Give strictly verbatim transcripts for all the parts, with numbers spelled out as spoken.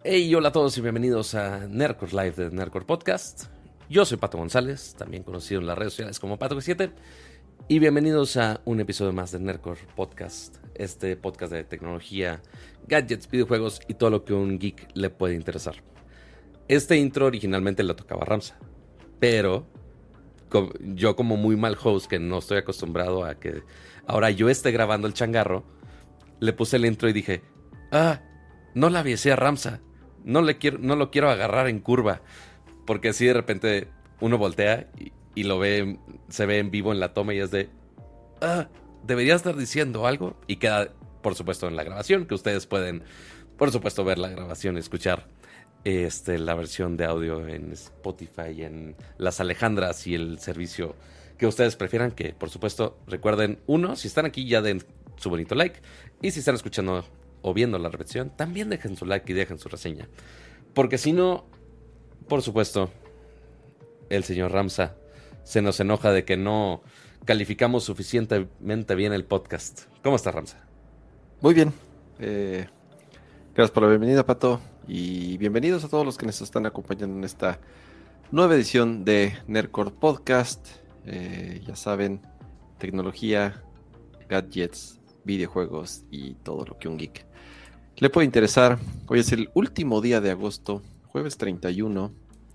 Hey, hola a todos y bienvenidos a Nerdcore Live de Nerdcore Podcast. Yo soy Pato González, también conocido en las redes sociales como Pato siete, y bienvenidos a un episodio más de Nerdcore Podcast, este podcast de tecnología, gadgets, videojuegos y todo lo que a un geek le puede interesar. Este intro originalmente lo tocaba Ramsa, pero yo como muy mal host, que no estoy acostumbrado a que ahora yo esté grabando el changarro, le puse el intro y dije, ah, no la avisé a Ramsa. No, le quiero, no lo quiero agarrar en curva. Porque así de repente uno voltea y, y lo ve, se ve en vivo en la toma y es de... Ah, debería estar diciendo algo. Y queda, por supuesto, en la grabación, que ustedes pueden, por supuesto, ver la grabación y escuchar este, la versión de audio en Spotify, en Las Alejandras y el servicio que ustedes prefieran. Que, por supuesto, recuerden, uno, si están aquí ya den su bonito like. Y si están escuchando o viendo la repetición, también dejen su like y dejen su reseña. Porque si no, por supuesto, el señor Ramsa se nos enoja de que no calificamos suficientemente bien el podcast. ¿Cómo está, Ramsa? Muy bien. Eh, gracias por la bienvenida, Pato. Y bienvenidos a todos los que nos están acompañando en esta nueva edición de Nerdcore Podcast. Eh, ya saben, tecnología, gadgets, videojuegos y todo lo que un geek le puede interesar. Hoy es el último día de agosto, jueves treinta y uno,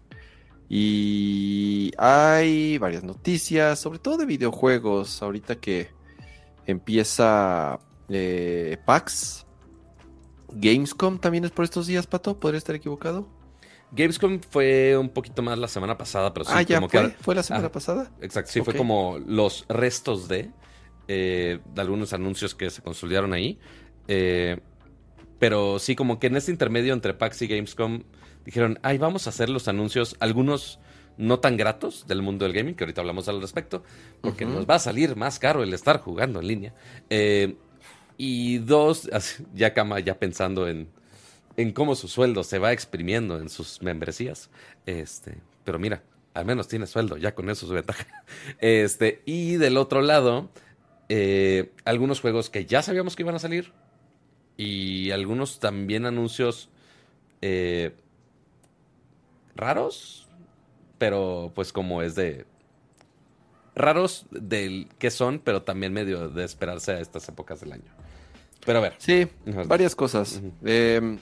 y hay varias noticias, sobre todo de videojuegos. Ahorita que empieza eh, PAX, Gamescom también es por estos días, Pato, ¿podría estar equivocado? Gamescom fue un poquito más la semana pasada, pero sí, ah, ya como fue, que... fue la semana ah, pasada. Exacto, sí, Okay. Fue como los restos de, eh, de algunos anuncios que se consolidaron ahí. Eh, pero sí, como que en este intermedio entre PAX y Gamescom dijeron, ay, vamos a hacer los anuncios, algunos no tan gratos del mundo del gaming, que ahorita hablamos al respecto, porque uh-huh. nos va a salir más caro el estar jugando en línea. Eh, y dos, ya Kama ya pensando en, en cómo su sueldo se va exprimiendo en sus membresías. Este, pero mira, al menos tiene sueldo, ya con eso es su ventaja. Este, y del otro lado, eh, algunos juegos que ya sabíamos que iban a salir y algunos también anuncios eh, raros, pero pues como es de... Raros del que son, pero también medio de esperarse a estas épocas del año. Pero a ver. Sí, uh-huh. varias cosas. Uh-huh. Eh,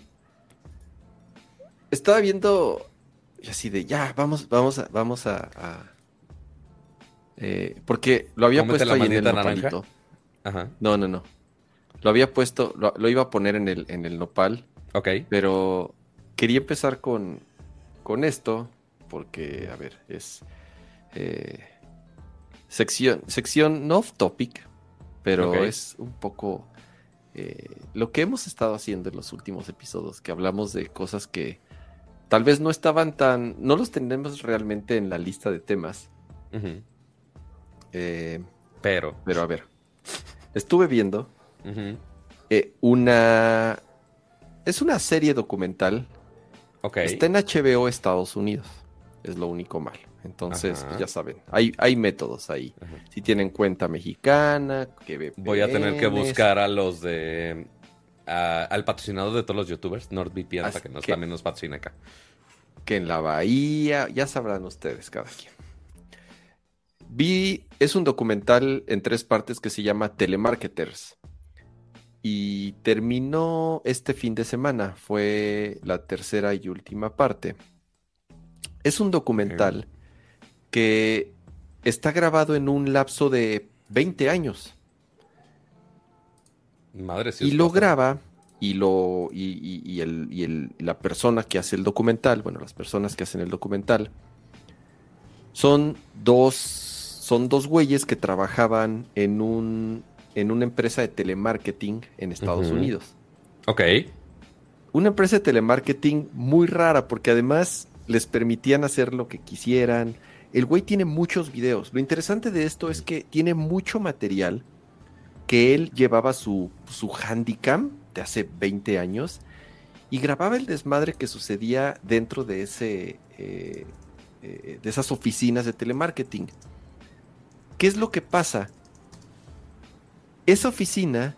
estaba viendo y así de ya, vamos, vamos a, vamos a, a eh, porque lo había Cómete puesto la ahí en el naranja. nopalito. Ajá. No, no, no. Lo había puesto, lo, lo iba a poner en el, en el nopal. Ok. Pero quería empezar con, con esto, porque, a ver, es eh, sección, sección no off topic, pero okay. es un poco eh, lo que hemos estado haciendo en los últimos episodios, que hablamos de cosas que tal vez no estaban tan, no los tenemos realmente en la lista de temas. Uh-huh. Eh, pero. Pero a ver, estuve viendo uh-huh. eh, una... Es una serie documental. Okay. Está en H B O Estados Unidos. Es lo único malo. Entonces, pues ya saben, hay, hay métodos ahí. Ajá. Si tienen cuenta mexicana, que V P N. Voy a tener que buscar a los de... A, al patrocinador de todos los youtubers, NordVPN, para que nos, que, también nos patrocine acá. Que en la Bahía, ya sabrán ustedes cada quien. Vi, es un documental en tres partes que se llama Telemarketers. Y terminó este fin de semana, fue la tercera y última parte. Es un documental okay. que está grabado en un lapso de veinte años. Madre sí. Y lo graba, y, lo, y, y, y, el, y el, la persona que hace el documental, bueno, las personas que hacen el documental, son dos, son dos güeyes que trabajaban en un... en una empresa de telemarketing en Estados uh-huh. Unidos. Ok. Una empresa de telemarketing muy rara, porque además les permitían hacer lo que quisieran. El güey tiene muchos videos. Lo interesante de esto es que tiene mucho material que él llevaba su, su Handycam de hace veinte años y grababa el desmadre que sucedía dentro de, ese, eh, eh, de esas oficinas de telemarketing. ¿Qué es lo que pasa? Esa oficina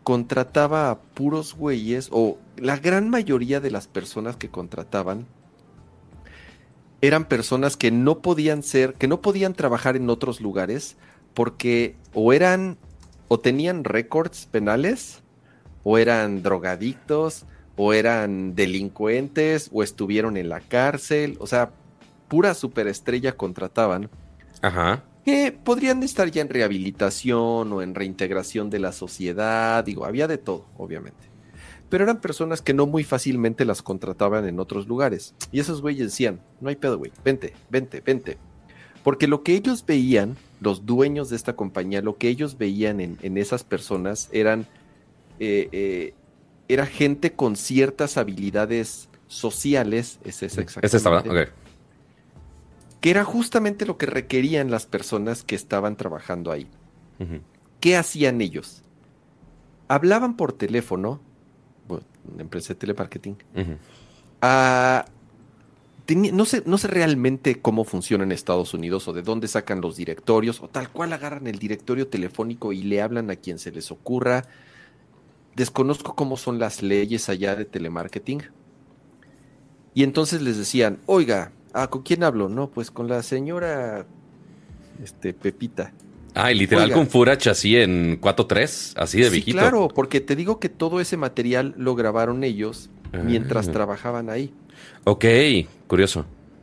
contrataba a puros güeyes, o la gran mayoría de las personas que contrataban eran personas que no podían ser, que no podían trabajar en otros lugares porque o eran, o tenían récords penales, o eran drogadictos, o eran delincuentes, o estuvieron en la cárcel, o sea, pura superestrella contrataban. Ajá. Que podrían estar ya en rehabilitación o en reintegración de la sociedad, digo, había de todo, obviamente. Pero eran personas que no muy fácilmente las contrataban en otros lugares. Y esos güeyes decían, no hay pedo, güey, vente, vente, vente. Porque lo que ellos veían, los dueños de esta compañía, lo que ellos veían en, en esas personas eran, eh, eh, era gente con ciertas habilidades sociales, ese es exactamente. Ese estaba, ok. Que era justamente lo que requerían las personas que estaban trabajando ahí. Uh-huh. ¿Qué hacían ellos? Hablaban por teléfono, bueno, una empresa de telemarketing, uh-huh. a, tenía, no sé, no sé realmente cómo funciona en Estados Unidos o de dónde sacan los directorios, o tal cual agarran el directorio telefónico y le hablan a quien se les ocurra. Desconozco cómo son las leyes allá de telemarketing. Y entonces les decían, oiga, Ah, ¿con quién hablo? No, pues con la señora este, Pepita. Ah, y literal Oiga, con Furach así en cuatro tres, así de sí, viejito. Claro, porque te digo que todo ese material lo grabaron ellos ah. mientras trabajaban ahí. Ok, curioso.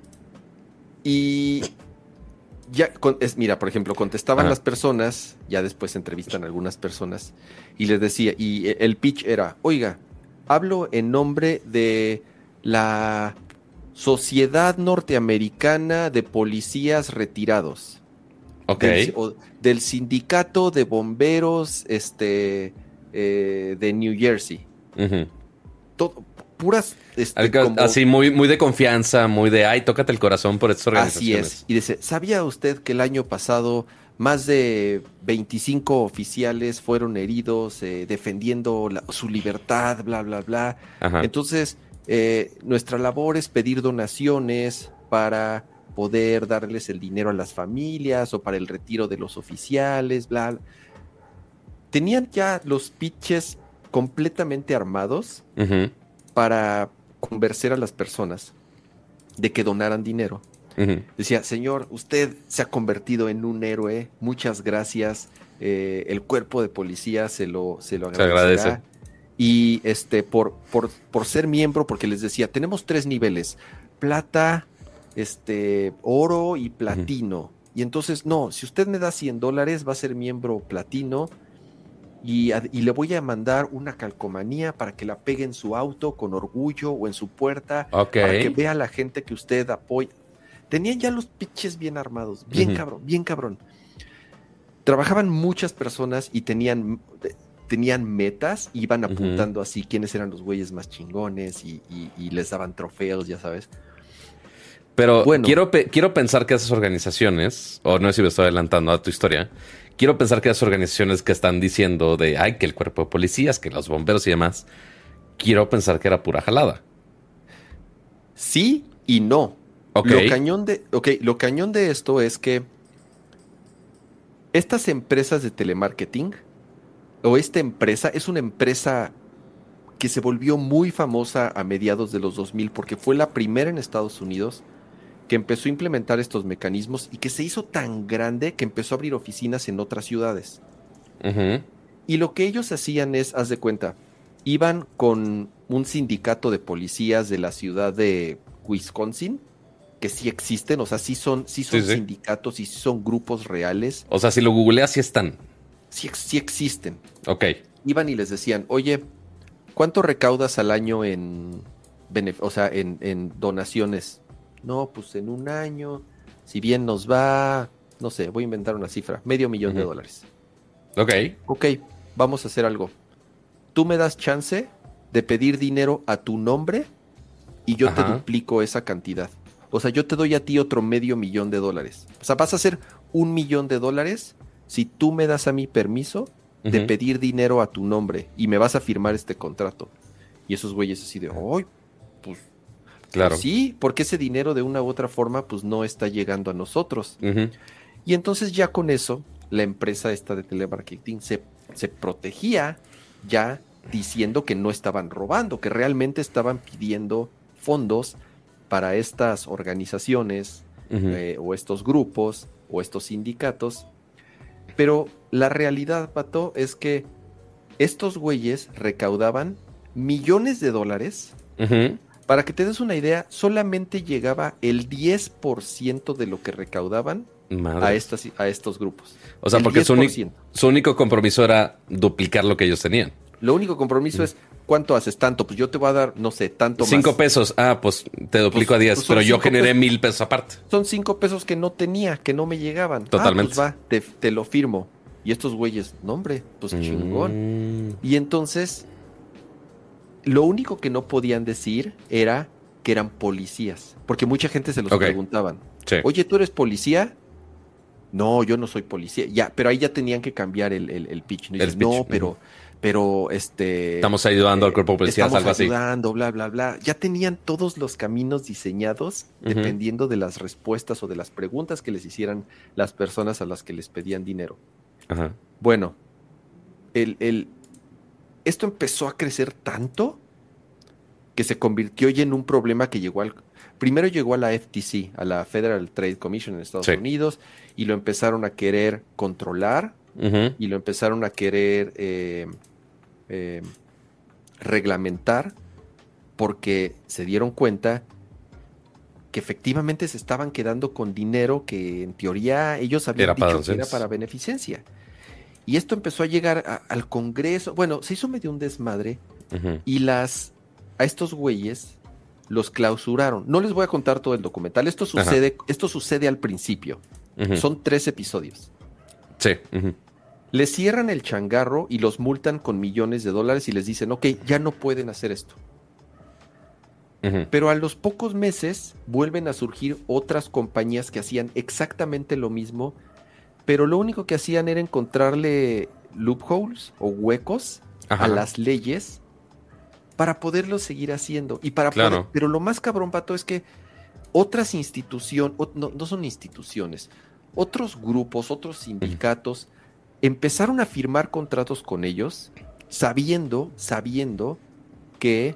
Y ya, con, es, mira, por ejemplo, contestaban ah. las personas, ya después entrevistan a algunas personas, y les decía, y el pitch era, oiga, hablo en nombre de la Sociedad Norteamericana de Policías Retirados. Ok. Del, o, del Sindicato de Bomberos este, eh, de New Jersey. Uh-huh. Todo, puras... Este, Algo, como, así, muy, muy de confianza, muy de, ay, tócate el corazón por estas organizaciones. Así es. Y dice, ¿sabía usted que el año pasado más de veinticinco oficiales fueron heridos eh, defendiendo la, su libertad, bla, bla, bla? Ajá. Entonces... Eh, nuestra labor es pedir donaciones para poder darles el dinero a las familias o para el retiro de los oficiales, bla. Tenían ya los pitches completamente armados uh-huh. para convencer a las personas de que donaran dinero. Uh-huh. Decía, señor, usted se ha convertido en un héroe, muchas gracias, eh, el cuerpo de policía se lo, se lo agradecerá. Se agradece. Y este, por, por, por ser miembro, porque les decía, tenemos tres niveles, plata, este, oro y platino. Uh-huh. Y entonces, no, si usted me da cien dólares, va a ser miembro platino y, y le voy a mandar una calcomanía para que la pegue en su auto con orgullo o en su puerta, okay. para que vea a la gente que usted apoya. Tenían ya los pitches bien armados, bien uh-huh. cabrón, bien cabrón. Trabajaban muchas personas y tenían... tenían metas, iban apuntando uh-huh. así quiénes eran los güeyes más chingones y, y, y les daban trofeos, ya sabes. Pero bueno, quiero, pe- quiero pensar que esas organizaciones, o no sé si me estoy adelantando a tu historia, quiero pensar que esas organizaciones que están diciendo de, ay, que el cuerpo de policías, que los bomberos y demás, quiero pensar que era pura jalada. Sí y no. Okay. Lo cañón de, okay, lo cañón de esto es que estas empresas de telemarketing o esta empresa es una empresa que se volvió muy famosa a mediados de los dos mil porque fue la primera en Estados Unidos que empezó a implementar estos mecanismos y que se hizo tan grande que empezó a abrir oficinas en otras ciudades. Uh-huh. Y lo que ellos hacían es, haz de cuenta, iban con un sindicato de policías de la ciudad de Wisconsin, que sí existen, o sea, sí son, sí son sí, sí. sindicatos y sí son grupos reales. O sea, si lo googleas, sí están. Sí, sí existen. Ok. Iban y les decían, oye, ¿cuánto recaudas al año en, benef- o sea, en, en donaciones? No, pues en un año, si bien nos va, no sé, voy a inventar una cifra, medio millón uh-huh. de dólares. Ok. Ok, vamos a hacer algo. Tú me das chance de pedir dinero a tu nombre y yo Ajá. te duplico esa cantidad. O sea, yo te doy a ti otro medio millón de dólares. O sea, vas a hacer un millón de dólares si tú me das a mí permiso de uh-huh. pedir dinero a tu nombre y me vas a firmar este contrato. Y esos güeyes así de, ¡ay! Pues, claro. pues sí, porque ese dinero de una u otra forma pues no está llegando a nosotros. Uh-huh. Y entonces ya con eso, la empresa esta de telemarketing se, se protegía ya diciendo que no estaban robando, que realmente estaban pidiendo fondos para estas organizaciones uh-huh. eh, o estos grupos o estos sindicatos. Pero la realidad, Pato, es que estos güeyes recaudaban millones de dólares. Uh-huh. Para que te des una idea, solamente llegaba el diez por ciento de lo que recaudaban a, estas, a estos grupos. O sea, el porque su, su único compromiso era duplicar lo que ellos tenían. Lo único compromiso uh-huh. es, ¿cuánto haces? Tanto, pues yo te voy a dar, no sé, tanto cinco más. pesos. Ah, pues te duplico pues, a diez, pues pero yo generé pesos, mil pesos aparte. Son cinco pesos que no tenía, que no me llegaban. Totalmente. Ah, pues va, te, te lo firmo. Y estos güeyes, no hombre, pues mm. chingón. Y entonces, lo único que no podían decir era que eran policías. Porque mucha gente se los okay. preguntaban. Sí. Oye, ¿tú eres policía? No, yo no soy policía. Ya, pero ahí ya tenían que cambiar el, el, el pitch. ¿No? Y dices, el pitch. no, pero... Uh-huh. Pero este... Estamos ayudando eh, al cuerpo policial, algo así. Estamos ayudando, bla, bla, bla. Ya tenían todos los caminos diseñados uh-huh. dependiendo de las respuestas o de las preguntas que les hicieran las personas a las que les pedían dinero. Uh-huh. Bueno, el, el, esto empezó a crecer tanto que se convirtió ya en un problema que llegó al... Primero llegó a la F T C, a la Federal Trade Commission en Estados sí. Unidos, y lo empezaron a querer controlar uh-huh. y lo empezaron a querer... Eh, Eh, reglamentar porque se dieron cuenta que efectivamente se estaban quedando con dinero que en teoría ellos habían era dicho para que era para beneficencia. Y esto empezó a llegar a, al Congreso. Bueno, se hizo medio un desmadre uh-huh. y las a estos güeyes los clausuraron. No les voy a contar todo el documental. Esto sucede, uh-huh. esto sucede al principio. Uh-huh. Son tres episodios. Sí. Uh-huh. Les cierran el changarro y los multan con millones de dólares y les dicen, ok, ya no pueden hacer esto. Uh-huh. Pero a los pocos meses vuelven a surgir otras compañías que hacían exactamente lo mismo, pero lo único que hacían era encontrarle loopholes o huecos Ajá. a las leyes para poderlo seguir haciendo. Y para claro. poder, pero lo más cabrón, Pato, es que otras instituciones, no, no son instituciones, otros grupos, otros sindicatos, uh-huh. empezaron a firmar contratos con ellos sabiendo, sabiendo que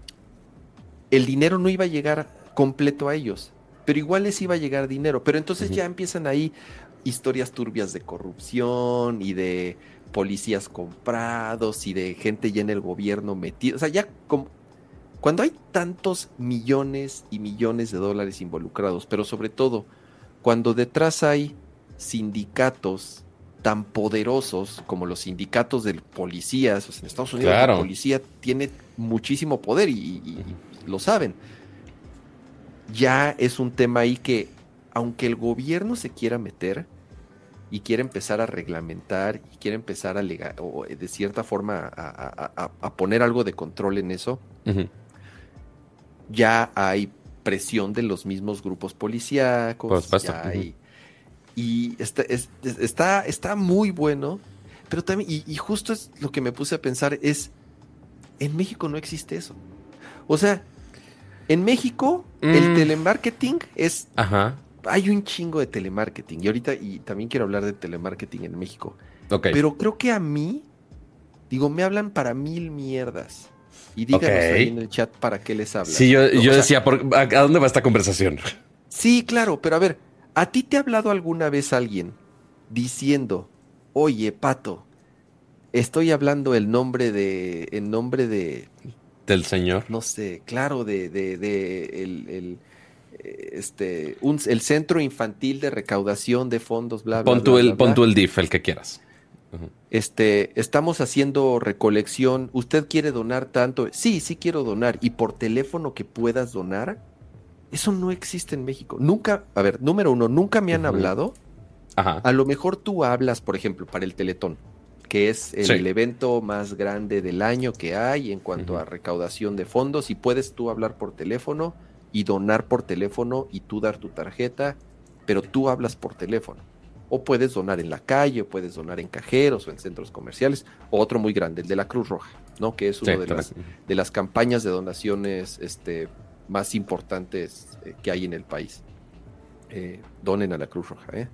el dinero no iba a llegar completo a ellos, pero igual les iba a llegar dinero. Pero entonces uh-huh. ya empiezan ahí historias turbias de corrupción y de policías comprados y de gente ya en el gobierno metida. O sea, ya como, cuando hay tantos millones y millones de dólares involucrados, pero sobre todo cuando detrás hay sindicatos tan poderosos como los sindicatos de policías, o sea, en Estados Unidos claro. la policía tiene muchísimo poder y, y, y lo saben. Ya es un tema ahí que, aunque el gobierno se quiera meter y quiera empezar a reglamentar y quiera empezar a legal, o de cierta forma a, a, a, a poner algo de control en eso, uh-huh. ya hay presión de los mismos grupos policíacos, ya uh-huh. hay... Y está, es, está, está muy bueno, pero también, y, y justo es lo que me puse a pensar, es, en México no existe eso. O sea, en México mm. el telemarketing es, Ajá. hay un chingo de telemarketing, y ahorita, y también quiero hablar de telemarketing en México. Okay. Pero creo que a mí, digo, me hablan para mil mierdas. Y díganos okay. ahí en el chat para qué les hablan. Sí, yo, yo sea, decía, ¿por, ¿a dónde va esta conversación? Sí, claro, pero a ver, ¿a ti te ha hablado alguna vez alguien diciendo, oye, Pato, estoy hablando el nombre de, el nombre de... ¿Del señor? No sé, claro, de, de, de el, el, este, un, el Centro Infantil de Recaudación de Fondos, bla, bla, pon tú bla, el, bla, pon bla. tú el D I F, el que quieras. Uh-huh. Este, estamos haciendo recolección, ¿usted quiere donar tanto? Sí, sí quiero donar, y por teléfono que puedas donar. Eso no existe en México. Nunca, a ver, número uno, nunca me han uh-huh. hablado. Ajá. A lo mejor tú hablas, por ejemplo, para el Teletón, que es el, sí. el evento más grande del año que hay en cuanto uh-huh. a recaudación de fondos, y puedes tú hablar por teléfono y donar por teléfono y tú dar tu tarjeta, pero tú hablas por teléfono. O puedes donar en la calle, o puedes donar en cajeros o en centros comerciales, o otro muy grande, el de la Cruz Roja, ¿no? Que es una sí, de, claro. las, de las campañas de donaciones este, más importantes eh, que hay en el país. Eh, donen a la Cruz Roja, ¿eh?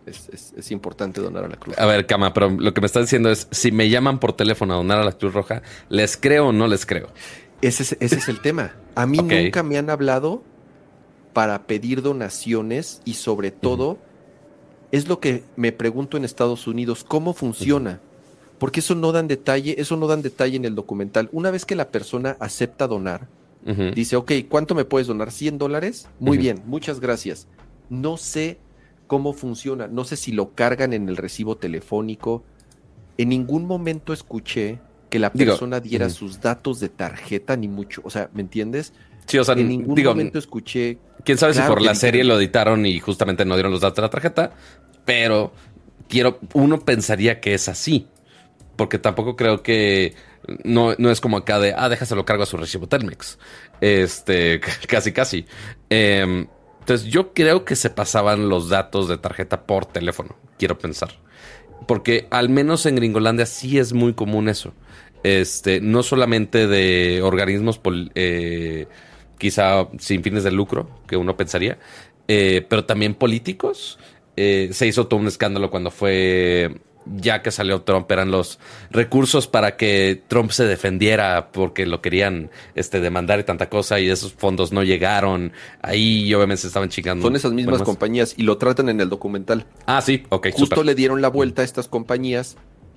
es, es, es importante donar a la Cruz Roja. A ver, Cama, pero lo que me estás diciendo es, si me llaman por teléfono a donar a la Cruz Roja, ¿les creo o no les creo? Ese es, ese es el tema. A mí okay. nunca me han hablado para pedir donaciones y sobre todo, uh-huh. es lo que me pregunto en Estados Unidos, ¿cómo funciona? Uh-huh. Porque eso no dan detalle, eso no dan detalle en el documental. Una vez que la persona acepta donar, uh-huh. dice, ok, ¿cuánto me puedes donar? ¿cien dólares? Muy uh-huh. bien, muchas gracias. No sé cómo funciona, no sé si lo cargan en el recibo telefónico. En ningún momento escuché que la persona digo, diera uh-huh. sus datos de tarjeta, ni mucho, o sea, ¿me entiendes? Sí, o sea, en ningún digo, momento escuché... Quién sabe claro si por la serie lo editaron y justamente no dieron los datos de la tarjeta, pero quiero, uno pensaría que es así, porque tampoco creo que no, no es como acá de, ah, déjaselo cargo a su recibo Telmex, este, casi casi. Eh, entonces yo creo que se pasaban los datos de tarjeta por teléfono, quiero pensar, porque al menos en Gringolandia sí es muy común eso, este, no solamente de organismos pol, eh, quizá sin fines de lucro, que uno pensaría, eh, pero también políticos. Eh, se hizo todo un escándalo cuando fue, ya que salió Trump, eran los recursos para que Trump se defendiera porque lo querían este, demandar y tanta cosa, y esos fondos no llegaron. Ahí obviamente se estaban chingando. Son esas mismas compañías y lo tratan en el documental. Ah, sí, ok. Justo super. Le dieron la vuelta a estas compañías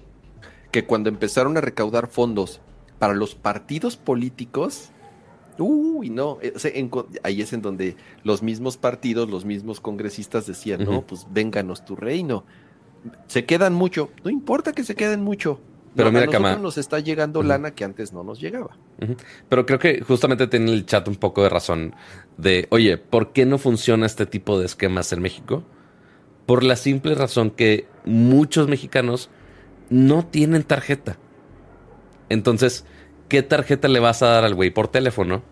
que cuando empezaron a recaudar fondos para los partidos políticos... Uy, no, o sea, en, ahí es en donde los mismos partidos, los mismos congresistas decían, uh-huh. no, pues vénganos tu reino. Se quedan mucho, no importa que se queden mucho. Pero no, mira, a nosotros Cama, nos está llegando uh-huh. lana que antes no nos llegaba. Uh-huh. Pero creo que justamente tiene el chat un poco de razón de, oye, ¿por qué no funciona este tipo de esquemas en México? Por la simple razón que muchos mexicanos no tienen tarjeta. Entonces, ¿qué tarjeta le vas a dar al güey por teléfono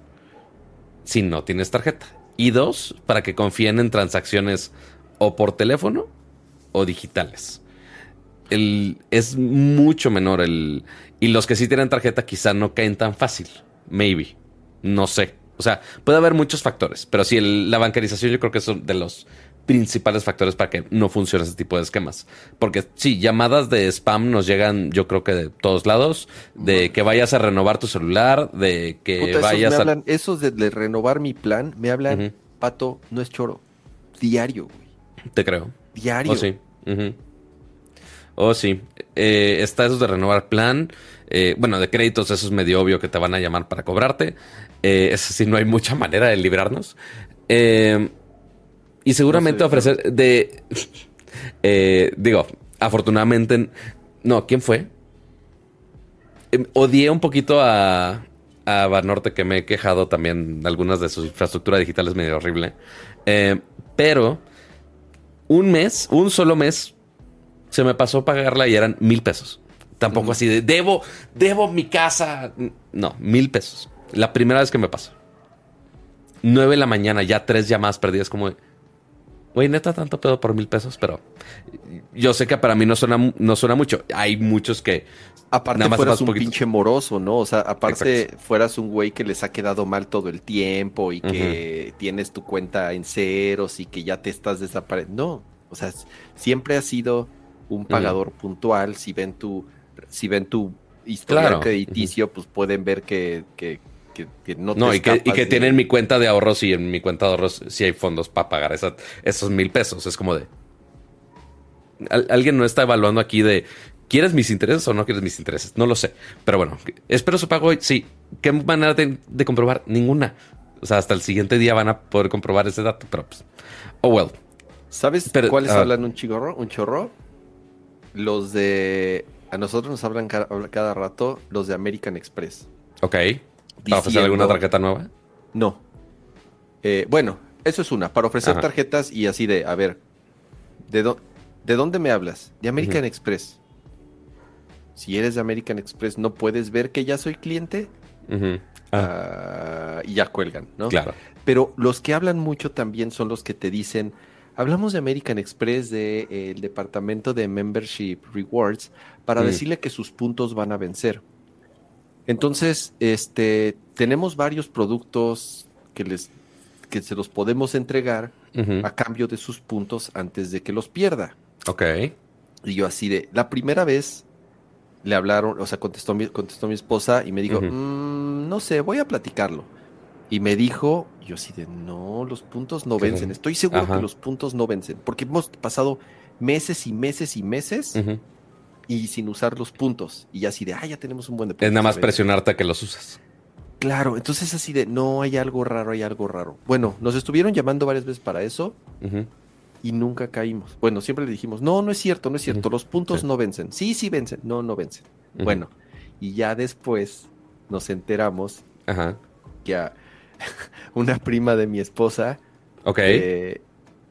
si no tienes tarjeta? Y dos, para que confíen en transacciones o por teléfono o digitales. El, es mucho menor el... Y los que sí tienen tarjeta quizá no caen tan fácil. Maybe. No sé. O sea, puede haber muchos factores. Pero sí, el, la bancarización yo creo que es de los principales factores para que no funcione ese tipo de esquemas. Porque sí, llamadas de spam nos llegan, yo creo que de todos lados. De uh-huh. que vayas a renovar tu celular, de que Puta, vayas esos me a... hablan, esos de, de renovar mi plan, me hablan, uh-huh. Pato, no es choro, diario, güey. Te creo. Diario. Oh, sí. Uh-huh. Oh, sí. Eh, está eso de renovar plan. Eh, bueno, de créditos, eso es medio obvio que te van a llamar para cobrarte. Eh, eso sí, no hay mucha manera de librarnos. Eh... Y seguramente no sé, ofrecer no. de... eh, digo, afortunadamente... No, ¿quién fue? Eh, odié un poquito a, a Banorte, que me he quejado también. Algunas de su infraestructura digital es medio horrible. Eh, pero un mes, un solo mes, se me pasó pagarla y eran mil pesos. Tampoco mm. así de, debo, debo mi casa. No, mil pesos. La primera vez que me pasó. Nueve de la mañana, ya tres llamadas perdidas como... Güey, neta, tanto pedo por mil pesos, pero yo sé que para mí no suena, no suena mucho. Hay muchos que... Aparte nada más fueras un poquito. pinche moroso, ¿no? O sea, aparte Exacto. fueras un güey que les ha quedado mal todo el tiempo y que uh-huh. tienes tu cuenta en ceros y que ya te estás desapareciendo. No, o sea, siempre has sido un pagador uh-huh. puntual. Si ven tu, si ven tu historial claro. crediticio, uh-huh. pues pueden ver que... que Que, que no, te no y que, y que de... tienen mi cuenta de ahorros y en mi cuenta de ahorros sí hay fondos para pagar esa, esos mil pesos. Es como de... Al, alguien no está evaluando aquí de... ¿Quieres mis intereses o no quieres mis intereses? No lo sé. Pero bueno, espero su pago hoy. Sí. ¿Qué manera de, de comprobar? Ninguna. O sea, hasta el siguiente día van a poder comprobar ese dato. Pero pues... Oh, well. ¿Sabes pero, cuáles uh, hablan un chigorro? Un chorro. Los de... A nosotros nos hablan cada, cada rato los de American Express. Ok. ¿Para ofrecer alguna tarjeta nueva? No. Eh, bueno, eso es una. Para ofrecer Ajá. tarjetas y así de, a ver, ¿de, do, ¿de dónde me hablas? De American uh-huh. Express. Si eres de American Express, ¿no puedes ver que ya soy cliente? Uh-huh. Ah. Uh, y ya cuelgan, ¿no? Claro. Pero los que hablan mucho también son los que te dicen, hablamos de American Express, del de, eh, departamento de Membership Rewards, para uh-huh. decirle que sus puntos van a vencer. Entonces, este, tenemos varios productos que les, que se los podemos entregar uh-huh. a cambio de sus puntos antes de que los pierda. Ok. Y yo así de, la primera vez le hablaron, o sea, contestó mi, contestó mi esposa y me dijo, Ujú. "Mm, no sé, voy a platicarlo". Y me dijo, yo así de, no, los puntos no Qué vencen. raro. Estoy seguro que Ajá. los puntos no vencen, porque hemos pasado meses y meses y meses Ujú. y sin usar los puntos. Y ya así de, ah, ya tenemos un buen de Es puntos. nada a más ver. presionarte a que los usas. Claro, entonces así de, no, hay algo raro, hay algo raro. Bueno, nos estuvieron llamando varias veces para eso Ujú. y nunca caímos. Bueno, siempre le dijimos, no, no es cierto, no es cierto, Ujú. los puntos Sí. no vencen. Sí, sí vencen, no, no vencen. Ujú. Bueno, y ya después nos enteramos Ajá. que a una prima de mi esposa Ok. eh,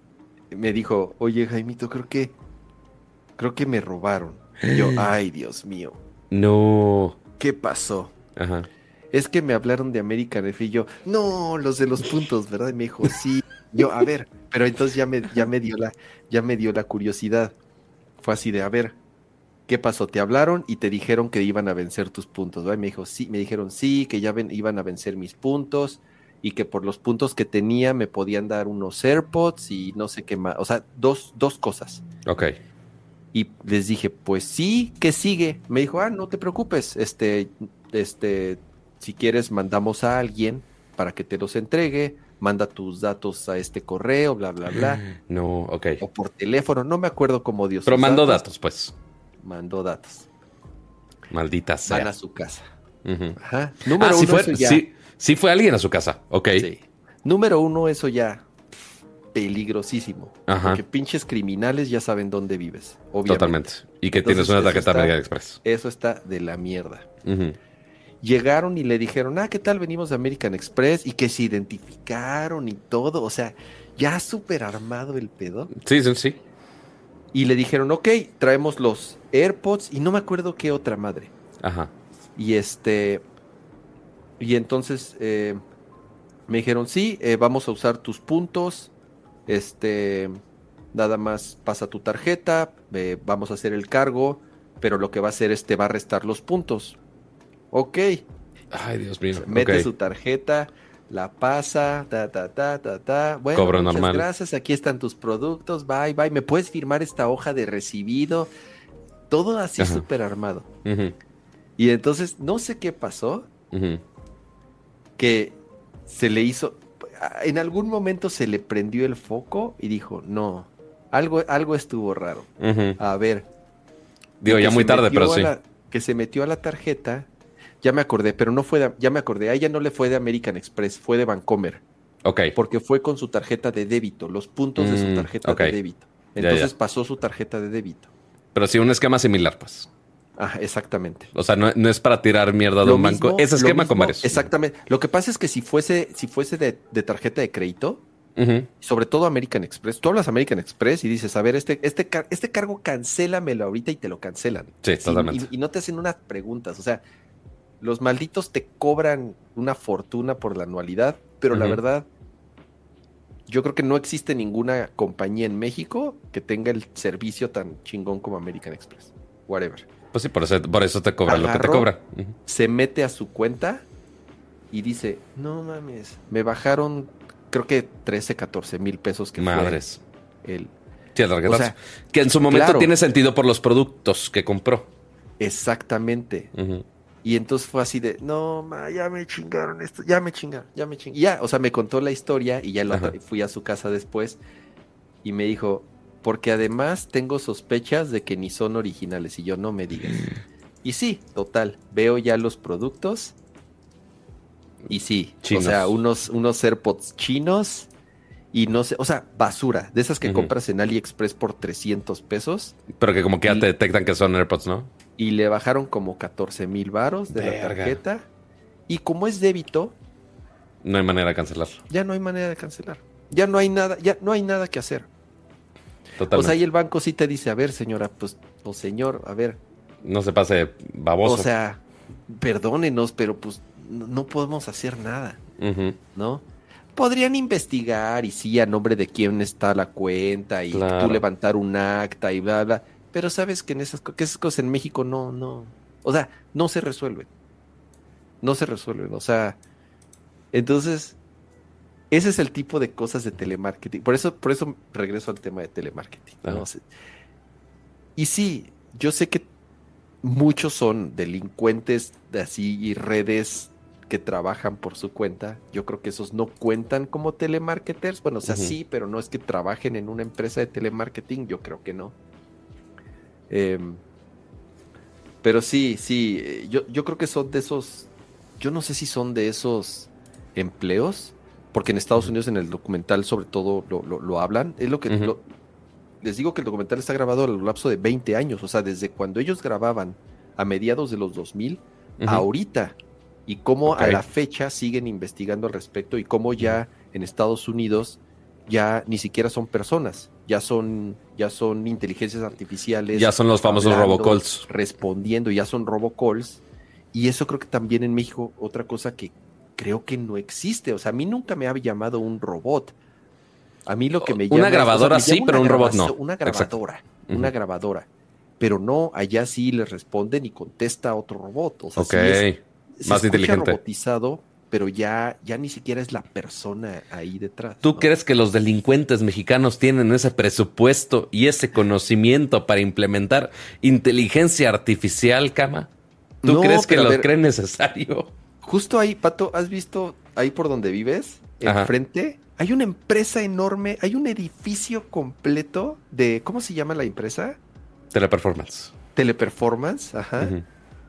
me dijo, oye, Jaimito, creo que, creo que me robaron. Y yo, ay, Dios mío, No. ¿qué pasó? Ajá. Es que me hablaron de American F y yo, no, los de los puntos, ¿verdad? Y me dijo, sí. Yo, a ver, pero entonces ya me, ya me dio la, ya me dio la curiosidad. Fue así de, a ver, ¿qué pasó? ¿Te hablaron y te dijeron que iban a vencer tus puntos, ¿verdad? Y me dijo, sí, me dijeron sí, que ya ven, iban a vencer mis puntos y que por los puntos que tenía me podían dar unos AirPods y no sé qué más. O sea, dos, dos cosas. Ok. Y les dije, pues sí, ¿qué sigue? Me dijo, ah, no te preocupes, este, este, si quieres mandamos a alguien para que te los entregue, manda tus datos a este correo, bla, bla, bla, No, ok. o por teléfono, no me acuerdo cómo dio Pero sus mandó datos. datos, pues. Mandó datos. Maldita Van sea. a su casa. Ujú. Ajá. Ah, Número sí uno, fue, eso ya. sí, sí fue alguien a su casa. Ok. Sí. Número uno, eso ya. Peligrosísimo. Ajá. Porque pinches criminales ya saben dónde vives. Obviamente. Totalmente. Y que Entonces, tienes una eso tarjeta está- American Express. Eso está de la mierda. Ujú. Llegaron y le dijeron, ah, ¿qué tal? Venimos de American Express. Y que se identificaron y todo. O sea, ya súper armado el pedo. Sí, sí, sí. Y le dijeron, ok, traemos los AirPods. Y no me acuerdo qué otra madre. Ajá. Y este. Y entonces eh, me dijeron, sí, eh, vamos a usar tus puntos. Este. Nada más pasa tu tarjeta. eh, vamos a hacer el cargo. Pero lo que va a hacer es te va a restar los puntos. Ok. Ay, Dios mío. Mete Ok. su tarjeta. La pasa. Ta, ta, ta, ta, ta. Bueno, Cobro muchas normal. gracias. Aquí están tus productos. Bye, bye. ¿Me puedes firmar esta hoja de recibido? Todo así Ajá. súper armado. Ujú. Y entonces, no sé qué pasó. Ujú. Que se le hizo, en algún momento se le prendió el foco y dijo, no, algo, algo estuvo raro. Ujú. A ver. Digo, y ya que muy se tarde, metió pero a sí. la- que se metió a la tarjeta, ya me acordé, pero no fue de, ya me acordé, a ella no le fue de American Express, fue de Vancomer, Ok. porque fue con su tarjeta de débito, los puntos de su Mm, tarjeta ok. de débito. Ya, Entonces ya. pasó su tarjeta de débito. Pero sí, un esquema similar, pues. Ah, exactamente. O sea, no, no es para tirar mierda de Lo un banco. mismo- Es lo esquema con mismo- varios. Exactamente. Lo que pasa es que si fuese, si fuese de, de tarjeta de crédito, Ujú. sobre todo American Express. Tú hablas American Express y dices, a ver, este, este, car- este cargo cancélamelo ahorita y te lo cancelan. Sí, Sin- totalmente. y, y no te hacen unas preguntas. O sea, los malditos te cobran una fortuna por la anualidad, pero la Ujú. verdad, yo creo que no existe ninguna compañía en México que tenga el servicio tan chingón como American Express. Whatever. Pues sí, por eso, por eso te cobra lo que te Agarró, cobra. Ujú. Se mete a su cuenta y dice, no mames, me bajaron creo que trece, catorce mil pesos que Madres. fue el... Sí, el tarjetazo. O sea, que en su momento claro. tiene sentido por los productos que compró. Exactamente. Ujú. Y entonces fue así de, no, ma, ya me chingaron esto, ya me chingaron, ya me chingaron. Y ya, o sea, me contó la historia y ya la Ajá. fui a su casa después y me dijo, porque además tengo sospechas de que ni son originales. Y yo, no me digas. Y sí, total, veo ya los productos y sí, Chinos. o sea, unos, unos AirPods chinos y no sé, o sea, basura, de esas que Ujú. compras en AliExpress por trescientos pesos. Pero que como que ya Y- te detectan que son AirPods, ¿no? Y le bajaron como catorce mil varos de la Verga. tarjeta. Y como es débito, No hay manera de cancelarlo. ya no hay manera de cancelar. Ya no hay nada, ya no hay nada que hacer. Totalmente. O sea, y el banco sí te dice, a ver, señora, pues, o señor, a ver, No se pase baboso. o sea, perdónenos, pero pues no, no podemos hacer nada, Ujú. ¿no? Podrían investigar y sí, a nombre de quién está la cuenta y Claro. tú levantar un acta y bla, bla. Pero sabes que en esas, co- que esas cosas en México no, no, o sea, no se resuelven. No se resuelven, o sea, entonces, ese es el tipo de cosas de telemarketing. Por eso, por eso regreso al tema de telemarketing, ¿no? Ajá. O sea, y sí, yo sé que muchos son delincuentes de así y redes que trabajan por su cuenta. Yo creo que esos no cuentan como telemarketers. Bueno, o sea, uh-huh. sí, pero no es que trabajen en una empresa de telemarketing. Yo creo que no. Eh, pero sí, sí, yo, yo creo que son de esos, yo no sé si son de esos empleos, porque en Estados uh-huh. Unidos en el documental sobre todo lo, lo, lo hablan. Es lo que uh-huh. lo, les digo que el documental está grabado a lo lapso de veinte años, o sea, desde cuando ellos grababan a mediados de los dos mil, uh-huh. ahorita, y cómo okay. a la fecha siguen investigando al respecto y cómo ya uh-huh. en Estados Unidos ya ni siquiera son personas, ya son, ya son inteligencias artificiales. Ya son los famosos hablando, robocalls. Respondiendo, ya son robocalls. Y eso creo que también en México, otra cosa que creo que no existe. O sea, a mí nunca me ha llamado un robot. A mí lo que me llama... Una grabadora o sea, sí, pero un robot no. Una grabadora, uh-huh. una grabadora. Pero no, allá sí les responden y contesta otro robot. O sea, ok, sí es, más se inteligente. Robotizado, pero ya, ya ni siquiera es la persona ahí detrás. ¿Tú ¿no? crees que los delincuentes mexicanos tienen ese presupuesto y ese conocimiento para implementar inteligencia artificial, Cama? ¿Tú no, crees que lo ver, creen necesario? Justo ahí, Pato, ¿has visto ahí por donde vives? Enfrente, hay una empresa enorme, hay un edificio completo de, ¿cómo se llama la empresa? Teleperformance. Teleperformance, ajá. Uh-huh.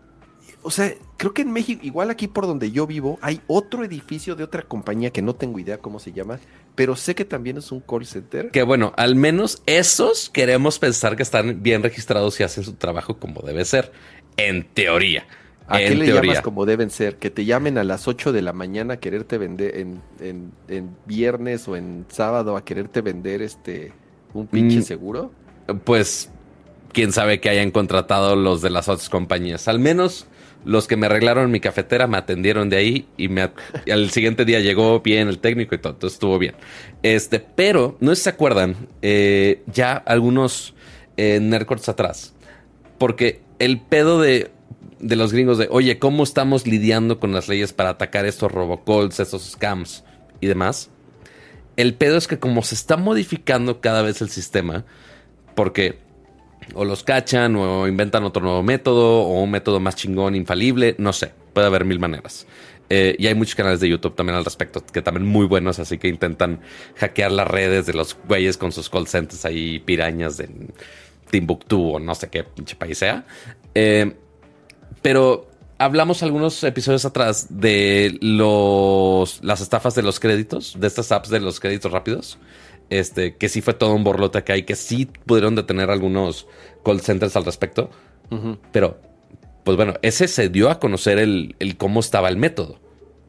O sea, creo que en México, igual aquí por donde yo vivo, hay otro edificio de otra compañía que no tengo idea cómo se llama, pero sé que también es un call center. Que bueno, al menos esos queremos pensar que están bien registrados y hacen su trabajo como debe ser, en teoría. ¿A en qué le teoría. llamas como deben ser? Que te llamen a las ocho de la mañana a quererte vender, en, en, en viernes o en sábado a quererte vender este un pinche mm, seguro. Pues, quién sabe que hayan contratado los de las otras compañías. Al menos... Los que me arreglaron mi cafetera me atendieron de ahí y, me, y al siguiente día llegó bien el técnico y todo, entonces estuvo bien. Este, pero, no sé si se acuerdan, eh, ya algunos eh, Nerdcorts atrás, porque el pedo de, de los gringos de, oye, ¿cómo estamos lidiando con las leyes para atacar estos robocalls, estos scams y demás? El pedo es que como se está modificando cada vez el sistema, porque... o los cachan o inventan otro nuevo método o un método más chingón, infalible, no sé, puede haber mil maneras. Eh, y hay muchos canales de YouTube también al respecto que también muy buenos, así que intentan hackear las redes de los güeyes con sus call centers ahí, pirañas de Timbuktu o no sé qué pinche país sea. Eh, pero hablamos algunos episodios atrás de los las estafas de los créditos, de estas apps de los créditos rápidos. Este, que sí fue todo un borlote acá y que sí pudieron detener algunos call centers al respecto. Uh-huh. Pero, pues bueno, ese se dio a conocer el, el cómo estaba el método.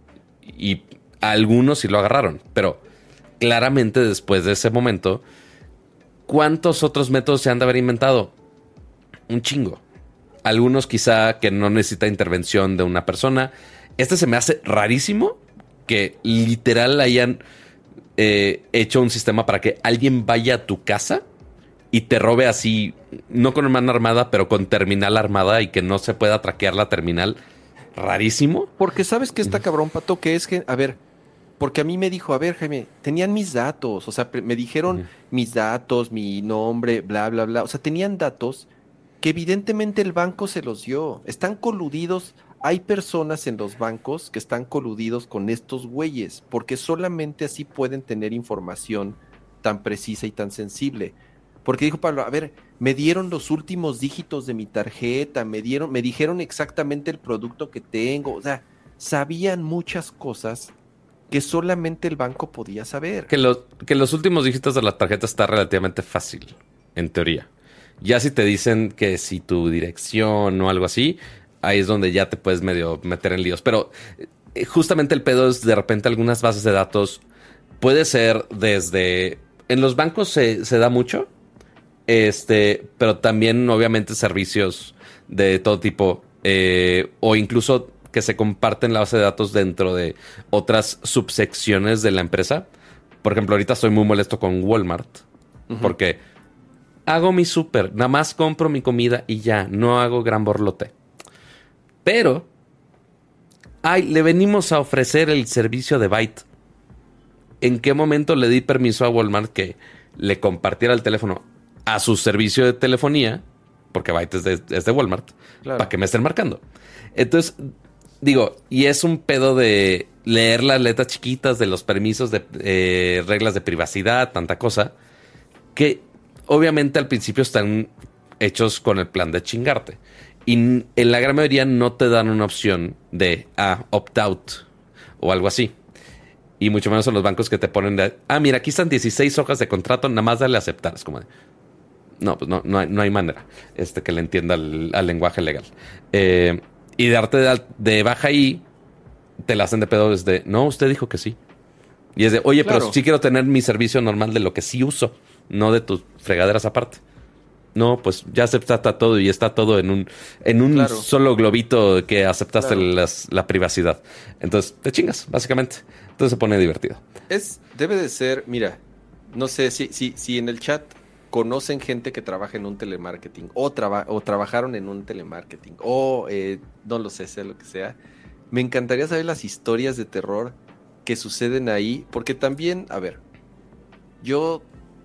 Y algunos sí lo agarraron. Pero claramente después de ese momento, ¿cuántos otros métodos se han de haber inventado? Un chingo. Algunos quizá que no necesita intervención de una persona. Este se me hace rarísimo que literal hayan... Eh, hecho un sistema para que alguien vaya a tu casa y te robe así, no con mano armada, pero con terminal armada y que no se pueda traquear la terminal. Rarísimo. Porque sabes que está cabrón, Pato, que es que, a ver, porque a mí me dijo, a ver, Jaime, tenían mis datos, o sea, me dijeron uh-huh. mis datos, mi nombre, bla, bla, bla, o sea, tenían datos que evidentemente el banco se los dio, están coludidos. Hay personas en los bancos que están coludidos con estos güeyes, porque solamente así pueden tener información tan precisa y tan sensible. Porque dijo Pablo, a ver, me dieron los últimos dígitos de mi tarjeta, me dieron, me dijeron exactamente el producto que tengo, o sea, sabían muchas cosas que solamente el banco podía saber. Que los, que los últimos dígitos de la tarjeta está relativamente fácil, en teoría. Ya si te dicen que si tu dirección o algo así... ahí es donde ya te puedes medio meter en líos. Pero justamente el pedo es de repente algunas bases de datos. Puede ser desde... En los bancos se, se da mucho. Este, pero también obviamente servicios de todo tipo. Eh, o incluso que se comparten la base de datos dentro de otras subsecciones de la empresa. Por ejemplo, ahorita estoy muy molesto con Walmart. Uh-huh. Porque hago mi súper. Nada más compro mi comida y ya. No hago gran borlote. Pero, ay, le venimos a ofrecer el servicio de Byte. ¿En qué momento le di permiso a Walmart que le compartiera el teléfono a su servicio de telefonía porque Byte es de, es de Walmart, Claro. para que me estén marcando. Entonces, digo, y es un pedo de leer las letras chiquitas de los permisos de eh, reglas de privacidad, tanta cosa, que obviamente al principio están hechos con el plan de chingarte. Y en la gran mayoría no te dan una opción de, ah, opt-out o algo así. Y mucho menos son los bancos que te ponen de, ah, mira, aquí están dieciséis hojas de contrato, nada más dale a aceptar. Es como de, no, pues no, no, hay, no hay manera este, que le entienda al, al lenguaje legal. Eh, y darte de, de baja ahí, te la hacen de pedo desde, no, usted dijo que sí. Y es de, oye, Claro. pero sí quiero tener mi servicio normal de lo que sí uso, no de tus fregaderas aparte. No, pues ya aceptaste todo y está todo en un, en un Claro. solo globito que aceptaste Claro. las, la privacidad. Entonces, te chingas, básicamente. Entonces se pone divertido. Es, debe de ser, mira, no sé si, si, si en el chat conocen gente que trabaja en un telemarketing o, traba, o trabajaron en un telemarketing o eh, no lo sé, sea lo que sea. Me encantaría saber las historias de terror que suceden ahí, porque también, a ver, yo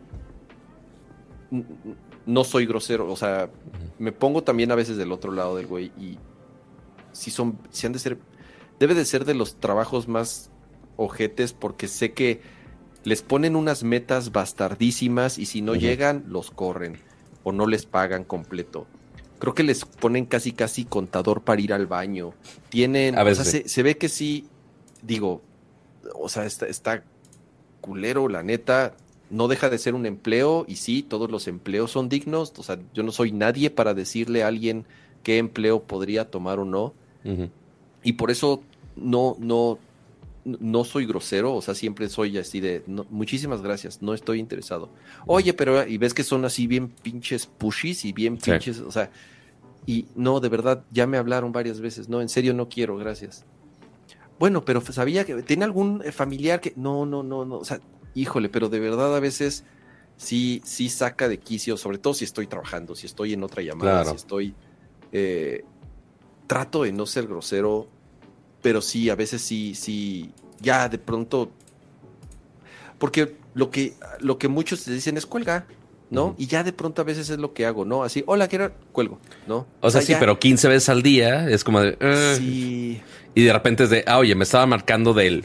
n- n- no soy grosero, o sea, me pongo también a veces del otro lado del güey y si son, si han de ser, debe de ser de los trabajos más ojetes porque sé que les ponen unas metas bastardísimas y si no Ujú. llegan, los corren o no les pagan completo. Creo que les ponen casi casi contador para ir al baño. Tienen, A o veces sea, sí. se, se ve que sí, digo, o sea, está, está culero, la neta, no deja de ser un empleo y sí, todos los empleos son dignos, o sea, yo no soy nadie para decirle a alguien qué empleo podría tomar o no. Ujú. Y por eso no, no, no soy grosero, o sea, siempre soy así de, no, muchísimas gracias, no estoy interesado. Oye, pero, y ves que son así bien pinches pushies y bien Sí. pinches, o sea, y no, de verdad, ya me hablaron varias veces, no, en serio no quiero, gracias. Bueno, pero sabía que tiene algún eh, familiar que, no, no, no, no, o sea, híjole, pero de verdad a veces sí, sí saca de quicio, sobre todo si estoy trabajando, si estoy en otra llamada, Claro. si estoy, eh, trato de no ser grosero, pero sí, a veces sí, sí, ya de pronto, porque lo que, lo que muchos te dicen es cuelga, ¿no? Ujú. Y ya de pronto a veces es lo que hago, ¿no? Así, hola, quiero, cuelgo, ¿no? O sea, sí, ya- pero quince veces al día es como de... "Eh". Sí, Y de repente es de, ah, oye, me estaba marcando del...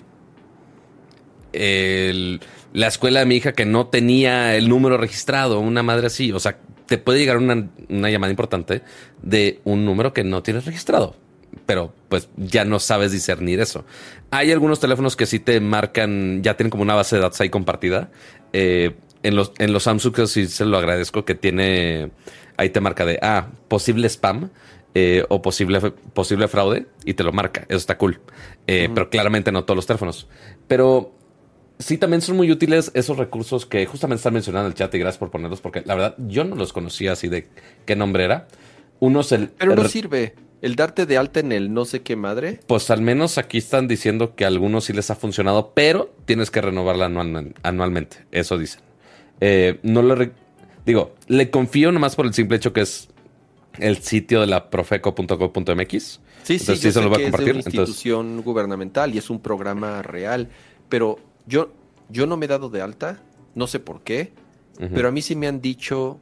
El, la escuela de mi hija que no tenía el número registrado, una madre así. O sea, te puede llegar una, una llamada importante de un número que no tienes registrado. Pero pues ya no sabes discernir eso. Hay algunos teléfonos que sí te marcan, ya tienen como una base de datos ahí compartida. Eh, en los, en los Samsung sí se lo agradezco que tiene, ahí te marca de, ah, posible spam eh, o posible, posible fraude y te lo marca. Eso está cool. Eh, Ujú. Pero claramente no todos los teléfonos. Pero sí, también son muy útiles esos recursos que justamente están mencionando en el chat y gracias por ponerlos porque la verdad yo no los conocía así de qué nombre era. Uno es el... pero no el- sirve. El darte de alta en el no sé qué madre. Pues al menos aquí están diciendo que a algunos sí les ha funcionado, pero tienes que renovarla anual- anualmente. Eso dicen. Eh, no le... re- Digo, le confío nomás por el simple hecho que es el sitio de la profeco punto gov punto m x. Sí, sí, Entonces, yo sí se sé lo voy a que es de compartir. una Entonces, institución gubernamental y es un programa real, pero yo, yo no me he dado de alta, no sé por qué, ujú. pero a mí sí me han dicho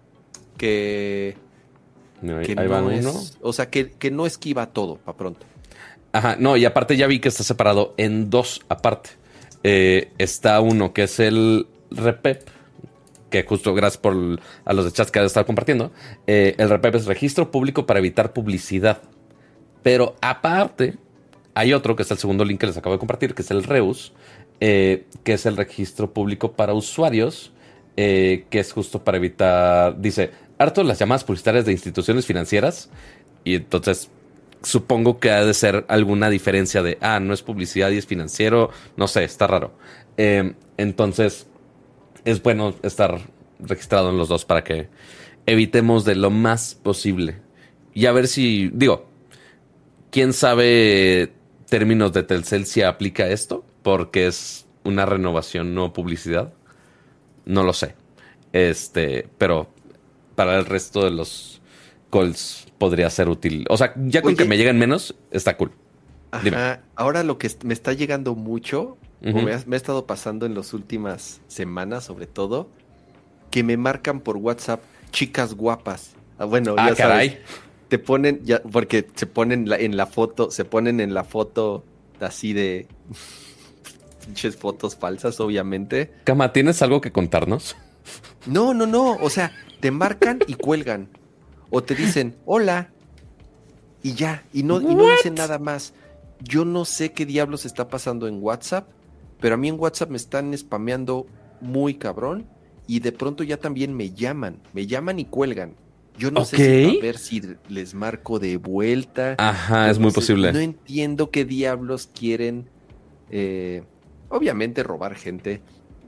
que, Mira, ahí, que ahí no va uno. es, o sea, que, que no esquiva todo para pronto. Ajá, no, y aparte ya vi que está separado en dos aparte. Eh, está uno que es el REPEP, que justo gracias por el- a los de chats que han estado compartiendo. Eh, el REPEP es Registro Público para Evitar Publicidad. Pero aparte, hay otro que es el segundo link que les acabo de compartir, que es el REUS, eh, que es el Registro Público para Usuarios, eh, que es justo para evitar, dice, harto las llamadas publicitarias de instituciones financieras. Y entonces supongo que ha de ser alguna diferencia de, ah, no es publicidad y es financiero, no sé, está raro. Eh, entonces, es bueno estar registrado en los dos para que evitemos de lo más posible. Y a ver si, digo, quién sabe términos de Telcel si aplica esto, porque es una renovación, no publicidad. No lo sé. Este, pero para el resto de los calls podría ser útil. O sea, ya con Oye. que me lleguen menos, está cool. Dime. Ajá, ahora lo que est- me está llegando mucho, Ujú. o me ha, me ha estado pasando en las últimas semanas sobre todo, que me marcan por WhatsApp chicas guapas. Ah, bueno, ah, ya caray. sabes, te ponen, ya, porque se ponen la, en la foto, se ponen en la foto así de pinches fotos falsas, obviamente. Cama, ¿tienes algo que contarnos? No, no, no, o sea, te marcan y cuelgan. O te dicen, hola, y ya, y no, y no dicen nada más. Yo no sé qué diablos está pasando en WhatsApp, pero a mí en WhatsApp me están spameando muy cabrón y de pronto ya también me llaman, me llaman y cuelgan. Yo no Ok. sé si a ver si les marco de vuelta. Ajá, Yo es no muy sé, posible. No entiendo qué diablos quieren. eh, obviamente robar gente.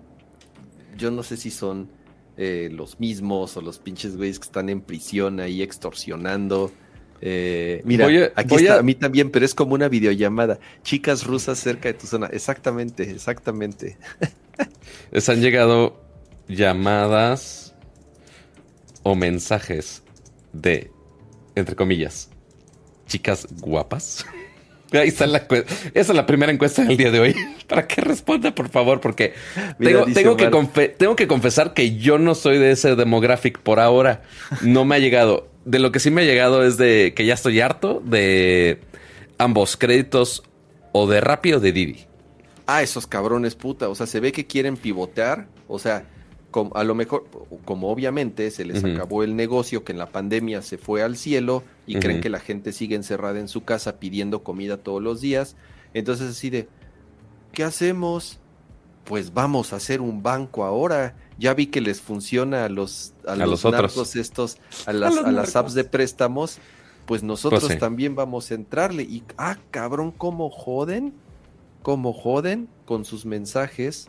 Yo no sé si son eh, los mismos o los pinches güeyes que están en prisión ahí extorsionando. Eh, mira, Voy a- aquí voy está, a- a mí también, pero es como una videollamada. Chicas rusas cerca de tu zona. Exactamente, exactamente. Les han llegado llamadas o mensajes de, entre comillas, chicas guapas. Ahí está la encuesta. Esa es la primera encuesta del día de hoy. Para que responda, por favor, porque Mira, tengo, dice tengo, que Omar, confe- tengo que confesar que yo no soy de ese demographic por ahora. No me ha llegado. De lo que sí me ha llegado es de que ya estoy harto de ambos créditos o de Rappi o de Didi. ah, esos cabrones puta, o sea, se ve que quieren pivotear, o sea, com- a lo mejor, como obviamente se les Ujú. acabó el negocio que en la pandemia se fue al cielo y creen Ujú. que la gente sigue encerrada en su casa pidiendo comida todos los días, entonces así de, ¿qué hacemos? Pues vamos a hacer un banco ahora. Ya vi que les funciona a los, a A los, los otros. narcos estos, a las, los a las narcos. apps de préstamos, pues nosotros Pues sí. también vamos a entrarle. Y, ah, cabrón, ¿cómo joden? ¿Cómo joden con sus mensajes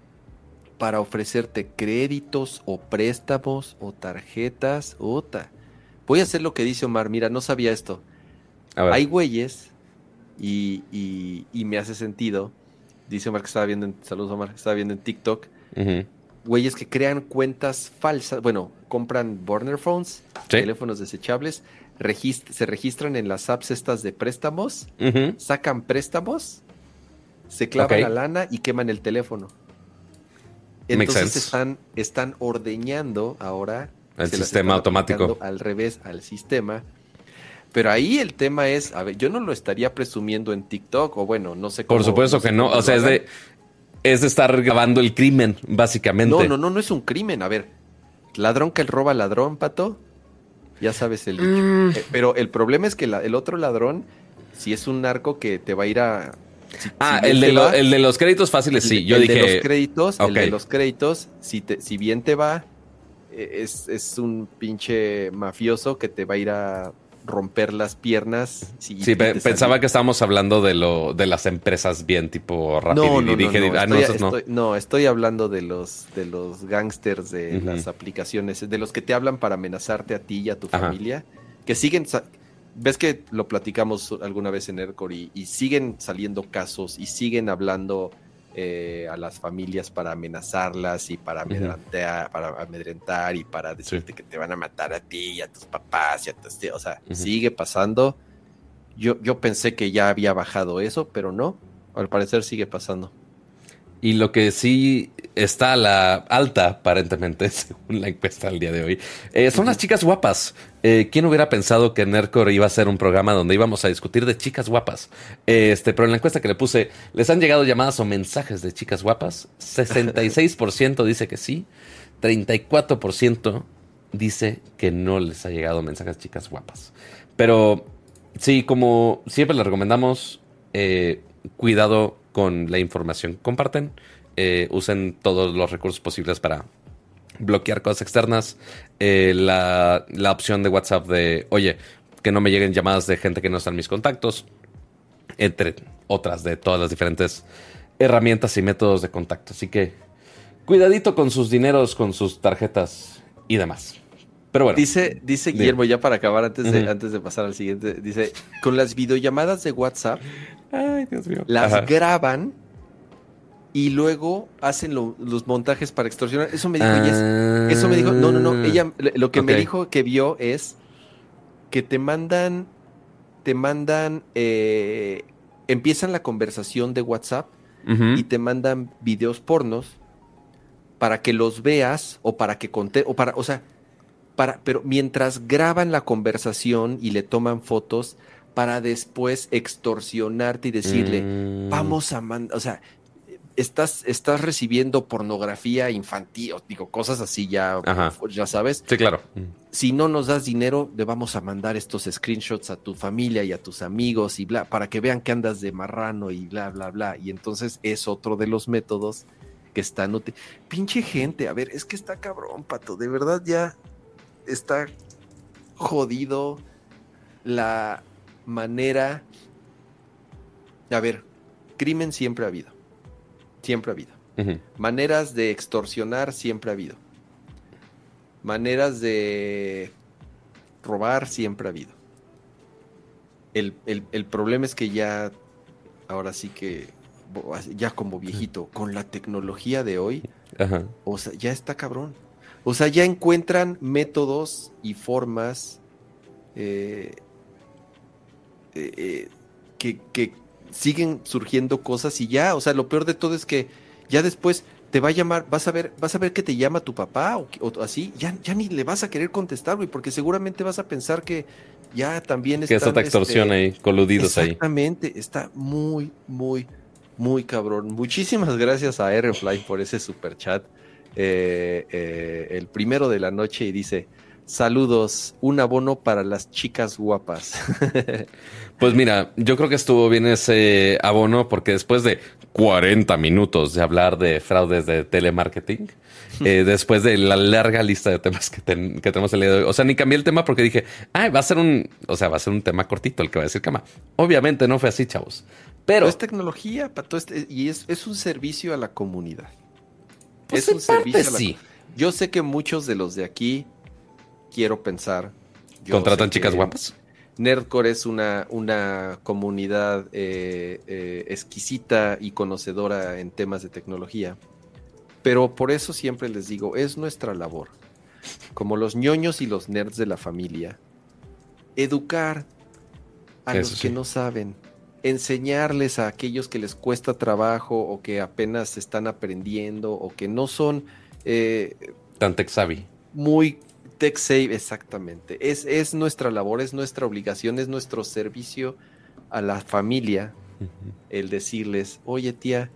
para ofrecerte créditos o préstamos o tarjetas? Ota. Voy a hacer lo que dice Omar. Mira, no sabía esto. A ver. Hay güeyes y, y, y me hace sentido. Dice Omar que estaba viendo en, saludos Omar, que estaba viendo en TikTok. Ujú. Güeyes que crean cuentas falsas. Bueno, compran burner phones, Sí. teléfonos desechables, regist- se registran en las apps estas de préstamos, Ujú. sacan préstamos, se clavan Ok. la lana y queman el teléfono. Makes Entonces sense. están, están ordeñando ahora El se las sistema están automático. aplicando al revés al sistema. Pero ahí el tema es, a ver, yo no lo estaría presumiendo en TikTok, o bueno, no sé cómo. Por supuesto no sé que no. cómo O lo sea, es hagan. de, es de estar grabando el crimen, básicamente. No, no, no, no es un crimen. A ver, ladrón que roba ladrón, pato. Ya sabes el dicho. Mm. Eh, pero el problema es que la- el otro ladrón, si es un narco que te va a ir a. si- Ah, si bien el, de te lo- va, el de los créditos fáciles, el sí. de- Yo el dije. de los créditos, el ok. de los créditos, si, te, si bien te va, eh, es, es un pinche mafioso que te va a ir a romper las piernas. Si, Sí, y pe- te pensaba sali- que estábamos hablando de lo de las empresas bien tipo Rappi. No, y no, no, dije, no, ah, no, estoy, esos no. estoy- no, estoy hablando de los de los gángsters de Ujú. las aplicaciones, de los que te hablan para amenazarte a ti y a tu Ajá. familia, que siguen, sa- ves que lo platicamos alguna vez en Aircore y, y siguen saliendo casos y siguen hablando eh, a las familias para amenazarlas y para Ujú. amedrentar, para amedrentar y para decirte que te van a matar a ti y a tus papás y a tus tíos, o sea, Ujú. sigue pasando. Yo, yo pensé que ya había bajado eso, pero no, al parecer sigue pasando. Y lo que sí está a la alta, aparentemente, según la encuesta del día de hoy, eh, son Ujú. las chicas guapas. Eh, ¿Quién hubiera pensado que Nerdcore iba a ser un programa donde íbamos a discutir de chicas guapas? Este, pero en la encuesta que le puse, ¿les han llegado llamadas o mensajes de chicas guapas? sesenta y seis por ciento dice que sí, treinta y cuatro por ciento dice que no les ha llegado mensajes de chicas guapas. Pero sí, como siempre les recomendamos, eh, cuidado con la información que comparten. Eh, usen todos los recursos posibles para bloquear cosas externas. Eh, la, la opción de WhatsApp de, oye, que no me lleguen llamadas de gente que no está en mis contactos. Entre otras de todas las diferentes herramientas y métodos de contacto. Así que cuidadito con sus dineros, con sus tarjetas y demás. Pero bueno. Dice, dice Dime. Guillermo, ya para acabar, antes de, Ujú. antes de pasar al siguiente, dice, con las videollamadas de WhatsApp, Ay, Dios mío. las Ajá. graban y luego hacen lo- los montajes para extorsionar. Eso me dijo, Ah. Jess. Eso me dijo, no, no, no, ella, lo que me Ok. dijo que vio es que te mandan, te mandan, eh, empiezan la conversación de WhatsApp Ujú. y te mandan videos pornos para que los veas o para que conte, o para, o sea, para, pero mientras graban la conversación y le toman fotos para después extorsionarte y decirle, mm. vamos a mandar, o sea, estás, estás recibiendo pornografía infantil, digo, cosas así ya, ya sabes. Sí, claro. Si no nos das dinero, le vamos a mandar estos screenshots a tu familia y a tus amigos y bla, para que vean que andas de marrano y bla, bla, bla. Y entonces es otro de los métodos que están... Util- Pinche gente, a ver, es que está cabrón, Pato, de verdad ya está jodido la manera... A ver, crimen siempre ha habido. Siempre ha habido. Uh-huh. Maneras de extorsionar siempre ha habido. Maneras de robar siempre ha habido. El, el, el problema es que ya, ahora sí que, ya como viejito, con la tecnología de hoy, uh-huh. o sea, ya está cabrón. O sea, ya encuentran métodos y formas eh, eh, eh, que, que siguen surgiendo cosas y ya, o sea, lo peor de todo es que ya después te va a llamar, vas a ver, vas a ver que te llama tu papá o, o así, ya, ya ni le vas a querer contestar, güey, porque seguramente vas a pensar que ya también están... Que es otra extorsión este, ahí, coludidos exactamente, ahí. Exactamente, está muy, muy, muy cabrón. Muchísimas gracias a Airfly por ese super chat, eh, eh, el primero de la noche, y dice... Saludos, un abono para las chicas guapas. Pues mira, yo creo que estuvo bien ese abono porque después de cuarenta minutos de hablar de fraudes de telemarketing, eh, después de la larga lista de temas que, ten, que tenemos el día de hoy, o sea, ni cambié el tema porque dije, ah, va a ser un, o sea, va a ser un tema cortito el que va a decir Cama. Obviamente no fue así, chavos. Pero, pero es tecnología, Pato, este, y es, es un servicio a la comunidad. Pues es un servicio parte, a la sí. Yo sé que muchos de los de aquí quiero pensar. ¿Contratan chicas guapas? Nerdcore es una, una comunidad eh, eh, exquisita y conocedora en temas de tecnología. Pero por eso siempre les digo, es nuestra labor, como los ñoños y los nerds de la familia, educar a eso los que sí. no saben, enseñarles a aquellos que les cuesta trabajo o que apenas están aprendiendo o que no son... Eh, tan tech savvy. Muy... Tech Save, exactamente. Es, es nuestra labor, es nuestra obligación, es nuestro servicio a la familia, uh-huh. el decirles, oye tía,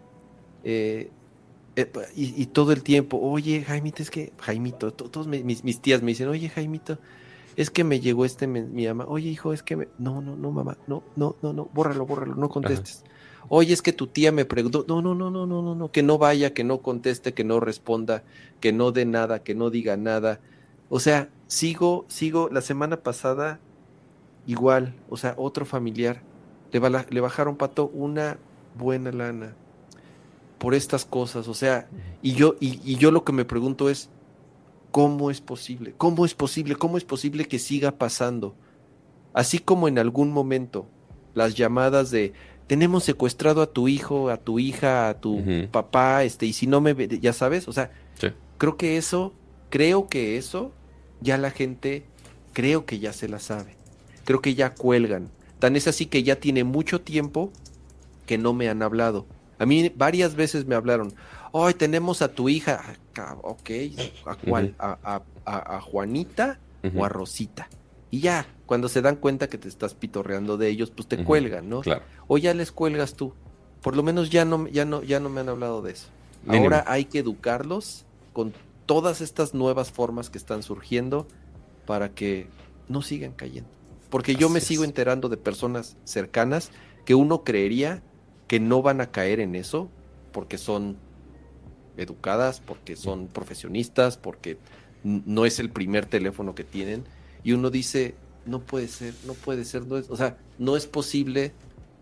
eh, eh, y, y todo el tiempo, oye Jaimito, es que, Jaimito, to, todos me, mis, mis tías me dicen, oye Jaimito, es que me llegó este, me, mi mamá, oye hijo, es que me, no, no, no mamá, no, no, no, no, bórralo, bórralo, no contestes. Uh-huh. Oye, es que tu tía me preguntó, no, no, no, no, no, no, no, que no vaya, que no conteste, que no responda, que no dé nada, que no diga nada. O sea, sigo, sigo, la semana pasada, igual, o sea, otro familiar, le, bala, le bajaron, Pato, una buena lana por estas cosas, o sea, y yo, y, y yo lo que me pregunto es, ¿cómo es posible? ¿Cómo es posible? ¿Cómo es posible que siga pasando? Así como en algún momento, las llamadas de, tenemos secuestrado a tu hijo, a tu hija, a tu uh-huh. papá, este, y si no me, ya sabes, o sea, sí. creo que eso, creo que eso, ya la gente, creo que ya se la sabe. Creo que ya cuelgan. Tan es así que ya tiene mucho tiempo que no me han hablado. A mí varias veces me hablaron. Hoy tenemos a tu hija. Ok, ¿a cuál? Uh-huh. ¿A, a, a, a Juanita uh-huh. o a Rosita? Y ya, cuando se dan cuenta que te estás pitorreando de ellos, pues te uh-huh. cuelgan, ¿no? Claro. O ya les cuelgas tú. Por lo menos ya no, ya no, ya no me han hablado de eso. Mínimo. Ahora hay que educarlos con todas estas nuevas formas que están surgiendo para que no sigan cayendo. Porque yo Así me es. sigo enterando de personas cercanas que uno creería que no van a caer en eso porque son educadas, porque son profesionistas, porque n- no es el primer teléfono que tienen. Y uno dice, no puede ser, no puede ser, no es, o sea, no es posible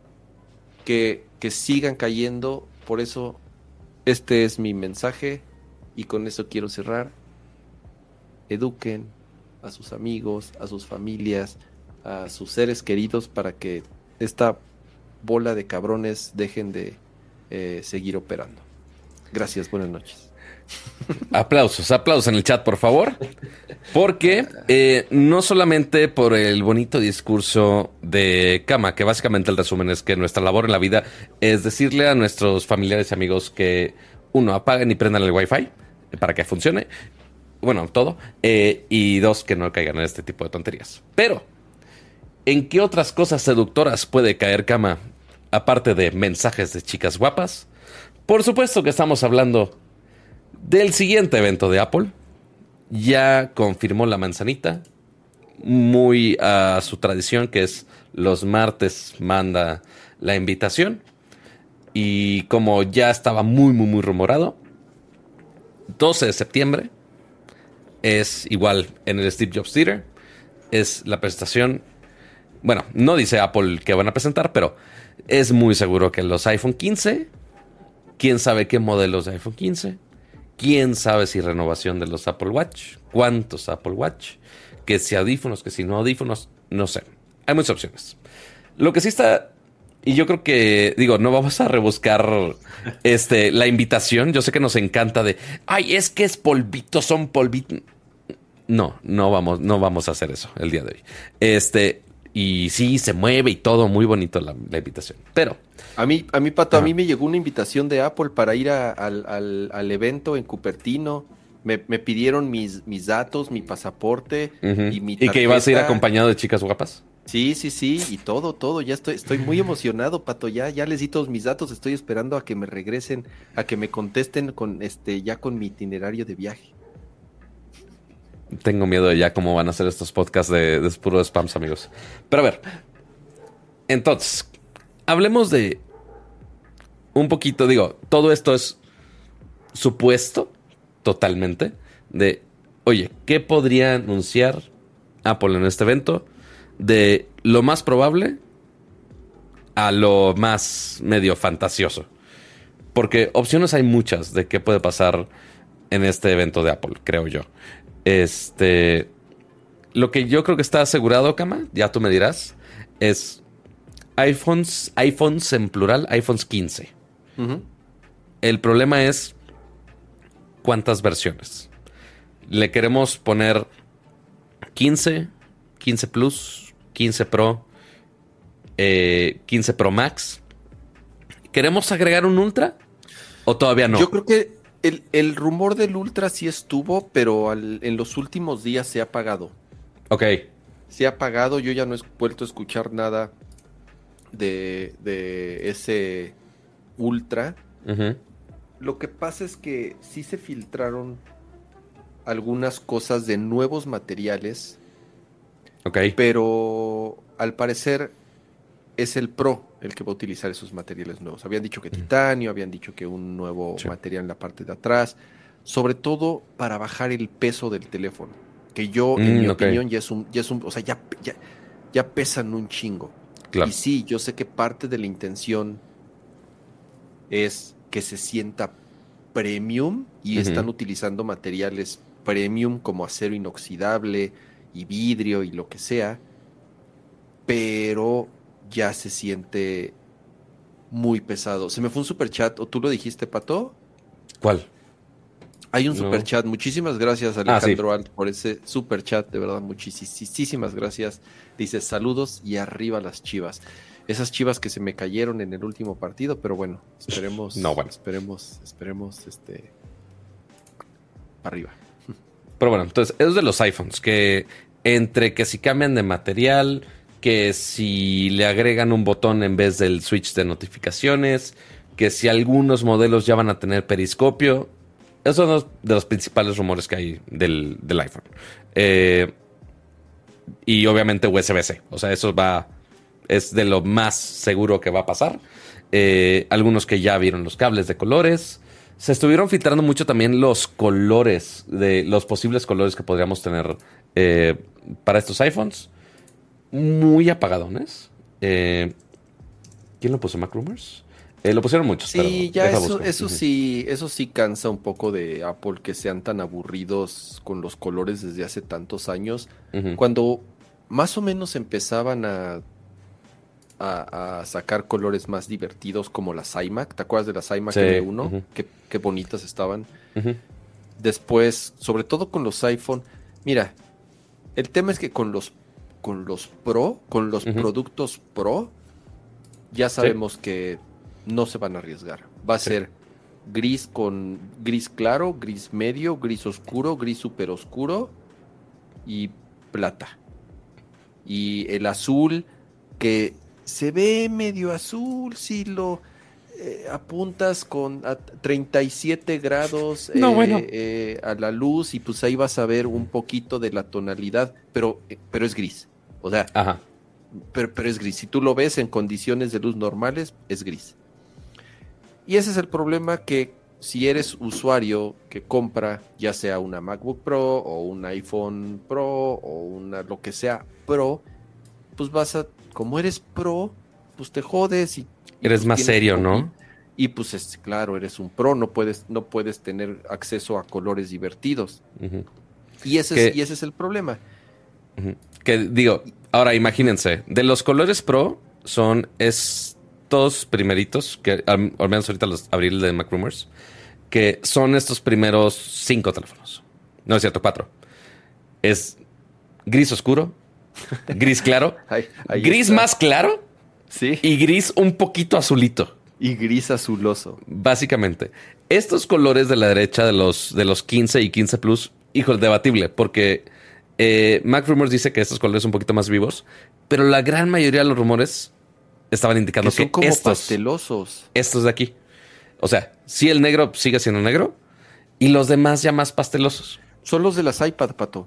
que, que sigan cayendo. Por eso este es mi mensaje. Y con eso quiero cerrar. Eduquen a sus amigos, a sus familias, a sus seres queridos para que esta bola de cabrones dejen de eh, seguir operando. Gracias, buenas noches. Aplausos, aplausos en el chat, por favor. Porque eh, no solamente por el bonito discurso de Cama, que básicamente el resumen es que nuestra labor en la vida es decirle a nuestros familiares y amigos que, uno, apaguen y prendan el Wi-Fi para que funcione. Bueno, todo. Eh, y dos, que no caigan en este tipo de tonterías. Pero, ¿en qué otras cosas seductoras puede caer cama? Aparte de mensajes de chicas guapas. Por supuesto que estamos hablando del siguiente evento de Apple. Ya confirmó la manzanita. Muy a su tradición, que es los martes manda la invitación. Y como ya estaba muy, muy, muy rumorado, doce de septiembre es igual en el Steve Jobs Theater. Es la presentación. Bueno, no dice Apple que van a presentar, pero es muy seguro que los iPhone quince. ¿Quién sabe qué modelos de iPhone quince? ¿Quién sabe si renovación de los Apple Watch? ¿Cuántos Apple Watch? Que si audífonos, que si no audífonos, no sé. Hay muchas opciones. Lo que sí está, y yo creo que, digo, no vamos a rebuscar este, la invitación. Yo sé que nos encanta de, ay, es que es polvito, son polvitos. No, no vamos, no vamos a hacer eso el día de hoy. Este, y sí, se mueve y todo, muy bonito la, la invitación. Pero A mí, a mí, Pato, Ajá. a mí me llegó una invitación de Apple para ir a- al, al- al evento en Cupertino. Me, me pidieron mis, mis datos, mi pasaporte Ujú. y mi ¿Y que ibas a ir tarjeta. acompañado de chicas guapas? Sí, sí, sí, y todo, todo. Ya estoy, estoy muy emocionado, Pato. Ya, ya les di todos mis datos. Estoy esperando a que me regresen, a que me contesten con este, ya con mi itinerario de viaje. Tengo miedo de ya cómo van a ser estos podcasts de, de puro spams, amigos. Pero a ver, entonces, hablemos de un poquito, digo, todo esto es supuesto totalmente de, oye, ¿qué podría anunciar Apple en este evento? De lo más probable a lo más medio fantasioso. Porque opciones hay muchas de qué puede pasar en este evento de Apple, creo yo. Este, lo que yo creo que está asegurado, Kama, ya tú me dirás, es iPhones, iPhones en plural, iPhones quince. Ujú. El problema es cuántas versiones. Le queremos poner quince, quince Plus, quince Pro, eh, quince Pro Max. ¿Queremos agregar un Ultra? ¿O todavía no? Yo creo que el, el rumor del Ultra sí estuvo, pero al- en los últimos días se ha apagado. Ok. Se ha apagado, yo ya no he vuelto a escuchar nada de, de ese Ultra. Ujú. Lo que pasa es que sí se filtraron algunas cosas de nuevos materiales, Ok. pero al parecer es el Pro el que va a utilizar esos materiales nuevos. Habían dicho que titanio, habían dicho que un nuevo Sí. material en la parte de atrás, sobre todo para bajar el peso del teléfono, que yo, en Mm, mi ok. opinión, ya es un, ya es un, o sea, ya, ya, ya pesan un chingo. Claro. Y sí, yo sé que parte de la intención es que se sienta premium y Ujú. están utilizando materiales premium como acero inoxidable y vidrio y lo que sea, pero ya se siente muy pesado. Se me fue un super chat, o tú lo dijiste, Pato. ¿Cuál? Hay un No. super chat. Muchísimas gracias, Ah, Alejandro Alt, por ese super chat. De verdad, muchísimas gracias. Dice saludos y arriba las Chivas. Esas Chivas que se me cayeron en el último partido, pero bueno, esperemos, No, bueno. esperemos, esperemos, este, arriba. Pero bueno, entonces, es de los iPhones, que entre que si cambian de material, que si le agregan un botón en vez del switch de notificaciones, que si algunos modelos ya van a tener periscopio. Esos son los de los principales rumores que hay del, del iPhone. Eh, y obviamente U S B-C. O sea, eso va, es de lo más seguro que va a pasar. Eh, algunos que ya vieron los cables de colores. Se estuvieron filtrando mucho también los colores, de los posibles colores que podríamos tener eh, para estos iPhones. Muy apagadones. Eh, ¿Quién lo puso? ¿Mac Rumors? Eh, lo pusieron muchos. Sí, pero ya deja eso, busco. eso Ujú. sí, eso sí cansa un poco de Apple que sean tan aburridos con los colores desde hace tantos años. Ujú. Cuando más o menos empezaban a, a, a sacar colores más divertidos como las iMac, ¿te acuerdas de las iMac Sí, M uno? ujú. Qué, qué bonitas estaban. Ujú. Después, sobre todo con los iPhone, mira, el tema es que con los con los Pro, con los Ujú. productos Pro, ya sabemos que no se van a arriesgar. Va a Sí. ser gris con gris claro, gris medio, gris oscuro, gris super oscuro y plata. Y el azul que se ve medio azul si lo eh, apuntas con a treinta y siete grados no, eh, bueno. eh, a la luz y pues ahí vas a ver un poquito de la tonalidad, pero, eh, pero es gris. O sea, Ajá. Pero, pero es gris. Si tú lo ves en condiciones de luz normales, es gris. Y ese es el problema, que si eres usuario que compra ya sea una MacBook Pro o un iPhone Pro o una lo que sea Pro, pues vas a, como eres Pro, pues te jodes y, y eres pues más serio, un, ¿no? Y, y pues es claro, eres un Pro, no puedes, no puedes tener acceso a colores divertidos. Uh-huh. Y ese, que, es, y ese es el problema. Uh-huh. Que digo, ahora imagínense, de los colores Pro son estos primeritos, que al, al menos ahorita los abrí el de MacRumors, que son estos primeros cinco teléfonos. No es cierto, cuatro. Es gris oscuro, gris claro, ahí, ahí gris está. más claro, sí, y gris un poquito azulito. Y gris azuloso. Básicamente. Estos colores de la derecha de los, de los quince y quince Plus, híjole, debatible, porque eh, MacRumors dice que estos colores son un poquito más vivos, pero la gran mayoría de los rumores estaban indicando que son que como estos, pastelosos. Estos de aquí. O sea, sí, el negro sigue siendo negro y los demás ya más pastelosos. Son los de las iPad, Pato.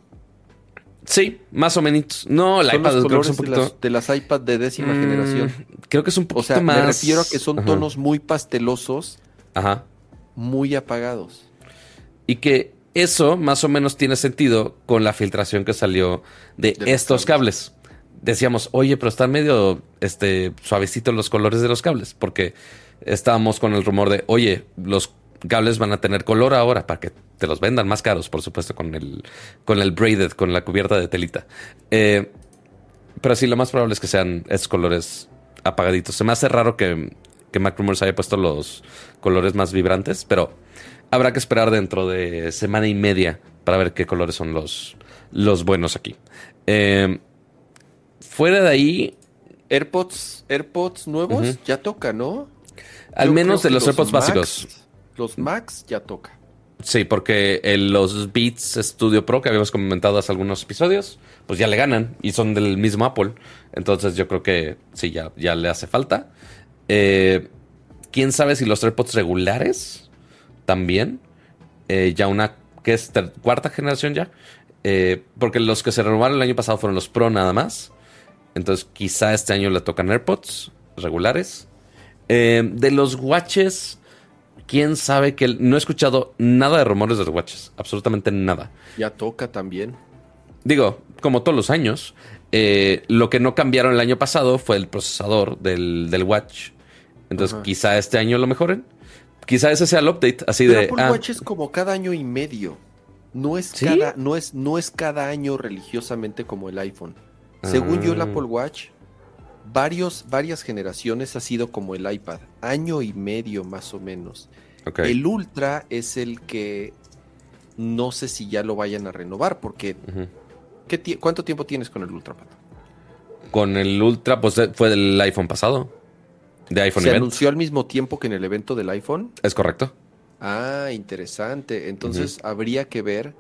Sí, más o menos. No, el son iPad los creo que es un colores poquito... de, las, de las iPad de décima Mm, generación. Creo que es un poquito O sea, más... me refiero a que son Ajá. tonos muy pastelosos, Ajá. muy apagados. Y que eso más o menos tiene sentido con la filtración que salió de, De los estos cables. cables. Decíamos, oye, pero están medio este, suavecitos los colores de los cables, porque estábamos con el rumor de, oye, los cables van a tener color ahora para que te los vendan más caros, por supuesto, con el, con el braided, con la cubierta de telita. Eh, pero sí, lo más probable es que sean esos colores apagaditos. Se me hace raro que, que MacRumors haya puesto los colores más vibrantes, pero habrá que esperar dentro de semana y media para ver qué colores son los, los buenos aquí. Eh, fuera de ahí... AirPods, AirPods nuevos Uh-huh. ya toca, ¿no? Al Yo menos de creo los que AirPods Max, básicos. Los Max ya toca. Sí, porque el- los Beats Studio Pro que habíamos comentado hace algunos episodios, pues ya le ganan y son del mismo Apple. Entonces yo creo que sí, ya, ya le hace falta. Eh, ¿Quién sabe si los AirPods regulares también? Eh, ya una, que es ter- cuarta generación ya. Eh, porque los que se renovaron el año pasado fueron los Pro nada más. Entonces quizá este año le tocan AirPods regulares. Eh, de los Watches... ¿Quién sabe que no he escuchado nada de rumores de los watches? Absolutamente nada. Ya toca también. Digo, como todos los años, eh, lo que no cambiaron el año pasado fue el procesador del, del watch. Entonces, Ajá. quizá este año lo mejoren. Quizá ese sea el update, así Pero de... Apple ah, Watch es como cada año y medio. No es, ¿Sí? cada, no, es, no es cada año religiosamente como el iPhone. Según Ah. yo, el Apple Watch, varios, varias generaciones ha sido como el iPad. Año y medio más o menos. okay. El Ultra es el que no sé si ya lo vayan a renovar, porque Uh-huh. ¿qué ti- ¿cuánto tiempo tienes con el Ultra, Pato? Con el Ultra, pues fue del iPhone pasado. De iPhone ¿Se Event. anunció al mismo tiempo que en el evento del iPhone? Es correcto. Ah, interesante. Entonces uh-huh. habría que ver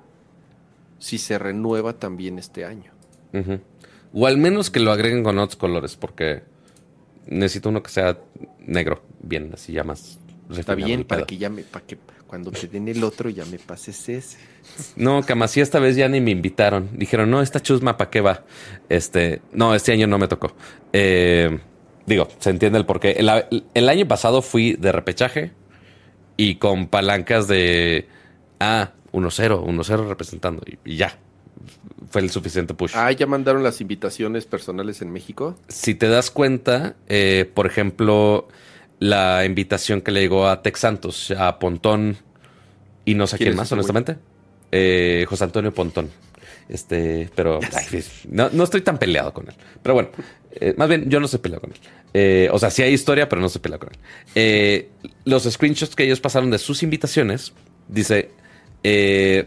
si se renueva también este año. Uh-huh. O al menos que lo agreguen con otros colores, porque necesito uno que sea negro, bien, así ya más Está bien, para que ya me, para que cuando te den el otro ya me pases ese. No, Camasí esta vez ya ni me invitaron. Dijeron, no, esta chusma, ¿para qué va? Este, no, este año no me tocó. Eh, digo, se entiende el porqué. El, el año pasado fui de repechaje y con palancas de ah, uno cero, uno cero representando. Y, y ya. Fue el suficiente push. Ah, ¿ya mandaron las invitaciones personales en México? Si te das cuenta, eh, por ejemplo, la invitación que le llegó a Tex Santos, a Pontón y no sé quién, quién más, honestamente. Eh, José Antonio Pontón. Este, pero ay, no, no estoy tan peleado con él. Pero bueno, eh, más bien yo no estoy peleado con él. Eh, o sea, sí hay historia, pero no estoy peleado con él. Eh, los screenshots que ellos pasaron de sus invitaciones, dice... Eh,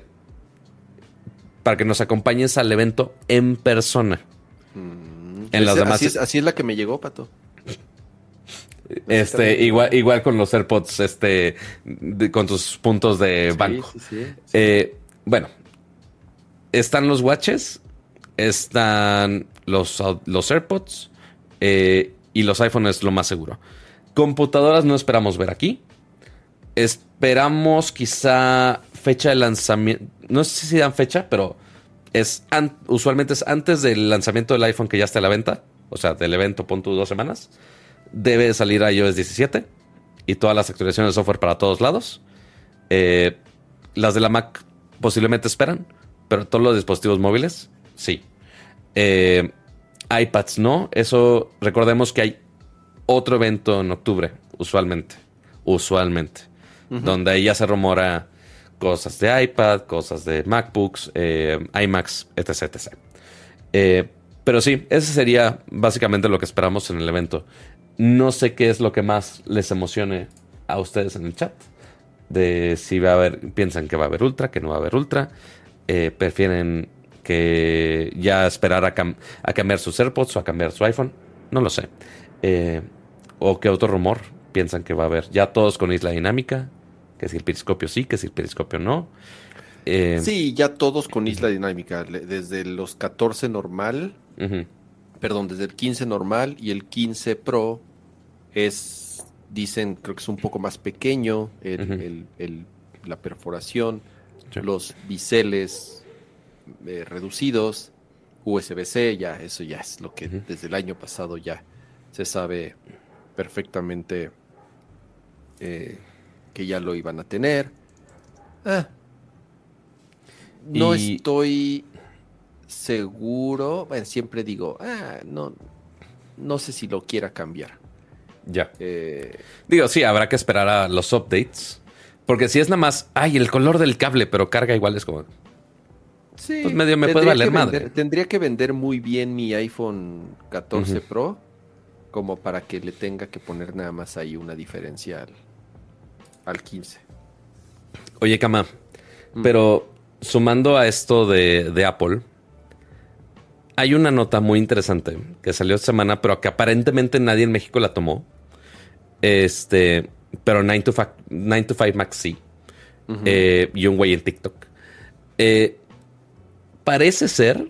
para que nos acompañes al evento en persona. Mm, en las ese, demás... así, es, así es la que me llegó, Pato. Este, igual, igual con los AirPods, este, de, con tus puntos de sí, banco. Sí, sí, sí. Eh, bueno, están los watches, están los, los AirPods eh, y los iPhones, lo más seguro. Computadoras no esperamos ver aquí. Esperamos quizá fecha de lanzamiento. No sé si dan fecha, pero es an- usualmente es antes del lanzamiento del iPhone que ya está a la venta. O sea, del evento, pon tú dos semanas. Debe salir iOS diecisiete y todas las actualizaciones de software para todos lados. Eh, las de la Mac posiblemente esperan, pero todos los dispositivos móviles, sí. Eh, iPads no. Eso, recordemos que hay otro evento en octubre, usualmente. Usualmente. Uh-huh. Donde ahí ya se rumora cosas de iPad, cosas de MacBooks, eh, iMacs, etc, etcétera. Eh, pero sí, ese sería básicamente lo que esperamos en el evento. No sé qué es lo que más les emocione a ustedes en el chat. De si va a haber, piensan que va a haber Ultra, que no va a haber Ultra. Eh, prefieren que ya esperar a, cam- a cambiar sus AirPods o a cambiar su iPhone. No lo sé. Eh, o qué otro rumor piensan que va a haber. Ya todos con isla dinámica. Que si el periscopio sí, que si el periscopio no. Eh, sí, ya todos con isla dinámica. Desde los catorce normal. Uh-huh. Perdón, desde el quince normal y el quince Pro es, dicen, creo que es un poco más pequeño el, uh-huh. el, el, la perforación, sí. Los biseles eh, reducidos, U S B C, ya, eso ya es lo que uh-huh. desde el año pasado ya se sabe perfectamente eh, que ya lo iban a tener. Ah, no y... estoy... seguro, bueno, siempre digo, ah, no, no sé si lo quiera cambiar. Ya. Eh, digo, sí, habrá que esperar a los updates. Porque si es nada más, ay, el color del cable, pero carga igual es como... Sí. Pues medio me puede valer vender, madre. Tendría que vender muy bien mi iPhone catorce uh-huh. Pro como para que le tenga que poner nada más ahí una diferencia al, al quince. Oye, Cama, mm. pero sumando a esto de, de Apple... Hay una nota muy interesante que salió esta semana, pero que aparentemente nadie en México la tomó. Este, pero nine to five Max sí. Uh-huh. Eh, y un güey en TikTok. Eh, parece ser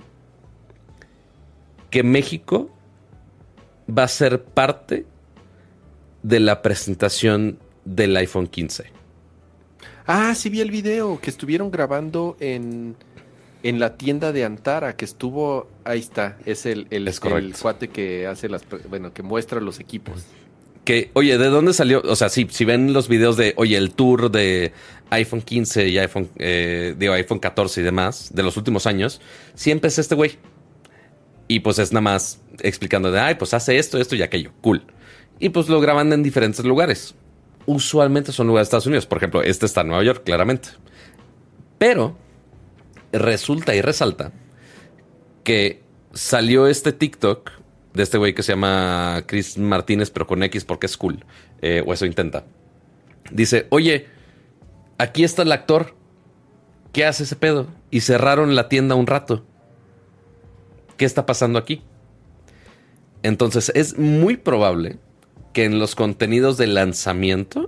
que México va a ser parte de la presentación del iPhone quince. Ah, sí vi el video que estuvieron grabando en... En la tienda de Antara, que estuvo... Ahí está, es el, el, es el cuate que hace las... Bueno, que muestra los equipos. Que, oye, ¿de dónde salió? O sea, sí, si ven los videos de, oye, el tour de iPhone quince y iPhone... Eh, digo, iPhone catorce y demás, de los últimos años, siempre es este güey. Y pues es nada más explicando de, ay, pues hace esto, esto y aquello. Cool. Y pues lo graban en diferentes lugares. Usualmente son lugares de Estados Unidos. Por ejemplo, este está en Nueva York, claramente. Pero... resulta y resalta que salió este TikTok de este güey que se llama Chris Martínez, pero con X porque es cool. Eh, o eso intenta. Dice, oye, aquí está el actor. ¿Qué hace ese pedo? Y cerraron la tienda un rato. ¿Qué está pasando aquí? Entonces es muy probable que en los contenidos de lanzamiento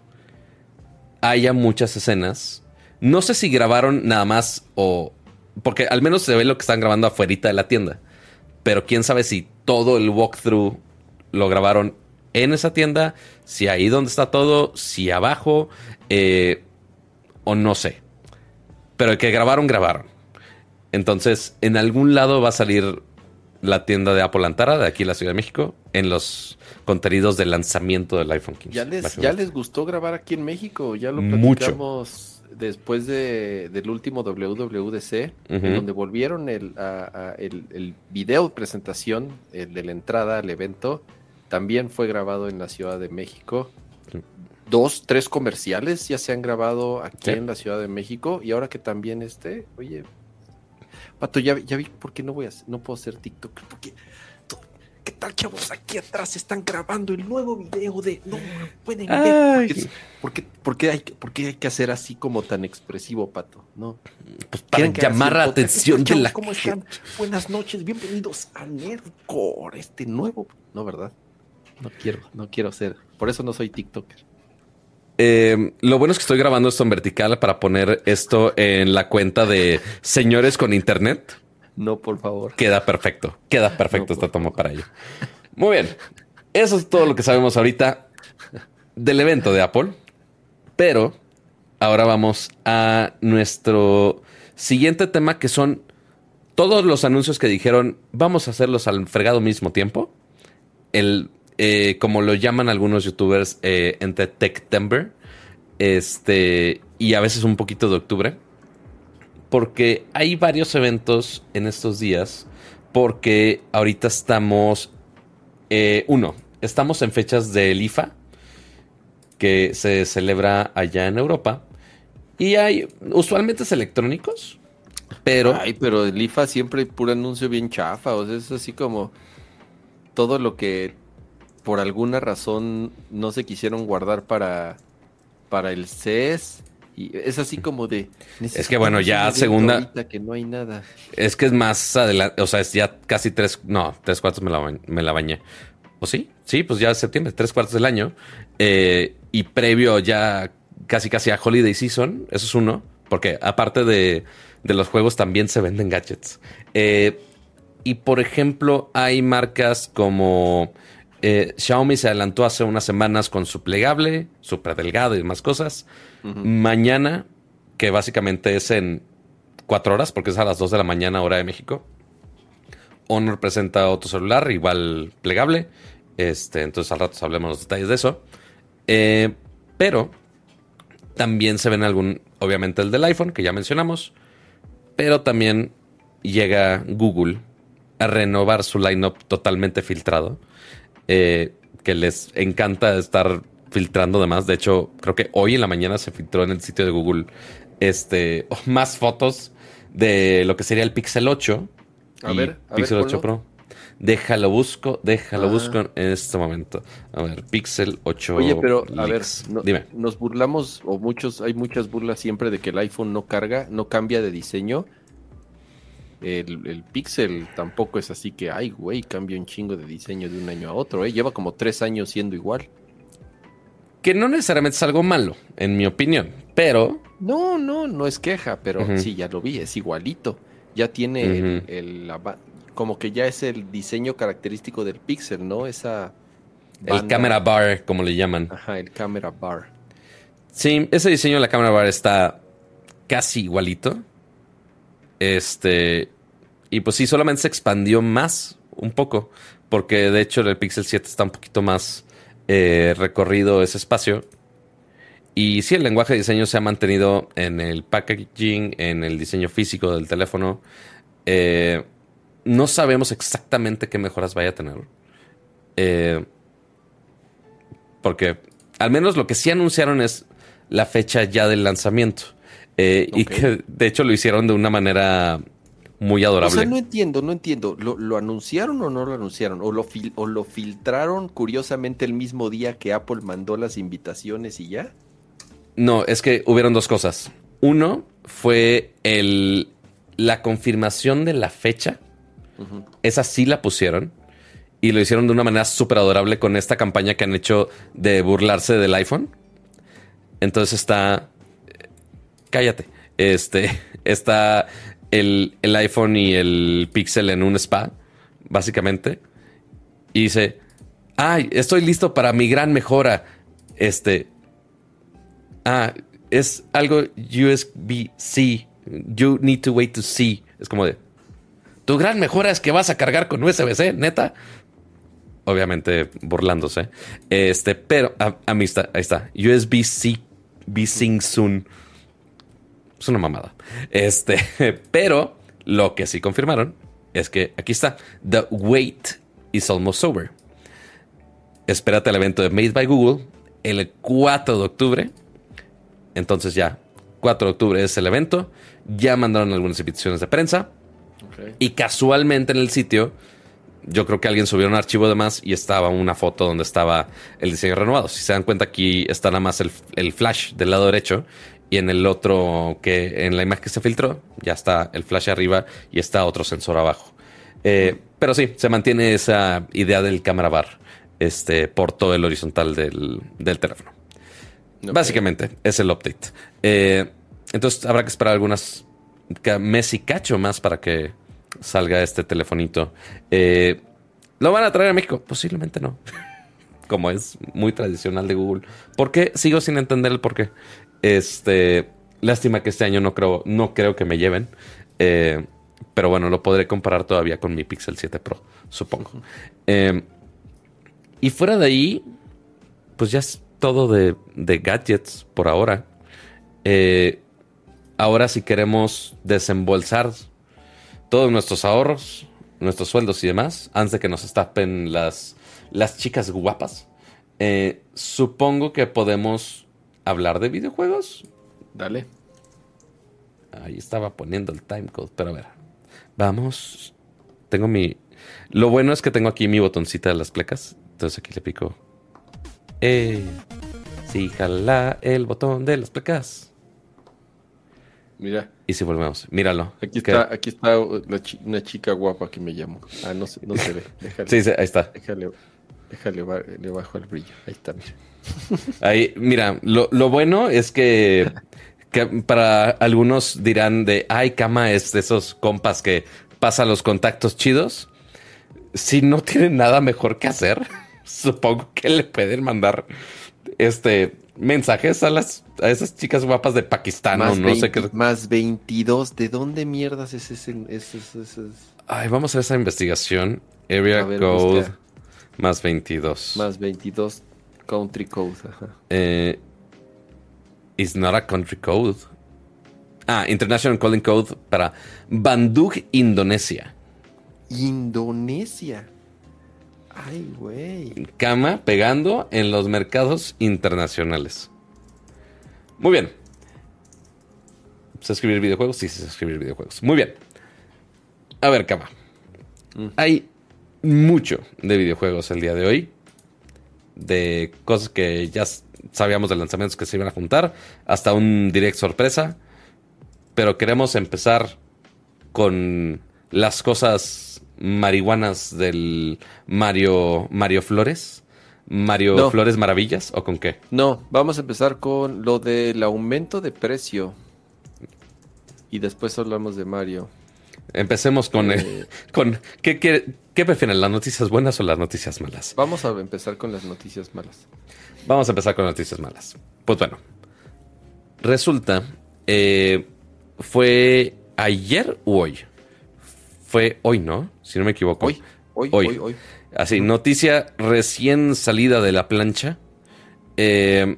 haya muchas escenas. No sé si grabaron nada más o... Porque al menos se ve lo que están grabando afuerita de la tienda. Pero quién sabe si todo el walkthrough lo grabaron en esa tienda, si ahí donde está todo, si abajo, eh, o no sé. Pero el que grabaron, grabaron. Entonces, en algún lado va a salir la tienda de Apple Antara, de aquí en la Ciudad de México, en los contenidos de lanzamiento del iPhone quince. ¿Ya les, ya les gustó grabar aquí en México? Ya lo platicamos... Mucho. Después de, del último W W D C, uh-huh. en donde volvieron el, a, a, el, el video de presentación el de la entrada al evento, también fue grabado en la Ciudad de México. Sí. Dos, tres comerciales ya se han grabado aquí sí. en la Ciudad de México, y ahora que también este, oye, Pato, ya, ya vi por qué no voy a, no puedo hacer TikTok, porque ¿qué tal, chavos? Aquí atrás están grabando el nuevo video de... No, pueden ver. ¿Por qué, por, qué hay, ¿Por qué hay que hacer así como tan expresivo, Pato? ¿No? Pues para llamar la atención de la... ¿Cómo están? Buenas noches, bienvenidos a Nerdcore, este nuevo... ¿No, verdad? No quiero, no quiero ser. Por eso no soy TikToker. Eh, lo bueno es que estoy grabando esto en vertical para poner esto en la cuenta de Señores con Internet. No, por favor. Queda perfecto. Queda perfecto no, esta toma para ello. Muy bien. Eso es todo lo que sabemos ahorita del evento de Apple. Pero ahora vamos a nuestro siguiente tema, que son todos los anuncios que dijeron vamos a hacerlos al fregado mismo tiempo. El... Eh, como lo llaman algunos youtubers, eh, entre Techtember, este, y a veces un poquito de octubre, porque hay varios eventos en estos días, porque ahorita estamos, eh, uno, estamos en fechas del I F A, que se celebra allá en Europa, y hay usualmente es electrónicos, pero... Ay, pero el I F A siempre hay puro anuncio bien chafa, o sea, es así como todo lo que... por alguna razón no se quisieron guardar para, para el C E S. Y es así como de... Es que bueno, ya segunda... Que no hay nada. Es que es más adelante, o sea, es ya casi tres... No, tres cuartos me la, ba- me la bañé. ¿O sí? Sí, pues ya es septiembre, tres cuartos del año. Eh, y previo ya casi casi a Holiday Season. Eso es uno. Porque aparte de, de los juegos también se venden gadgets. Eh, y por ejemplo, hay marcas como... Eh, Xiaomi se adelantó hace unas semanas con su plegable, súper delgado y demás cosas. Uh-huh. Mañana, que básicamente es en cuatro horas, porque es a las dos de la mañana, hora de México, Honor presenta otro celular, igual plegable. Este, entonces al rato hablemos los detalles de eso. Eh, pero también se ven algún, obviamente el del iPhone, que ya mencionamos. Pero también llega Google a renovar su lineup totalmente filtrado. Eh, que les encanta estar filtrando demás. De hecho, creo que hoy en la mañana se filtró en el sitio de Google este, más fotos de lo que sería el Pixel ocho. A ver, a Pixel ver, ocho Pro. Déjalo busco, déjalo ah. busco en este momento. A ver, Pixel ocho. Oye, pero leaks. A ver, no, dime. Nos burlamos, o muchos, hay muchas burlas siempre de que el iPhone no carga, no cambia de diseño. El, el Pixel tampoco es así que, ay, güey, cambia un chingo de diseño de un año a otro, ¿eh? Lleva como tres años siendo igual. Que no necesariamente es algo malo, en mi opinión, pero... No, no, no es queja, pero uh-huh. sí, ya lo vi, es igualito. Ya tiene uh-huh. el, el, la, como que ya es el diseño característico del Pixel, ¿no? Esa... banda. El camera bar, como le llaman. Ajá, el camera bar. Sí, ese diseño de la camera bar está casi igualito. Este, y pues sí, solamente se expandió más un poco, porque de hecho el Pixel siete está un poquito más eh, recorrido ese espacio. Y sí, el lenguaje de diseño se ha mantenido en el packaging, en el diseño físico del teléfono. Eh, no sabemos exactamente qué mejoras vaya a tener. Eh, porque al menos lo que sí anunciaron es la fecha ya del lanzamiento. Eh, okay. Y que de hecho lo hicieron de una manera muy adorable. O sea, no entiendo, no entiendo. ¿Lo, lo anunciaron o no lo anunciaron? ¿O lo, fil- ¿O lo filtraron curiosamente el mismo día que Apple mandó las invitaciones y ya? No, es que hubieron dos cosas. Uno fue el, la confirmación de la fecha. Uh-huh. Esa sí la pusieron. Y lo hicieron de una manera súper adorable con esta campaña que han hecho de burlarse del iPhone. Entonces está... Cállate. Este, está el, el iPhone y el Pixel en un spa, básicamente. Y dice, ay, estoy listo para mi gran mejora. Este, ah, es algo U S B C. You need to wait to see. Es como de, tu gran mejora es que vas a cargar con U S B C, neta. Obviamente burlándose. Este, pero a, a mí está, ahí está. U S B C, be sing soon. Es una mamada. Este, pero lo que sí confirmaron es que aquí está. The wait is almost over. Espérate el evento de Made by Google el cuatro de octubre. Entonces ya, cuatro de octubre es el evento. Ya mandaron algunas invitaciones de prensa. Okay. Y casualmente en el sitio, yo creo que alguien subió un archivo de más y estaba una foto donde estaba el diseño renovado. Si se dan cuenta, aquí está nada más el, el flash del lado derecho. Y en el otro, que en la imagen que se filtró, ya está el flash arriba y está otro sensor abajo. Eh, pero sí, se mantiene esa idea del camera bar. este, por todo el horizontal del, del teléfono. Okay. Básicamente, es el update. Eh, entonces habrá que esperar algunas mes y cacho más para que salga este telefonito. Eh, ¿Lo van a traer a México? Posiblemente no. Como es muy tradicional de Google. ¿Por qué? Sigo sin entender el por qué. Este, lástima que este año no creo, no creo que me lleven. Eh, pero bueno, lo podré comparar todavía con mi Pixel siete Pro, supongo. Eh, y fuera de ahí, pues ya es todo de, de gadgets por ahora. Eh, ahora si queremos desembolsar todos nuestros ahorros, nuestros sueldos y demás, antes de que nos estapen las, las chicas guapas, eh, supongo que podemos hablar de videojuegos. Dale. Ahí estaba poniendo el timecode, pero a ver. Vamos. Tengo mi... Lo bueno es que tengo aquí mi botoncita de las plecas. Entonces aquí le pico. Eh, sí, jala el botón de las plecas. Mira. Y si volvemos, míralo. Aquí está, ¿Qué? Aquí está la chi- una chica guapa que me llamó. Ah, no, no se ve. Déjale, sí, sí, ahí está. Déjale, déjale, le bajo el brillo. Ahí está, mira. Ahí, mira, lo, lo bueno es que, que para algunos dirán de, ay, Cama es de esos compas que pasan los contactos chidos. Si no tienen nada mejor que hacer, supongo que le pueden mandar este mensajes a las a esas chicas guapas de Pakistán o no veinte, sé qué. Más veintidós. ¿De dónde mierdas es ese? ese, ese, ese? Ay, vamos a hacer esa investigación. Area ver, code busca. Más veintidós. Más veintidós country code. Ajá. Eh, it's not a country code. Ah, International Calling Code para Bandung, Indonesia. Indonesia. Ay, güey. Cama pegando en los mercados internacionales. Muy bien. ¿Sé escribir videojuegos? Sí, sé escribir videojuegos. Muy bien. A ver, Cama. Mm. Hay mucho de videojuegos el día de hoy. De cosas que ya sabíamos de lanzamientos que se iban a juntar. Hasta un direct sorpresa. Pero queremos empezar con las cosas marihuanas del Mario Mario Flores. Mario no. Flores Maravillas, ¿o con qué? No, vamos a empezar con lo del aumento de precio. Y después hablamos de Mario. Empecemos con... Eh... El, con ¿qué, qué, ¿Qué prefieren, las noticias buenas o las noticias malas? Vamos a empezar con las noticias malas. Vamos a empezar con las noticias malas. Pues bueno. Resulta... Eh, ¿Fue ayer o hoy? Fue hoy, ¿no? Si no me equivoco. Hoy, hoy, hoy, hoy. hoy. Así, noticia recién salida de la plancha. Eh,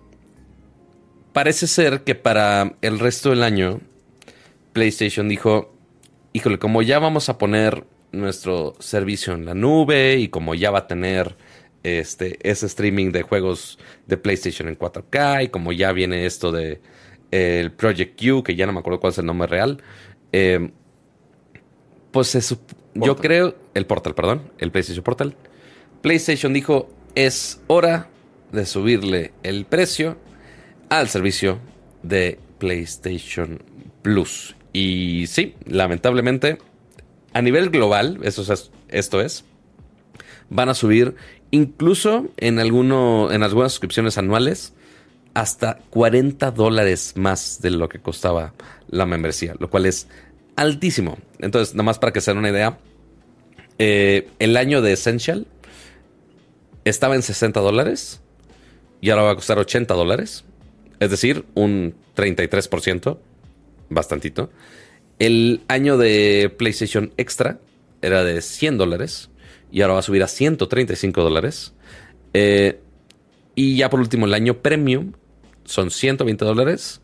parece ser que para el resto del año, PlayStation dijo, híjole, como ya vamos a poner nuestro servicio en la nube y como ya va a tener este, ese streaming de juegos de PlayStation en cuatro K y como ya viene esto de el Project Q, que ya no me acuerdo cuál es el nombre real, eh, pues se sup- yo creo, el Portal, perdón, el PlayStation Portal, PlayStation dijo, es hora de subirle el precio al servicio de PlayStation Plus. Y sí, lamentablemente, a nivel global, eso es, esto es, van a subir incluso en, alguno, en algunas suscripciones anuales hasta cuarenta dólares más de lo que costaba la membresía, lo cual es altísimo. Entonces, nada más para que se den una idea, eh, el año de Essential estaba en sesenta dólares y ahora va a costar ochenta dólares, es decir, un treinta y tres por ciento, bastantito. El año de PlayStation Extra era de cien dólares y ahora va a subir a ciento treinta y cinco dólares. Eh, y ya por último, el año Premium son ciento veinte dólares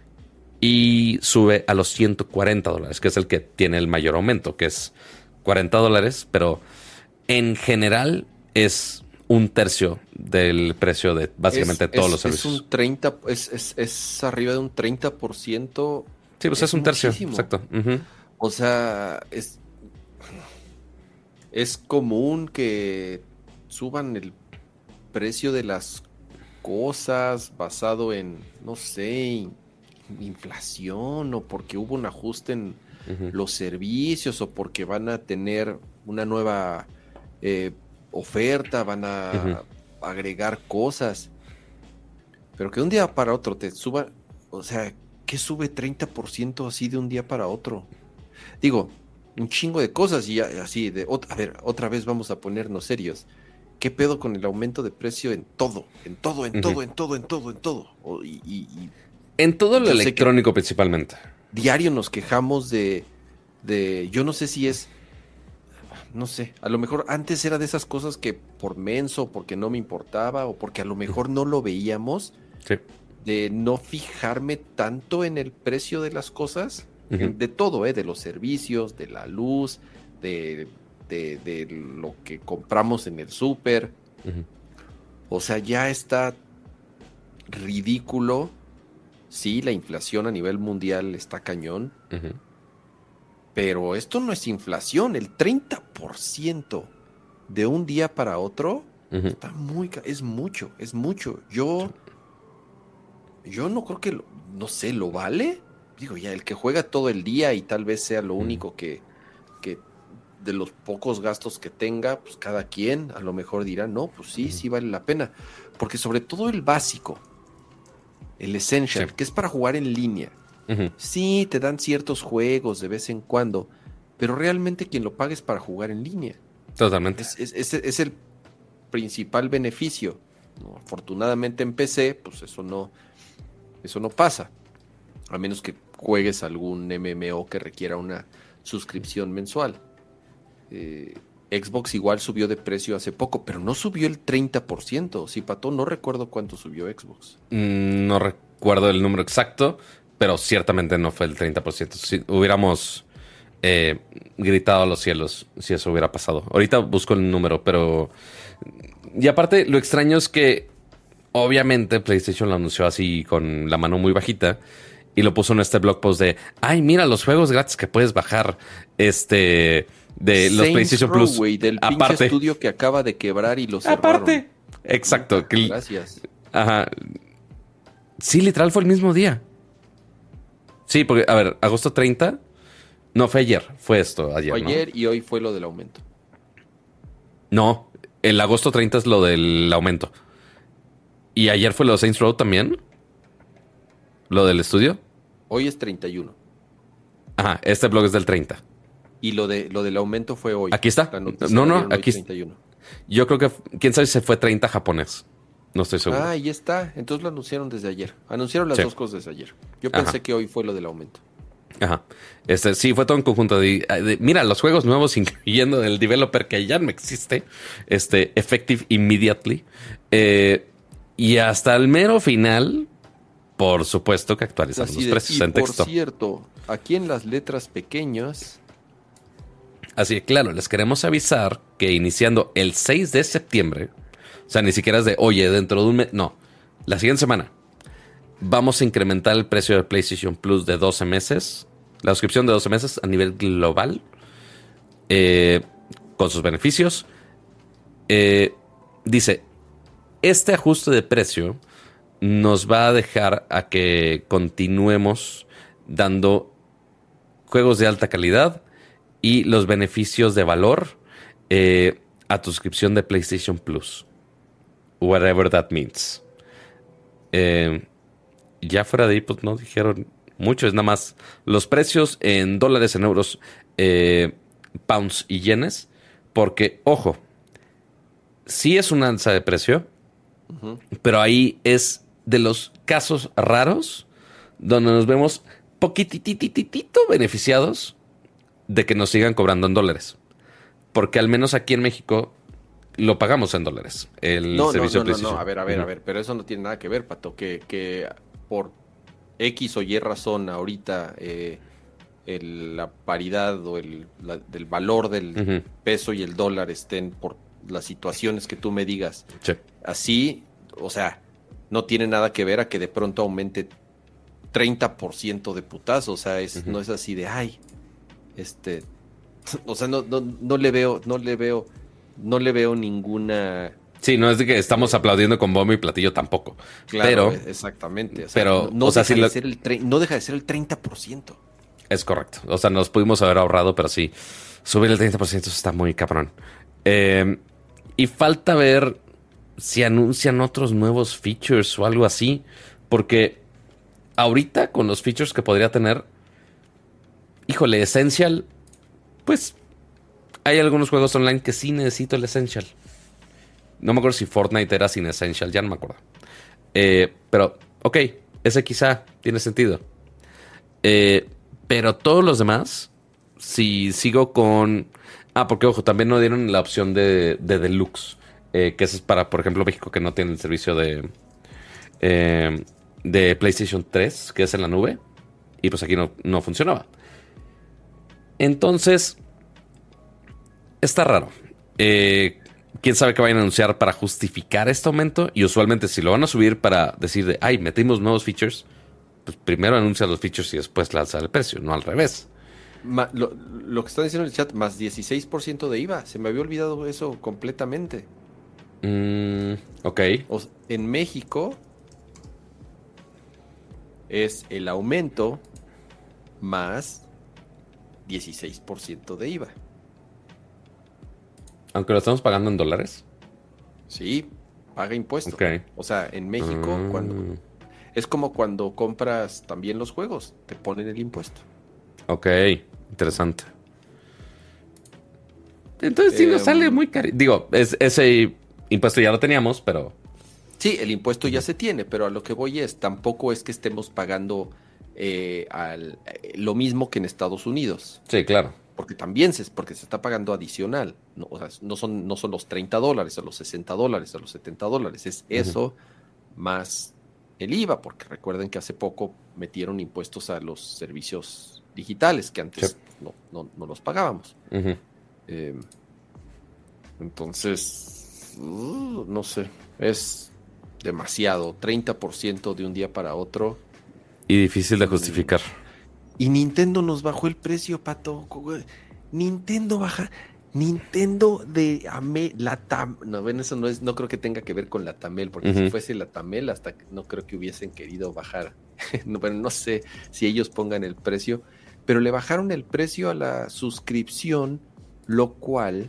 y sube a los ciento cuarenta dólares, que es el que tiene el mayor aumento, que es cuarenta dólares, pero en general es un tercio del precio de básicamente es, todos es, los servicios. Es un treinta, es, es, es arriba de un treinta por ciento. Sí, pues es, es un tercio, muchísimo. Exacto. Uh-huh. O sea, es, es común que suban el precio de las cosas basado en, no sé, inflación o porque hubo un ajuste en uh-huh. los servicios o porque van a tener una nueva eh, oferta, van a uh-huh. agregar cosas. Pero que de un día para otro te suba, o sea, ¿qué sube treinta por ciento así de un día para otro? Digo, un chingo de cosas y ya, así, de, a ver, otra vez vamos a ponernos serios. ¿Qué pedo con el aumento de precio en todo? En todo, en uh-huh. todo, en todo, en todo, en todo. O, y, y, y, en todo lo electrónico principalmente. Diario nos quejamos de, de, yo no sé si es, no sé, a lo mejor antes era de esas cosas que por menso, porque no me importaba, o porque a lo mejor no lo veíamos, sí. de no fijarme tanto en el precio de las cosas, uh-huh. de todo, ¿eh? De los servicios, de la luz, de, de, de lo que compramos en el súper. Uh-huh. O sea, ya está ridículo. Sí, la inflación a nivel mundial está cañón. Uh-huh. Pero esto no es inflación. El treinta por ciento de un día para otro uh-huh. está muy... Es mucho, es mucho. Yo... Yo no creo que... Lo, no sé, ¿lo vale? Digo, ya, el que juega todo el día y tal vez sea lo uh-huh. único que... que de los pocos gastos que tenga, pues cada quien a lo mejor dirá, no, pues sí, uh-huh. sí vale la pena. Porque sobre todo el básico, el essential, sí. que es para jugar en línea. Uh-huh. Sí, te dan ciertos juegos de vez en cuando, pero realmente quien lo paga es para jugar en línea. Totalmente. Es, es, es, es el principal beneficio. ¿No? Afortunadamente en P C, pues eso no, eso no pasa. A menos que juegues algún M M O que requiera una suscripción mensual. Eh, Xbox igual subió de precio hace poco, pero no subió el treinta por ciento. Sí, Pato, no recuerdo cuánto subió Xbox. Mm, no recuerdo el número exacto, pero ciertamente no fue el treinta por ciento. Si hubiéramos eh, gritado a los cielos si eso hubiera pasado. Ahorita busco el número, pero... Y aparte, lo extraño es que obviamente PlayStation lo anunció así con la mano muy bajita y lo puso en este blog post de, ay, mira los juegos gratis que puedes bajar este de los Saints PlayStation Row, Plus. Wey, del aparte, pinche estudio que acaba de quebrar y lo cerraron. Aparte. Exacto. Que, Gracias. Ajá. Sí, literal fue el mismo día. Sí, porque, a ver, agosto treinta. No, fue ayer. Fue esto, ayer, Fue ayer ¿no? y hoy fue lo del aumento. No, el agosto treinta es lo del aumento. ¿Y ayer fue lo de Saints Row también? ¿Lo del estudio? Hoy es treinta y uno. Ajá, este blog es del treinta. Y lo de lo del aumento fue hoy. Aquí está. No, no, aquí está. Yo creo que, quién sabe si se fue treinta japonés. No estoy seguro. Ah, ahí está. Entonces lo anunciaron desde ayer. Anunciaron las sí. dos cosas desde ayer. Yo pensé Ajá. que hoy fue lo del aumento. Ajá. Este, sí, fue todo en conjunto. De, de, mira, los juegos nuevos, incluyendo el developer que ya no existe, este, Effective Immediately. Eh, y hasta el mero final, por supuesto que actualizamos Así los de, precios y en texto. Por cierto, aquí en las letras pequeñas... Así que, claro, les queremos avisar que iniciando el seis de septiembre, o sea, ni siquiera es de, oye, dentro de un mes, no, la siguiente semana, vamos a incrementar el precio de PlayStation Plus de doce meses, la suscripción de doce meses a nivel global, eh, con sus beneficios. Eh, dice, este ajuste de precio nos va a dejar a que continuemos dando juegos de alta calidad y los beneficios de valor eh, a tu suscripción de PlayStation Plus. Whatever that means. Eh, ya fuera de ahí, pues no dijeron mucho. Es nada más los precios en dólares, en euros, eh, pounds y yenes. Porque, ojo, sí es una alza de precio, uh-huh. pero ahí es de los casos raros donde nos vemos poquitititito beneficiados de que nos sigan cobrando en dólares. Porque al menos aquí en México lo pagamos en dólares. El no, servicio no, no, de no, no, a ver, a ver, uh-huh. a ver, pero eso no tiene nada que ver, Pato, que, que por X o Y razón ahorita eh, el, la paridad o el la, del valor del uh-huh. peso y el dólar estén por las situaciones que tú me digas. Sí. Así, o sea, no tiene nada que ver a que de pronto aumente treinta por ciento de putazo, o sea, es, uh-huh. no es así de, ay, este, o sea, no, no, no le veo, no le veo, no le veo ninguna... Sí, no es de que estamos aplaudiendo con bombo y platillo tampoco. Claro, pero, exactamente. O sea, pero, no, o sea, deja si de lo... ser el tre... no deja de ser el treinta por ciento. Es correcto. O sea, nos pudimos haber ahorrado, pero sí, subir el treinta por ciento está muy cabrón. Eh, y falta ver si anuncian otros nuevos features o algo así. Porque ahorita con los features que podría tener, híjole, Essential, pues hay algunos juegos online que sí necesito el Essential. No me acuerdo si Fortnite era sin Essential, ya no me acuerdo. Eh, pero, ok, ese quizá tiene sentido. Eh, pero todos los demás, si sigo con... Ah, porque ojo, también no dieron la opción de, de Deluxe. Eh, que eso es para, por ejemplo, México que no tiene el servicio de... Eh, de PlayStation tres, que es en la nube. Y pues aquí no, no funcionaba. Entonces, está raro. Eh, ¿Quién sabe qué vayan a anunciar para justificar este aumento? Y usualmente si lo van a subir para decir de, ay, metimos nuevos features, pues primero anuncia los features y después lanza el precio, no al revés. Ma, lo, lo que están diciendo en el chat, más dieciséis por ciento de I V A. Se me había olvidado eso completamente. Mm, ok. O, en México es el aumento más dieciséis por ciento de I V A. Aunque lo estamos pagando en dólares. Sí, paga impuestos. Okay. O sea, en México, mm. cuando es como cuando compras también los juegos, te ponen el impuesto. Ok, interesante. Entonces sí eh, nos sale muy caro. Digo, es, ese impuesto ya lo teníamos, pero... Sí, el impuesto ya se tiene, pero a lo que voy es, tampoco es que estemos pagando eh, al, eh, lo mismo que en Estados Unidos. Sí, claro. Porque también se, porque se está pagando adicional. No, o sea, no son, no son los treinta dólares, o los sesenta dólares, o los setenta dólares. Es eso uh-huh. más el I V A, porque recuerden que hace poco metieron impuestos a los servicios digitales, que antes sí. no, no, no los pagábamos. Uh-huh. Eh, entonces, uh, no sé, es demasiado. treinta por ciento de un día para otro. Y difícil de justificar. Y Nintendo nos bajó el precio, Pato. Nintendo baja. Nintendo de Ame, la Tam. No, ven, eso no es, no creo que tenga que ver con la Tamel, porque uh-huh. si fuese la Tamel, hasta no creo que hubiesen querido bajar. no, bueno, no sé si ellos pongan el precio, pero le bajaron el precio a la suscripción, lo cual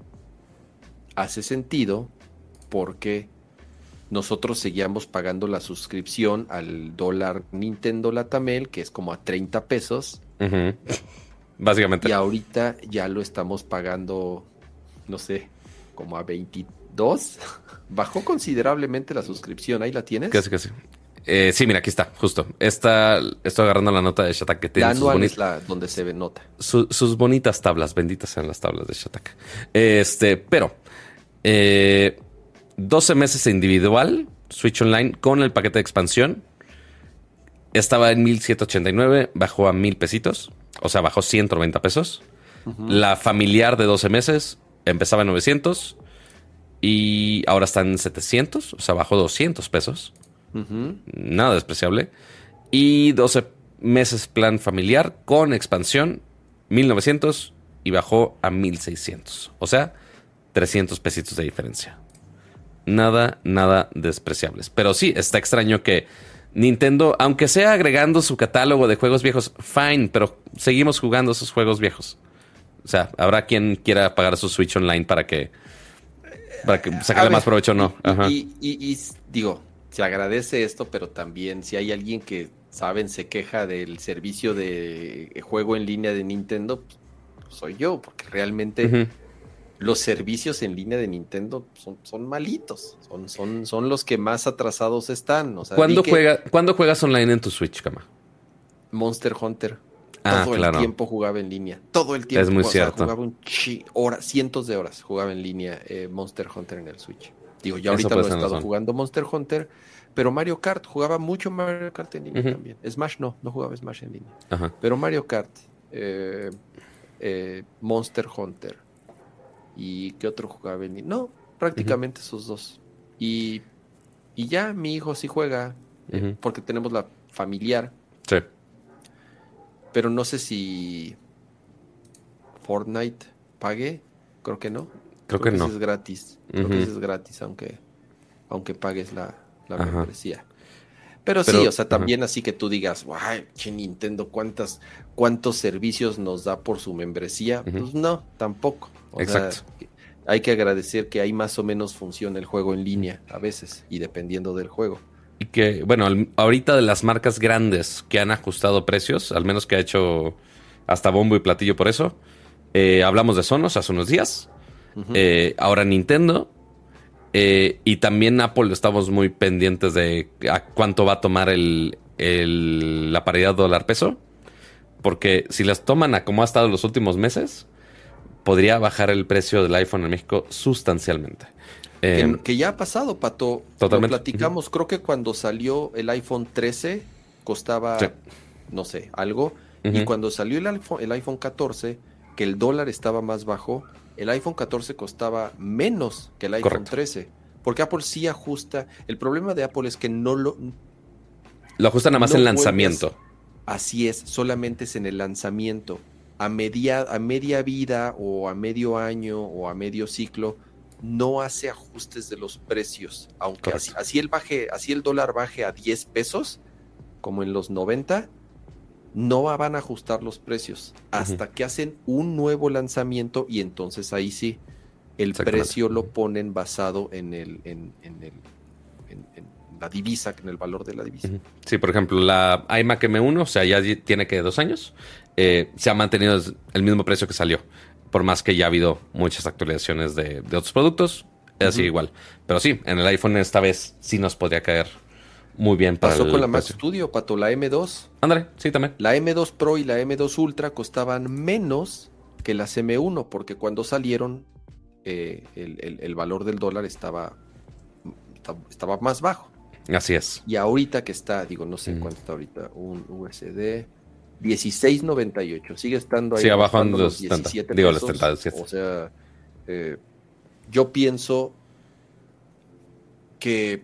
hace sentido porque nosotros seguíamos pagando la suscripción al dólar Nintendo Latamel, que es como a treinta pesos. Uh-huh. Básicamente. Y ahorita ya lo estamos pagando, no sé, como a veintidós. Bajó considerablemente la suscripción. ¿Ahí la tienes? Casi, casi. Eh, sí, mira, aquí está, justo. Esta, estoy agarrando la nota de Shataka que tiene. La anual es la donde se ve nota. Su, sus bonitas tablas, benditas sean las tablas de Shataka. Este, pero... Eh, doce meses individual, Switch Online, con el paquete de expansión. Estaba en mil setecientos ochenta y nueve, bajó a mil pesitos. O sea, bajó ciento noventa pesos. Uh-huh. La familiar de doce meses empezaba en novecientos. Y ahora está en setecientos. O sea, bajó doscientos pesos. Uh-huh. Nada despreciable. Y doce meses plan familiar con expansión, mil novecientos. Y bajó a mil seiscientos. O sea, trescientos pesitos de diferencia. Nada, nada despreciables. Pero sí, está extraño que Nintendo, aunque sea agregando su catálogo de juegos viejos, fine, pero seguimos jugando esos juegos viejos. O sea, habrá quien quiera pagar su Switch Online para que, para que sacarle más provecho o no. Ajá. Y, y, y, y digo, se agradece esto, pero también si hay alguien que, saben, se queja del servicio de juego en línea de Nintendo, pues soy yo, porque realmente... Uh-huh. Los servicios en línea de Nintendo son, son malitos. Son, son, son los que más atrasados están. O sea, ¿Cuándo, juega, ¿Cuándo juegas online en tu Switch, Kama? Monster Hunter. Ah, Todo claro. el tiempo jugaba en línea. Todo el tiempo. Es muy o cierto. Sea, jugaba un chi, horas, cientos de horas jugaba en línea eh, Monster Hunter en el Switch. Digo, ya ahorita no he estado razón. jugando Monster Hunter, pero Mario Kart, jugaba mucho Mario Kart en línea uh-huh. también. Smash no, no jugaba Smash en línea. Uh-huh. Pero Mario Kart, eh, eh, Monster Hunter. ¿Y qué otro jugaba en línea? No, prácticamente uh-huh. esos dos. Y, y ya mi hijo sí juega, uh-huh. eh, porque tenemos la familiar. Sí. Pero no sé si Fortnite pague. Creo que no. Creo, Creo que, que no. Ese es gratis. Creo uh-huh. que ese es gratis, aunque, aunque pagues la, la uh-huh. membresía. Pero, Pero sí, o sea, también uh-huh. así que tú digas, ¡ay, che Nintendo! ¿Cuántas, ¿Cuántos servicios nos da por su membresía? Uh-huh. Pues no, tampoco. O Exacto. Sea, hay que agradecer que ahí más o menos funciona el juego en línea a veces y dependiendo del juego. Y que, bueno, ahorita de las marcas grandes que han ajustado precios, al menos que ha hecho hasta bombo y platillo por eso, eh, hablamos de Sonos hace unos días, uh-huh. eh, ahora Nintendo, eh, y también Apple estamos muy pendientes de a cuánto va a tomar el, el, la paridad dólar-peso, porque si las toman a como ha estado los últimos meses, podría bajar el precio del iPhone en México sustancialmente. Que, Eh, que ya ha pasado, Pato. Totalmente. Lo platicamos, uh-huh. creo que cuando salió el iPhone trece costaba, sí. no sé, algo. Uh-huh. Y cuando salió el iPhone, el iPhone catorce, que el dólar estaba más bajo, el iPhone catorce costaba menos que el iPhone Correcto. trece. Porque Apple sí ajusta. El problema de Apple es que no lo... Lo ajusta nada más no en lanzamiento. A, así es, solamente es en el lanzamiento. A media, a media vida o a medio año o a medio ciclo no hace ajustes de los precios, aunque así, así el baje, así el dólar baje a diez pesos, como en los noventa, no van a ajustar los precios hasta uh-huh. que hacen un nuevo lanzamiento y entonces ahí sí el precio lo ponen basado en el en, en el en, en la divisa, en el valor de la divisa. Uh-huh. Sí, por ejemplo, la iMac eme uno, o sea, ya tiene que dos años, eh, se ha mantenido el mismo precio que salió. Por más que ya ha habido muchas actualizaciones de, de otros productos, es uh-huh. así igual. Pero sí, en el iPhone esta vez sí nos podría caer muy bien para Pasó el con la precio. Mac Studio, Pato, la eme dos. Ándale, sí, también. La eme dos Pro y la eme dos Ultra costaban menos que las eme uno, porque cuando salieron eh, el, el, el valor del dólar estaba, estaba más bajo. Así es. Y ahorita que está, digo, no sé uh-huh. cuánto está ahorita, un U S D... dieciséis noventa y ocho, sigue estando ahí. Sí, abajo en los diecisiete digo, pesos. Los setenta, o sea, eh, yo pienso que,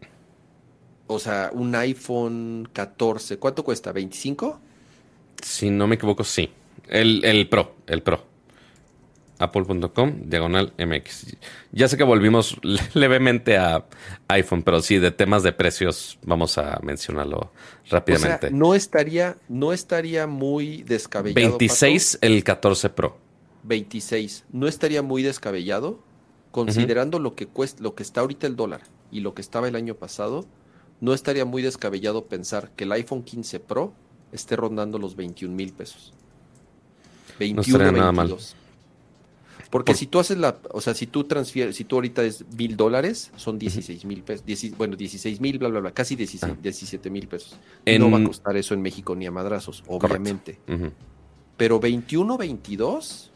o sea, un iPhone catorce, ¿cuánto cuesta? ¿veinticinco? Si no me equivoco, sí. El, el Pro, el Pro. Apple punto com, diagonal eme equis. Ya sé que volvimos levemente a iPhone, pero sí, de temas de precios vamos a mencionarlo rápidamente. O sea, no estaría, no estaría muy descabellado. veintiséis Pato, el catorce Pro. veintiséis. No estaría muy descabellado, considerando uh-huh. lo que cuesta, lo que está ahorita el dólar y lo que estaba el año pasado. No estaría muy descabellado pensar que el iPhone quince Pro esté rondando los veintiún mil pesos. veintiuno, no estaría nada veintidós. Mal. Porque Por... si tú haces la, o sea, si tú transfieres, si tú ahorita es mil dólares, son dieciséis mil pesos, diez, bueno, dieciséis mil, bla, bla, bla, casi dieciséis, ah. diecisiete mil pesos. En... No va a costar eso en México ni a madrazos, obviamente. Uh-huh. Pero veintiuno, veintidós,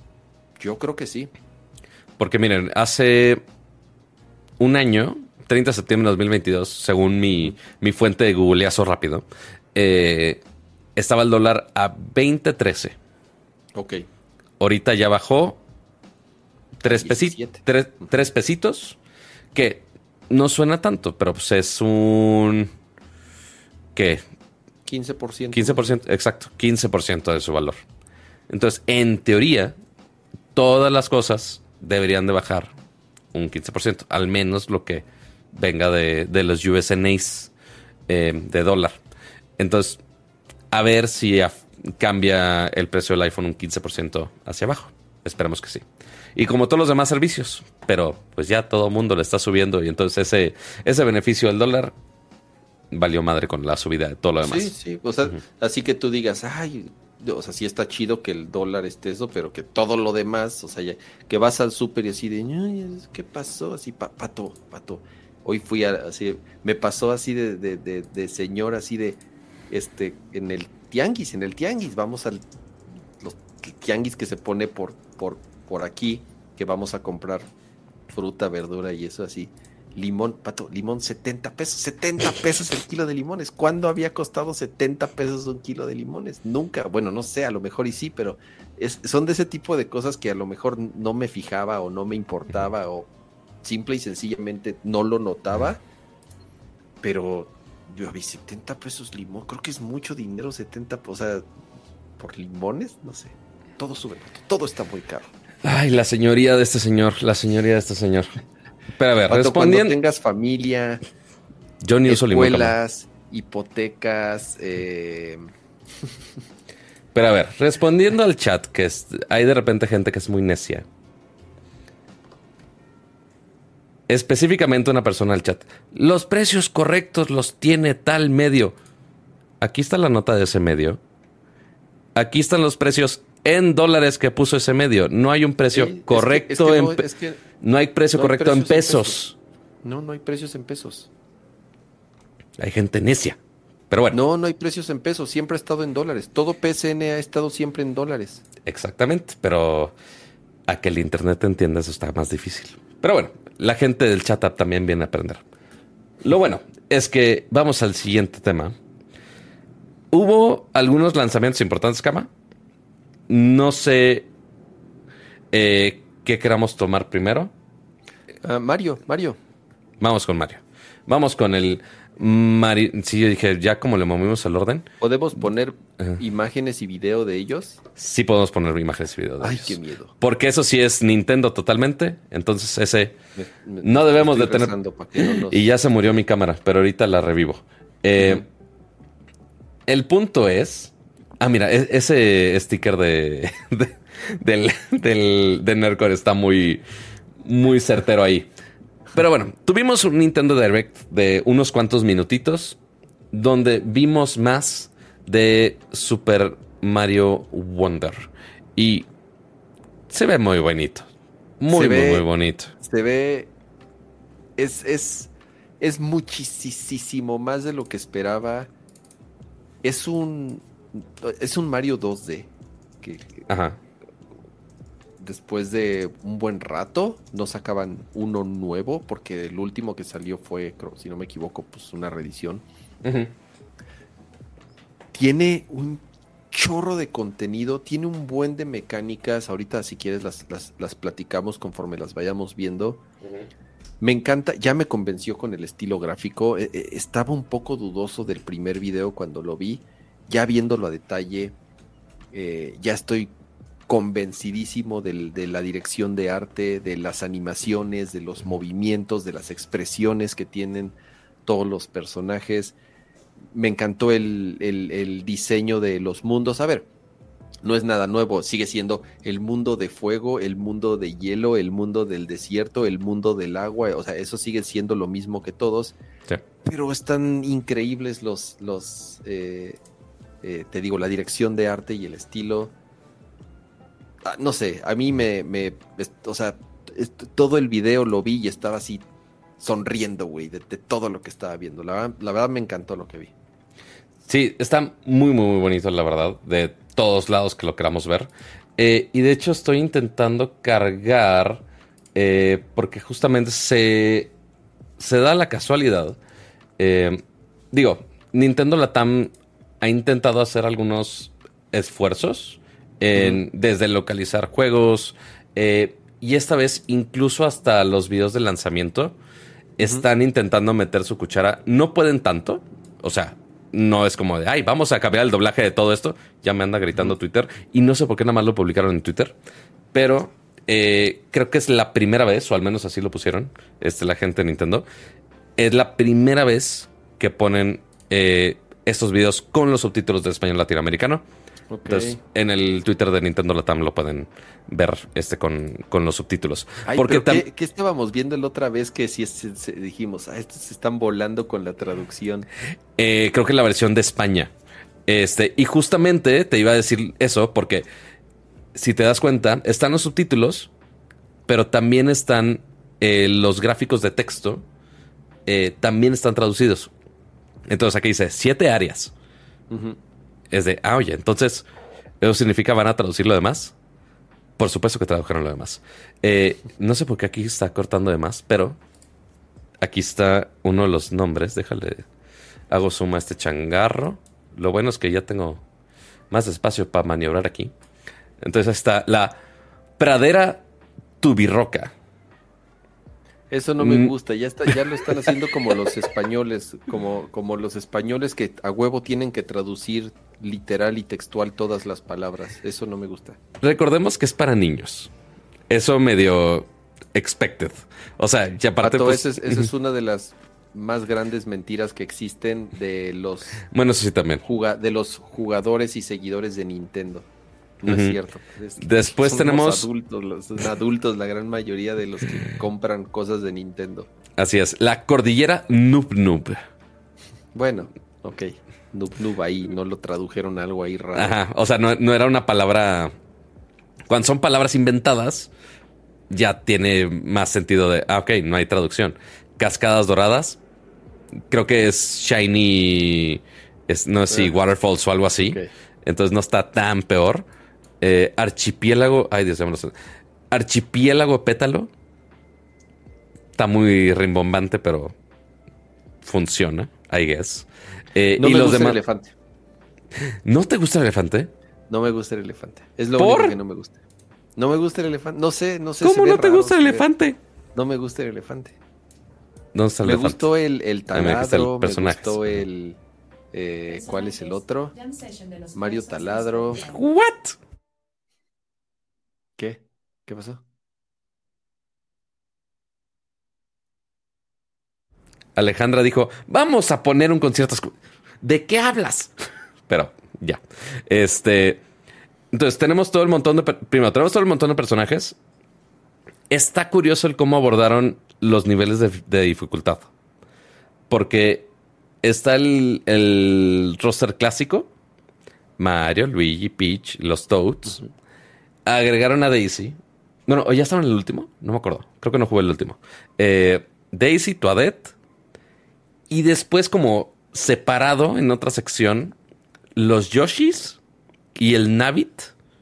yo creo que sí. Porque miren, hace un año, treinta de septiembre de dos mil veintidós, según mi, mi fuente de googleazo rápido, eh, estaba el dólar a veinte trece. Ok. Ahorita ya bajó tres, pesi- tres, tres pesitos, que no suena tanto, pero pues es un... ¿Qué? quince por ciento. quince por ciento, exacto, quince por ciento de su valor. Entonces, en teoría, todas las cosas deberían de bajar un quince por ciento, al menos lo que venga de, de los U S N As eh, de dólar. Entonces, a ver si a, cambia el precio del iPhone un quince por ciento hacia abajo. Esperemos que sí. Y como todos los demás servicios, pero pues ya todo el mundo le está subiendo y entonces ese, ese beneficio del dólar valió madre con la subida de todo lo demás. Sí, sí, o sea, uh-huh. así que tú digas, ay, o sea, sí está chido que el dólar esté eso, pero que todo lo demás, o sea, ya, que vas al súper y así de, ay, ¿qué pasó? Así, pa, pato, pato. Hoy fui a, así, me pasó así de, de, de, de señor, así de, este, en el tianguis, en el tianguis, vamos al los tianguis que se pone por, por, por aquí, que vamos a comprar fruta, verdura y eso así. Limón, pato, limón setenta pesos, setenta pesos el kilo de limones. ¿Cuándo había costado setenta pesos un kilo de limones? Nunca, bueno, no sé, a lo mejor y sí, pero es, son de ese tipo de cosas que a lo mejor no me fijaba o no me importaba o simple y sencillamente no lo notaba, pero yo vi setenta pesos limón, creo que es mucho dinero, setenta, o sea, por limones, no sé, todo sube, todo está muy caro. Ay, la señoría de este señor, la señoría de este señor. Pero a ver, Pato, respondiendo... Cuando tengas familia, yo ni uso escuelas, hipotecas... Eh... Pero a ver, respondiendo al chat, que es, hay de repente gente que es muy necia. específicamente una persona al chat. Los precios correctos los tiene tal medio. Aquí está la nota de ese medio. Aquí están los precios en dólares que puso ese medio. No hay un precio sí, correcto es que, es que no, en pe- es que no hay precio no correcto hay en, pesos. en pesos. No, no hay precios en pesos. Hay gente necia. Pero bueno. No, no hay precios en pesos. Siempre ha estado en dólares. Todo P S N ha estado siempre en dólares. Exactamente. Pero a que el internet entienda eso está más difícil. Pero bueno, la gente del chat app también viene a aprender. Lo bueno es que vamos al siguiente tema. Hubo algunos lanzamientos importantes, Cama. No sé eh, qué queramos tomar primero. Uh, Mario, Mario. Vamos con Mario. Vamos con el Mario. Sí, yo dije, ya como le movimos el orden. ¿Podemos poner uh-huh. imágenes y video de ellos? Sí podemos poner imágenes y video de Ay, ellos. Ay, qué miedo. Porque eso sí es Nintendo totalmente. Entonces ese me, me, no debemos de tener... No nos... Y ya se murió mi cámara, pero ahorita la revivo. Eh, uh-huh. El punto es... Ah, mira, ese sticker de, de del, del de Nerdcore está muy, muy certero ahí. Pero bueno, tuvimos un Nintendo Direct de unos cuantos minutitos donde vimos más de Super Mario Wonder. Y se ve muy bonito. Muy, se muy, ve, muy bonito. Se ve... Es, es, es muchísimo más de lo que esperaba. Es un... Es un Mario dos D que, que Ajá. después de un buen rato no sacaban uno nuevo porque el último que salió fue, creo, si no me equivoco, pues una reedición. Uh-huh. Tiene un chorro de contenido, tiene un buen de mecánicas. Ahorita si quieres las, las, las platicamos conforme las vayamos viendo. Uh-huh. Me encanta, ya me convenció con el estilo gráfico. Eh, eh, estaba un poco dudoso del primer video cuando lo vi. Ya viéndolo a detalle, eh, ya estoy convencidísimo del, de la dirección de arte, de las animaciones, de los movimientos, de las expresiones que tienen todos los personajes. Me encantó el, el, el diseño de los mundos. A ver, no es nada nuevo, sigue siendo el mundo de fuego, el mundo de hielo, el mundo del desierto, el mundo del agua. O sea, eso sigue siendo lo mismo que todos. Sí. Pero están increíbles los... los eh, Eh, te digo, la dirección de arte y el estilo. Ah, no sé, a mí me... me es, o sea, es, todo el video lo vi y estaba así sonriendo, güey, de, de todo lo que estaba viendo. La, la verdad me encantó lo que vi. Sí, está muy, muy, muy bonito, la verdad, de todos lados que lo queramos ver. Eh, y de hecho estoy intentando cargar, eh, porque justamente se, se da la casualidad. Eh, digo, Nintendo Latam ha intentado hacer algunos esfuerzos en, uh-huh. desde localizar juegos. Eh, y esta vez, incluso hasta los videos de lanzamiento, uh-huh. están intentando meter su cuchara. No pueden tanto. O sea, no es como de, ay, vamos a cambiar el doblaje de todo esto. Ya me anda gritando uh-huh. Twitter. Y no sé por qué nada más lo publicaron en Twitter. Pero eh, creo que es la primera vez, o al menos así lo pusieron, este, la gente de Nintendo. Es la primera vez que ponen... Eh, estos videos con los subtítulos de español latinoamericano. Okay. Entonces, en el Twitter de Nintendo Latam lo pueden ver este con, con los subtítulos. Ay, Porque tam- ¿qué, ¿qué estábamos viendo la otra vez que si es, es, dijimos, ah, estos se están volando con la traducción? Eh, creo que la versión de España. Este, y justamente te iba a decir eso porque si te das cuenta, están los subtítulos, pero también están eh, los gráficos de texto, eh, también están traducidos. Entonces aquí dice siete áreas. Uh-huh. Es de, ah, oye, entonces, ¿eso significa van a traducir lo demás? Por supuesto que tradujeron lo demás. Eh, no sé por qué aquí está cortando de más, pero aquí está uno de los nombres. Déjale, hago zoom a este changarro. Lo bueno es que ya tengo más espacio para maniobrar aquí. Entonces está la pradera Tubirroca. Eso no me gusta, ya está, ya lo están haciendo como los españoles, como, como los españoles que a huevo tienen que traducir literal y textual todas las palabras. Eso no me gusta. Recordemos que es para niños. Eso medio expected. O sea, ya aparte... Pato, pues, esa es, esa es una de las más grandes mentiras que existen de los... Bueno, eso sí también. Juga, de los jugadores y seguidores de Nintendo. No Ujú. es cierto. Es- Después son tenemos... los adultos, los son adultos, la gran mayoría de los que compran cosas de Nintendo. Así es, la cordillera Nub Nub. Bueno, ok. Noob Noob ahí, no lo tradujeron a algo ahí raro. Ajá, o sea, no, no era una palabra... Cuando son palabras inventadas, ya tiene más sentido de... Ah, ok, no hay traducción. Cascadas doradas. Creo que es Shiny... Es, no sé si Ah. Waterfalls o algo así. Ok. Entonces no está tan peor. Eh, archipiélago... Ay, Dios mío. Archipiélago pétalo. Está muy rimbombante, pero funciona, I guess. Eh, No y me los gusta demás... el elefante. ¿No te gusta el elefante? No me gusta el elefante. Es lo ¿Por? único que no me gusta. No me gusta el elefante. No sé, no sé. ¿Cómo se ve no te raro, gusta el se ve- elefante? No me gusta el elefante. ¿Dónde está el Me elefante? gustó el, el Ah, me dijiste el taladro, me personaje. gustó el... eh, ¿cuál es el otro? Mario Taladro. ¿What? ¿Qué? ¿Qué pasó? Alejandra dijo, vamos a poner un concierto. escu- ¿De qué hablas? Pero ya. Este. Entonces, tenemos todo el montón de... per- Primero, tenemos todo el montón de personajes. Está curioso el cómo abordaron los niveles de, de dificultad. Porque está el, el roster clásico. Mario, Luigi, Peach, los Toads. Agregaron a Daisy. Bueno, ¿o ya estaban en el último? No me acuerdo. Creo que no jugué el último. Eh, Daisy, Toadette. Y después, como separado en otra sección, los Yoshis y el Nabbit.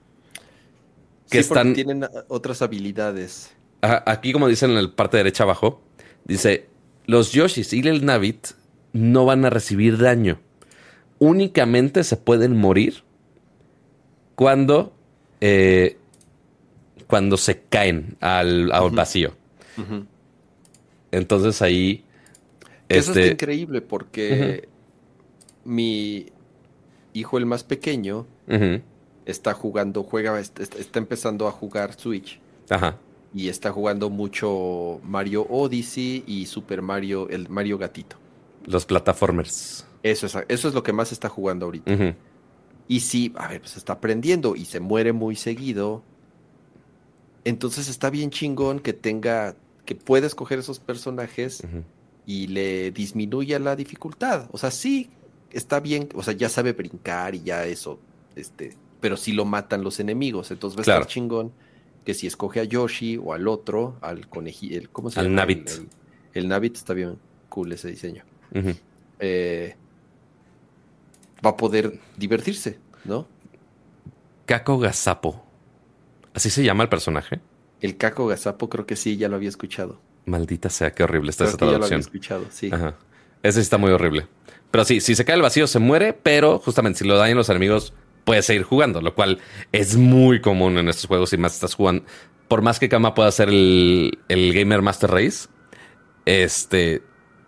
Que Sí, porque están tienen ah, otras habilidades. a- aquí, como dicen en la parte derecha abajo, dice: los Yoshis y el Nabbit no van a recibir daño. Únicamente se pueden morir cuando, eh, cuando se caen al, al Ujú. vacío. Ujú. Entonces ahí. Que Eso está Este, increíble porque mi hijo, el más pequeño, ujú, está jugando, juega, est- est- está empezando a jugar Switch ajá. y está jugando mucho Mario Odyssey y Super Mario, el Mario Gatito. Los plataformers. Eso es, eso es lo que más está jugando ahorita. Ujú. Y sí, a ver, pues está aprendiendo y se muere muy seguido. Entonces está bien chingón que tenga, que pueda escoger esos personajes Ujú. y le disminuya la dificultad. O sea, sí está bien, o sea, ya sabe brincar y ya eso, este, pero sí lo matan los enemigos. Entonces va a Claro. estar chingón que si escoge a Yoshi o al otro, al conejillo, ¿cómo se Al llama? Nabbit. El, el, el Nabbit está bien cool ese diseño. Ujú. Eh, va a poder divertirse, ¿no? Kako Gazapo. ¿Así se llama el personaje? El Caco Gazapo creo que sí, ya lo había escuchado. Maldita sea, qué horrible está Creo esa que ya lo había traducción. escuchado, sí. Ajá. Ese sí está muy horrible. Pero sí, si se cae el vacío se muere, pero justamente si lo dañan los enemigos puedes seguir jugando, lo cual es muy común en estos juegos y más estás jugando. Por más que Kama pueda ser el, el Gamer Master Race, este...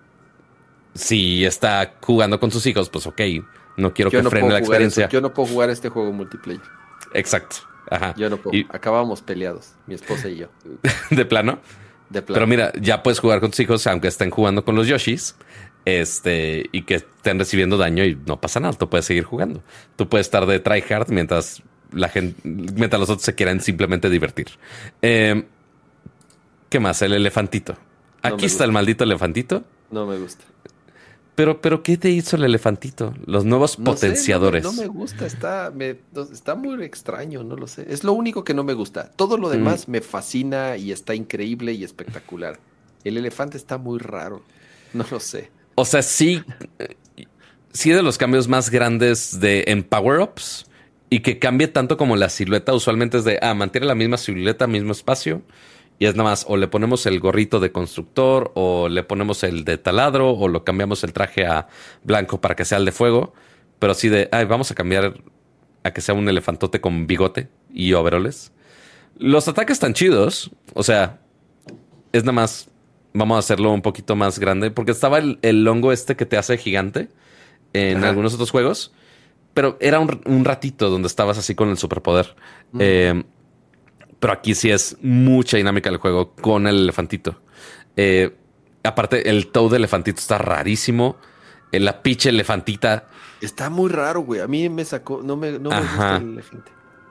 si está jugando con sus hijos, pues ok, no quiero Yo que no frene puedo la jugar experiencia. eso, yo no puedo jugar este juego multiplayer. Exacto. Ajá. Yo no puedo. Y Acabamos peleados, mi esposa y yo. de plano. De plano. Pero mira, ya puedes jugar con tus hijos aunque estén jugando con los Yoshis. Este, y que estén recibiendo daño y no pasa nada, tú puedes seguir jugando. Tú puedes estar de tryhard mientras la gente, mientras los otros se quieran simplemente divertir. Eh, ¿Qué más? El elefantito. No Aquí me está gusta. el maldito elefantito. No me gusta. Pero, pero, ¿qué te hizo el elefantito? Los nuevos No sé, potenciadores. no me, no me gusta, está, me- no- está muy extraño, no lo sé. Es lo único que no me gusta. Todo lo demás Mm. me fascina y está increíble y espectacular. El elefante está muy raro. No lo sé. O sea, sí, eh, sí de los cambios más grandes de en power-ups y que cambie tanto como la silueta. Usualmente es de, ah, mantiene la misma silueta, mismo espacio. Y es nada más, o le ponemos el gorrito de constructor, o le ponemos el de taladro, o lo cambiamos el traje a blanco para que sea el de fuego. Pero sí de, ay, vamos a cambiar a que sea un elefantote con bigote y overoles. Los ataques están chidos. O sea, es nada más, vamos a hacerlo un poquito más grande. Porque estaba el, el hongo este que te hace gigante en Ajá. algunos otros juegos. Pero era un, un ratito donde estabas así con el superpoder. Mm. Eh, pero aquí sí es mucha dinámica del juego con el elefantito. Eh, aparte, el Toad de elefantito está rarísimo. Eh, la pinche elefantita. Está muy raro, güey. A mí me sacó, no me, no me Ajá. gusta el elefante.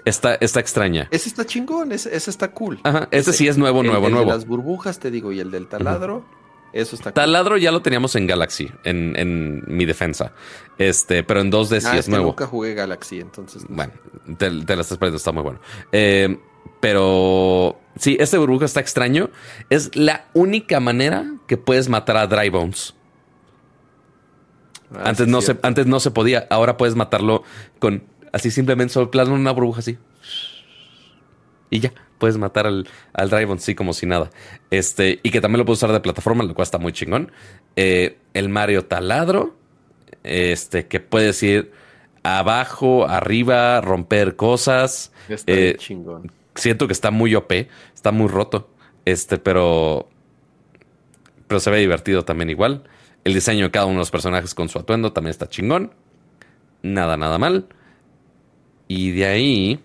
está, está extraña. Ese está chingón, ese, ese está cool. Ajá, ese, ese sí es nuevo, el, nuevo, el nuevo. El de las burbujas, te digo, y el del taladro, uh-huh. Eso está cool. Taladro ya lo teníamos en Galaxy, en, en mi defensa. Este, pero en dos D sí ah, es, es que nuevo. Nunca jugué Galaxy, entonces. No bueno, te, te la estás perdiendo, está muy bueno. Eh, pero sí, este burbuja está extraño. Es la única manera que puedes matar a Dry Bones. Ah, antes, sí, no se, antes no se podía. Ahora puedes matarlo con así simplemente solo plasma una burbuja así. Y ya, puedes matar al, al Dry Bones, sí, como si nada. Este, y que también lo puedes usar de plataforma, lo cual está muy chingón. Eh, el Mario Taladro, este, que puedes ir abajo, arriba, romper cosas. Está eh, bien chingón. Siento que está muy O P, está muy roto. Este, pero. Pero se ve divertido también igual. El diseño de cada uno de los personajes con su atuendo también está chingón. Nada, nada mal. Y de ahí.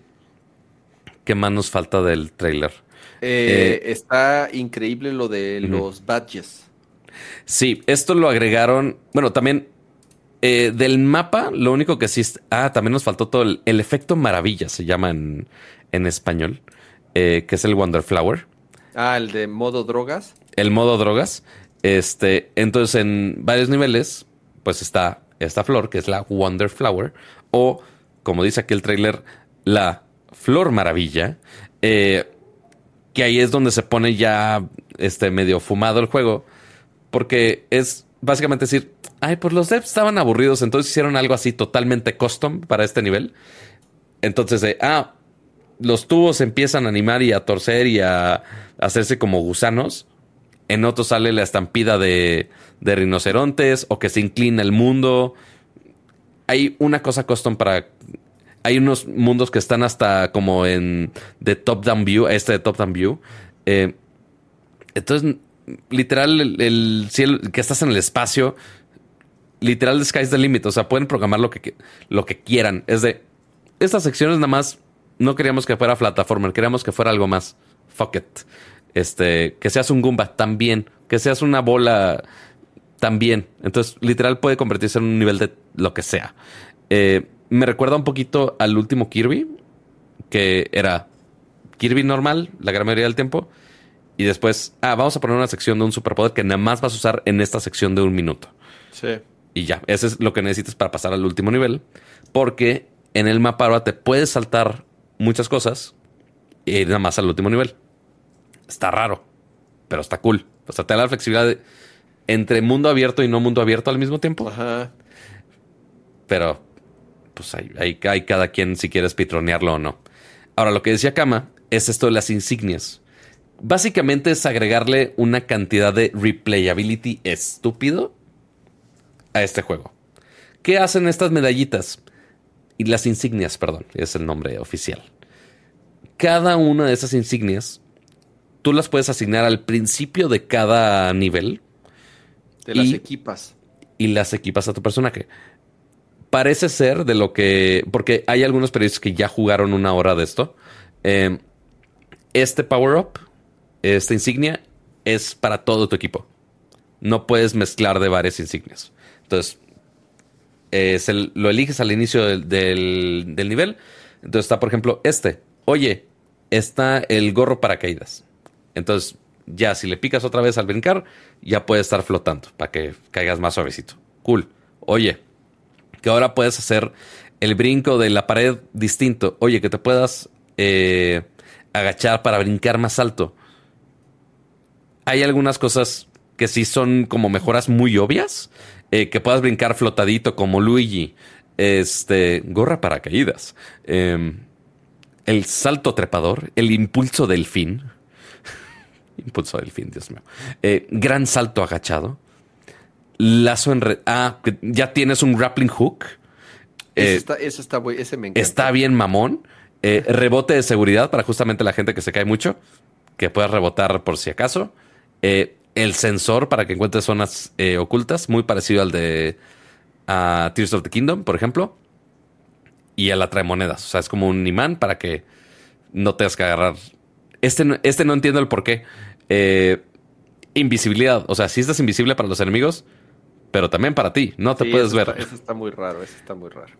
¿Qué más nos falta del tráiler? Eh, eh, está increíble lo de uh-huh. los badges. Sí, esto lo agregaron. Bueno, también eh, del mapa, lo único que sí. Ah, también nos faltó todo el, el efecto maravilla, se llama en, en español, eh, que es el Wonder Flower. Ah, el de modo drogas. El modo drogas. Este, entonces, en varios niveles, pues está esta flor, que es la Wonder Flower, o, como dice aquí el tráiler, la Flor Maravilla, eh, que ahí es donde se pone ya este medio fumado el juego, porque es básicamente decir, ay, pues los devs estaban aburridos, entonces hicieron algo así totalmente custom para este nivel. Entonces, eh, ah, los tubos empiezan a animar y a torcer y a hacerse como gusanos. En otros sale la estampida de, de rinocerontes o que se inclina el mundo. Hay una cosa custom para... Hay unos mundos que están hasta como en de top-down view, este de top-down view. Eh, entonces, literal, el, el cielo, que estás en el espacio, literal, the sky's the limit. O sea, pueden programar lo que, lo que quieran. Es de, estas secciones nada más no queríamos que fuera plataforma, queríamos que fuera algo más. Fuck it. Este, que seas un Goomba también, que seas una bola también. Entonces, literal, puede convertirse en un nivel de lo que sea. Eh, Me recuerda un poquito al último Kirby, que era Kirby normal la gran mayoría del tiempo. Y después, ah, vamos a poner una sección de un superpoder que nada más vas a usar en esta sección de un minuto. Sí. Y ya, eso es lo que necesitas para pasar al último nivel. Porque en el mapa ahora te puedes saltar muchas cosas y ir nada más al último nivel. Está raro, pero está cool. O sea, te da la flexibilidad de, entre mundo abierto y no mundo abierto al mismo tiempo. Ajá. Pero... pues hay, hay, hay cada quien si quieres pitronearlo o no. Ahora, lo que decía Kama es esto de las insignias. Básicamente es agregarle una cantidad de replayability estúpido a este juego. ¿Qué hacen estas medallitas? Y las insignias, perdón, es el nombre oficial. Cada una de esas insignias, tú las puedes asignar al principio de cada nivel. Te las y, equipas. Y las equipas a tu personaje. Parece ser de lo que... porque hay algunos periodistas que ya jugaron una hora de esto. Eh, este power-up, esta insignia, es para todo tu equipo. No puedes mezclar de varias insignias. Entonces, eh, se, lo eliges al inicio del, del, del nivel. Entonces está, por ejemplo, este. Oye, está el gorro paracaídas. Entonces, ya si le picas otra vez al brincar, ya puede estar flotando para que caigas más suavecito. Cool. Oye... que ahora puedes hacer el brinco de la pared distinto. Oye, que te puedas eh, agachar para brincar más alto. Hay algunas cosas que sí son como mejoras muy obvias. Eh, que puedas brincar flotadito como Luigi. Este, gorra paracaídas. Eh, el salto trepador. El impulso delfín. Impulso delfín, Dios mío. Eh, gran salto agachado. Lazo en red. Ah, ya tienes un grappling hook. Ese, eh, está, ese está bueno. Ese me encanta. Está bien mamón. Eh, rebote de seguridad para justamente la gente que se cae mucho. Que puedas rebotar por si acaso. Eh, el sensor para que encuentres zonas eh, ocultas. Muy parecido al de uh, Tears of the Kingdom, por ejemplo. Y el atraemonedas. O sea, es como un imán para que no tengas que agarrar. Este, este no entiendo el por qué. Eh, invisibilidad. O sea, si estás invisible para los enemigos... pero también para ti, no te sí, puedes eso ver. Está, eso está muy raro, eso está muy raro.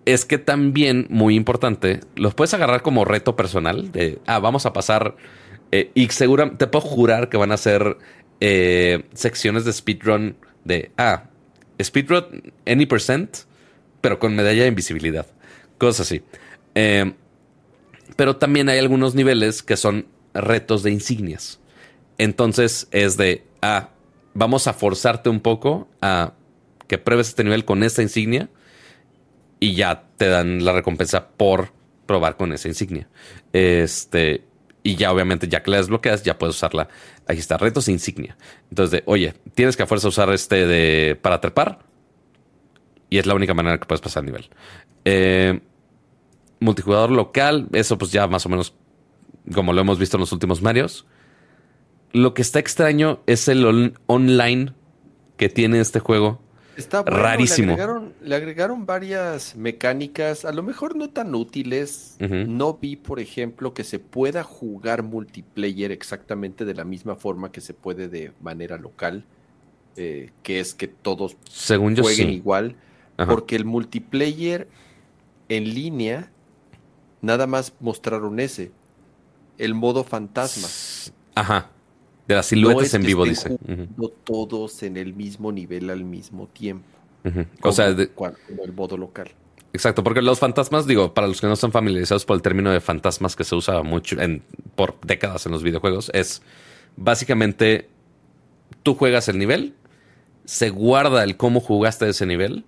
es que también, muy importante, los puedes agarrar como reto personal de, ah, vamos a pasar, eh, y seguro te puedo jurar que van a ser eh, secciones de speedrun de, ah, speedrun any percent, pero con medalla de invisibilidad. Cosas así. Eh, pero también hay algunos niveles que son retos de insignias. Entonces es de, ah, vamos a forzarte un poco a que pruebes este nivel con esta insignia y ya te dan la recompensa por probar con esa insignia. Este, y ya obviamente ya que la desbloqueas, ya puedes usarla. Ahí está, retos de insignia. Entonces de, oye, tienes que a fuerza usar este de para trepar y es la única manera que puedes pasar el nivel. Eh, multijugador local, eso pues ya más o menos como lo hemos visto en los últimos Marios. Lo que está extraño es el on- online que tiene este juego. Está bueno, rarísimo. Le agregaron, le agregaron varias mecánicas, a lo mejor no tan útiles. Uh-huh. No vi, por ejemplo, que se pueda jugar multiplayer exactamente de la misma forma que se puede de manera local, eh, que es que todos Según yo, jueguen sí. igual, Ajá. porque el multiplayer en línea nada más mostraron ese, el modo fantasma. Ajá. De las siluetas No es en que vivo, estén dice. Uh-huh. jugando todos en el mismo nivel al mismo tiempo. Uh-huh. Como, O sea, de- cuando- como el modo local. exacto, porque los fantasmas, digo, para los que no están familiarizados por el término de fantasmas que se usa mucho en, por décadas en los videojuegos, es básicamente tú juegas el nivel, se guarda el cómo jugaste ese nivel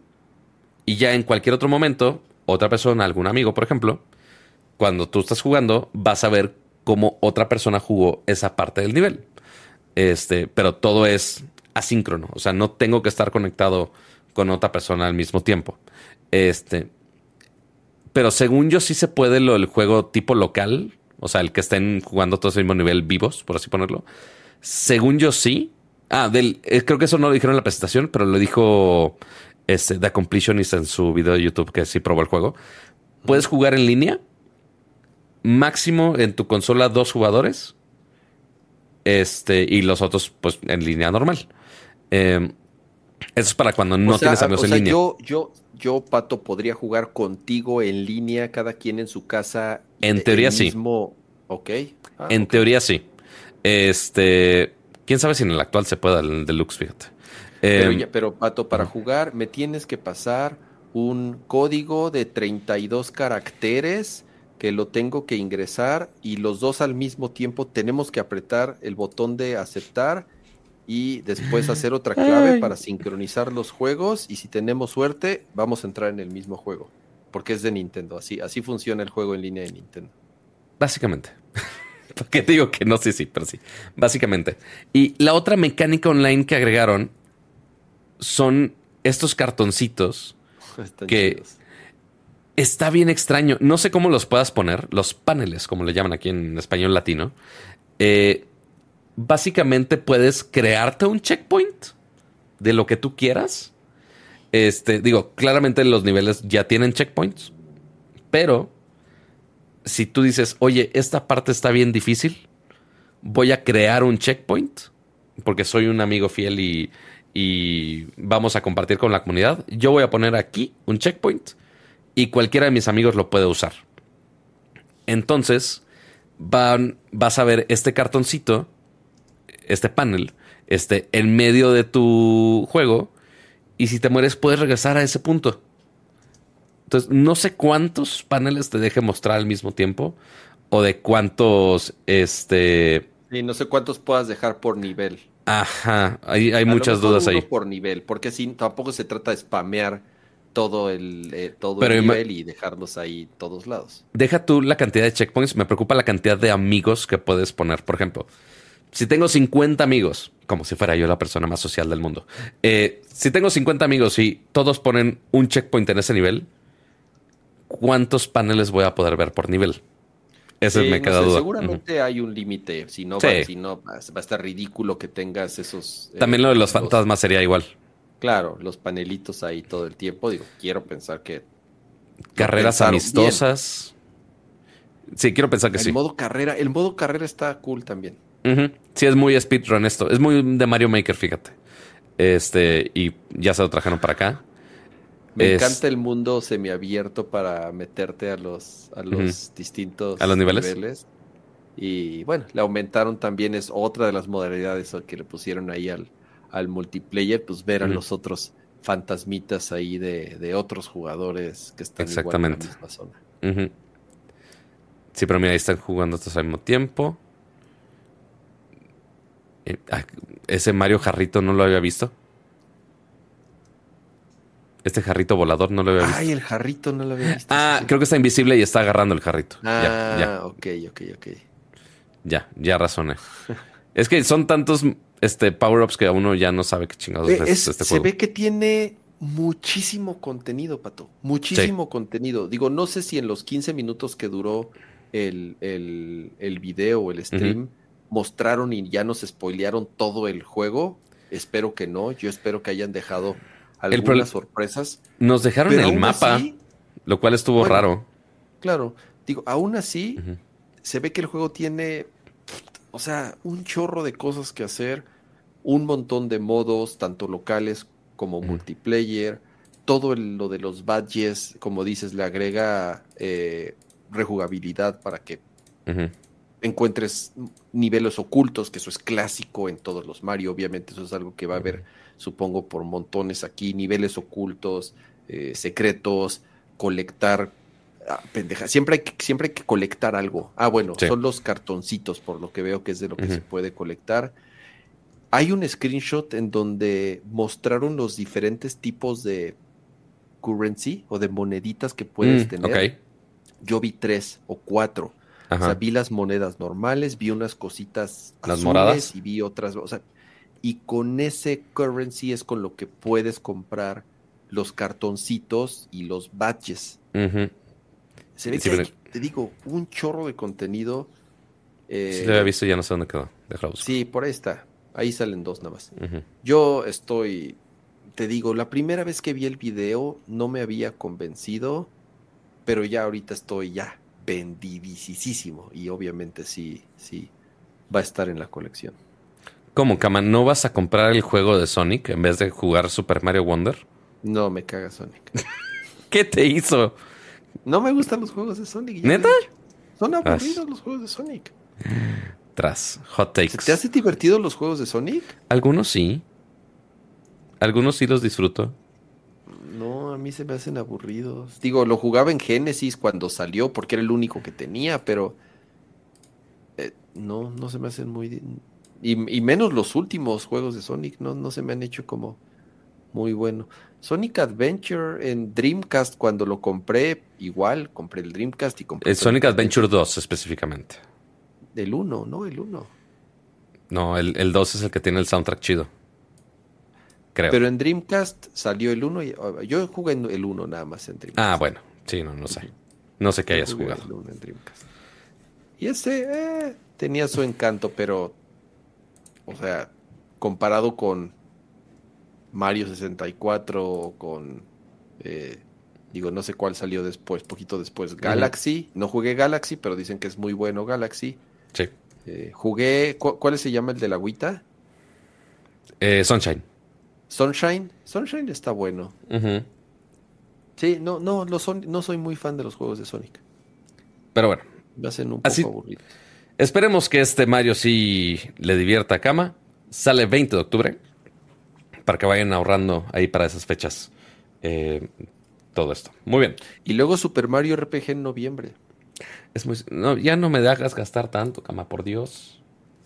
y ya en cualquier otro momento, otra persona, algún amigo, por ejemplo, cuando tú estás jugando, vas a ver cómo otra persona jugó esa parte del nivel. Este, pero todo es asíncrono, o sea, no tengo que estar conectado con otra persona al mismo tiempo. Este, pero según yo sí se puede lo el juego tipo local, o sea, el que estén jugando todos al mismo nivel vivos, por así ponerlo. Según yo sí. Ah, del, eh, creo que eso no lo dijeron en la presentación, pero lo dijo este, The Completionist en su video de YouTube que sí probó el juego. Puedes jugar en línea, máximo en tu consola dos jugadores, este, y los otros pues en línea normal. Eh, eso es para cuando no O sea, tienes amigos o en sea, línea. Yo, yo, yo, Pato, podría jugar contigo en línea, cada quien en su casa. En eh, teoría, el sí. mismo... Ok. Ah, En ok. teoría sí. Este, quién sabe si en el actual se pueda el deluxe, fíjate. Pero, Eh, ya, pero Pato, para ajá. jugar me tienes que pasar un código de treinta y dos caracteres que lo tengo que ingresar y los dos al mismo tiempo tenemos que apretar el botón de aceptar y después hacer otra clave Ay. para sincronizar los juegos y si tenemos suerte vamos a entrar en el mismo juego porque es de Nintendo, así, así funciona el juego en línea de Nintendo. Básicamente. Porque te digo que no, sí, sí, pero sí. Básicamente. Y la otra mecánica online que agregaron son estos cartoncitos. Están Que- chidos. Está bien extraño. No sé cómo los puedas poner. Los paneles, como le llaman aquí en español latino. Eh, básicamente puedes crearte un checkpoint de lo que tú quieras. Este, digo, claramente los niveles ya tienen checkpoints. Pero si tú dices, oye, esta parte está bien difícil, voy a crear un checkpoint porque soy un amigo fiel y, y vamos a compartir con la comunidad. Yo voy a poner aquí un checkpoint y cualquiera de mis amigos lo puede usar. Entonces, van, vas a ver este cartoncito, este panel, este, en medio de tu juego. Y si te mueres, puedes regresar a ese punto. Entonces, no sé cuántos paneles te deje mostrar al mismo tiempo. O de cuántos, este... Y no sé cuántos puedas dejar por nivel. Ajá, hay, hay A lo muchas mejor dudas uno ahí. por nivel, porque si tampoco se trata de spamear todo el, eh, todo Pero el ima- nivel y dejarlos ahí todos lados. Deja tú la cantidad de checkpoints. Me preocupa la cantidad de amigos que puedes poner. Por ejemplo, si tengo cincuenta amigos, como si fuera yo la persona más social del mundo. Eh, si tengo cincuenta amigos y todos ponen un checkpoint en ese nivel, ¿cuántos paneles voy a poder ver por nivel? Esa Sí, me no queda sé, duda. seguramente hay un límite, si no, Sí. va, si no va, va a estar ridículo que tengas esos... Ujú. eh, También lo de los los- fantasmas sería igual. Claro, los panelitos ahí todo el tiempo. Digo, quiero pensar que... lo Carreras pensaron amistosas. Sí, quiero pensar que bien. sí. El modo carrera, el modo carrera está cool también. Ujú. Sí, es muy speedrun esto. Es muy de Mario Maker, fíjate. Este, y ya se lo trajeron para acá. Me Es- encanta el mundo semiabierto para meterte a los, a los Ujú. distintos ¿A los niveles? Y bueno, le aumentaron también, es otra de las modalidades que le pusieron ahí al, al multiplayer, pues ver a Ujú. los otros fantasmitas ahí de, de otros jugadores que están igual en la Exactamente. misma zona. Ujú. Sí, pero mira, ahí están jugando todos al mismo tiempo. Eh, ah, ese Mario Jarrito no lo había visto. Este jarrito volador no lo había visto. Ay, el jarrito no lo había visto. Sí, Ah, sí. creo que está invisible y está agarrando el jarrito. Ya, Ah, ya, ok, ok, ok. ya, ya razoné. Es que son tantos este, power-ups que uno ya no sabe qué chingados Eh, es es, este se juego. ve que tiene muchísimo contenido, Pato. Sí. Muchísimo contenido. Digo, no sé si en los quince minutos que duró el, el, el video o el Ujú. stream mostraron y ya nos spoilearon todo el juego. Espero que no. Yo espero que hayan dejado El pro- algunas sorpresas. Nos dejaron Pero el aún mapa, así, lo cual estuvo bueno, raro. claro. Digo, aún así, Ujú. se ve que el juego tiene, o sea, un chorro de cosas que hacer, un montón de modos, tanto locales como Ujú. multiplayer, todo el- lo de los badges, como dices, le agrega eh, rejugabilidad para que Ujú. encuentres niveles ocultos, que eso es clásico en todos los Mario, obviamente eso es algo que va a Ujú. haber, supongo, por montones aquí, niveles ocultos, eh, secretos, colectar, ah, pendeja, siempre hay, que, siempre hay que colectar algo. Ah, bueno, Sí. son los cartoncitos, por lo que veo que es de lo que Ujú. se puede colectar. Hay un screenshot en donde mostraron los diferentes tipos de currency o de moneditas que puedes Mm, ok. tener. Yo vi tres o cuatro. O sea, Ajá. vi las monedas normales, vi unas cositas Las azules moradas. y vi otras, o sea, y con ese currency es con lo que puedes comprar los cartoncitos y los badges. Ujú. Se ve Sí, que hay, pero- te digo, un chorro de contenido. sí lo había Eh, visto y ya no sé dónde quedó. Déjalo busco. sí, por ahí está. Ahí salen dos nada más. Ujú. Yo estoy, te digo, la primera vez que vi el video no me había convencido, pero ya ahorita estoy ya vendidísimo y obviamente sí, sí, va a estar en la colección. ¿Cómo, Cama? ¿No vas a comprar el juego de Sonic en vez de jugar Super Mario Wonder? No me caga Sonic. ¿Qué te hizo? No me gustan los juegos de Sonic, ya lo he ¿Neta? dicho. Son Ah, aburridos los juegos de Sonic. Tras hot ¿Se takes. te hace divertido los juegos de Sonic? Algunos sí. Algunos sí los disfruto. No, a mí se me hacen aburridos. Digo, lo jugaba en Genesis cuando salió porque era el único que tenía, pero eh, no, no se me hacen muy... di- Y, y menos los últimos juegos de Sonic, no, no se me han hecho como muy bueno. Sonic Adventure en Dreamcast, cuando lo compré, igual, compré el Dreamcast y compré El Sonic Adventure dos específicamente. El uno, ¿no? El uno. No, el, el dos es el que tiene el soundtrack chido. Creo. Pero en Dreamcast salió el uno y oh, yo jugué en el uno nada más en Dreamcast. Ah, bueno. Sí, no, no sé. No sé qué Yo hayas jugué jugado. el uno en Dreamcast. Y ese eh, tenía su encanto, pero, o sea, comparado con Mario sesenta y cuatro o con, eh, digo, no sé cuál salió después, poquito después, Galaxy. No jugué Galaxy, pero dicen que es muy bueno Galaxy. Sí. Eh, jugué, ¿cu- ¿cuál se llama el de la agüita? Eh, Sunshine. Sunshine. Sunshine está bueno. Ujú. Sí, no, no, lo son, no soy muy fan de los juegos de Sonic. Pero bueno. Me hacen un poco Así- aburridos. Esperemos que este Mario sí le divierta a Cama. Sale veinte de octubre. Para que vayan ahorrando ahí para esas fechas. eh, todo esto. Muy bien. Y luego Super Mario R P G en noviembre. Es muy... no, ya no me hagas gastar tanto, Cama, por Dios.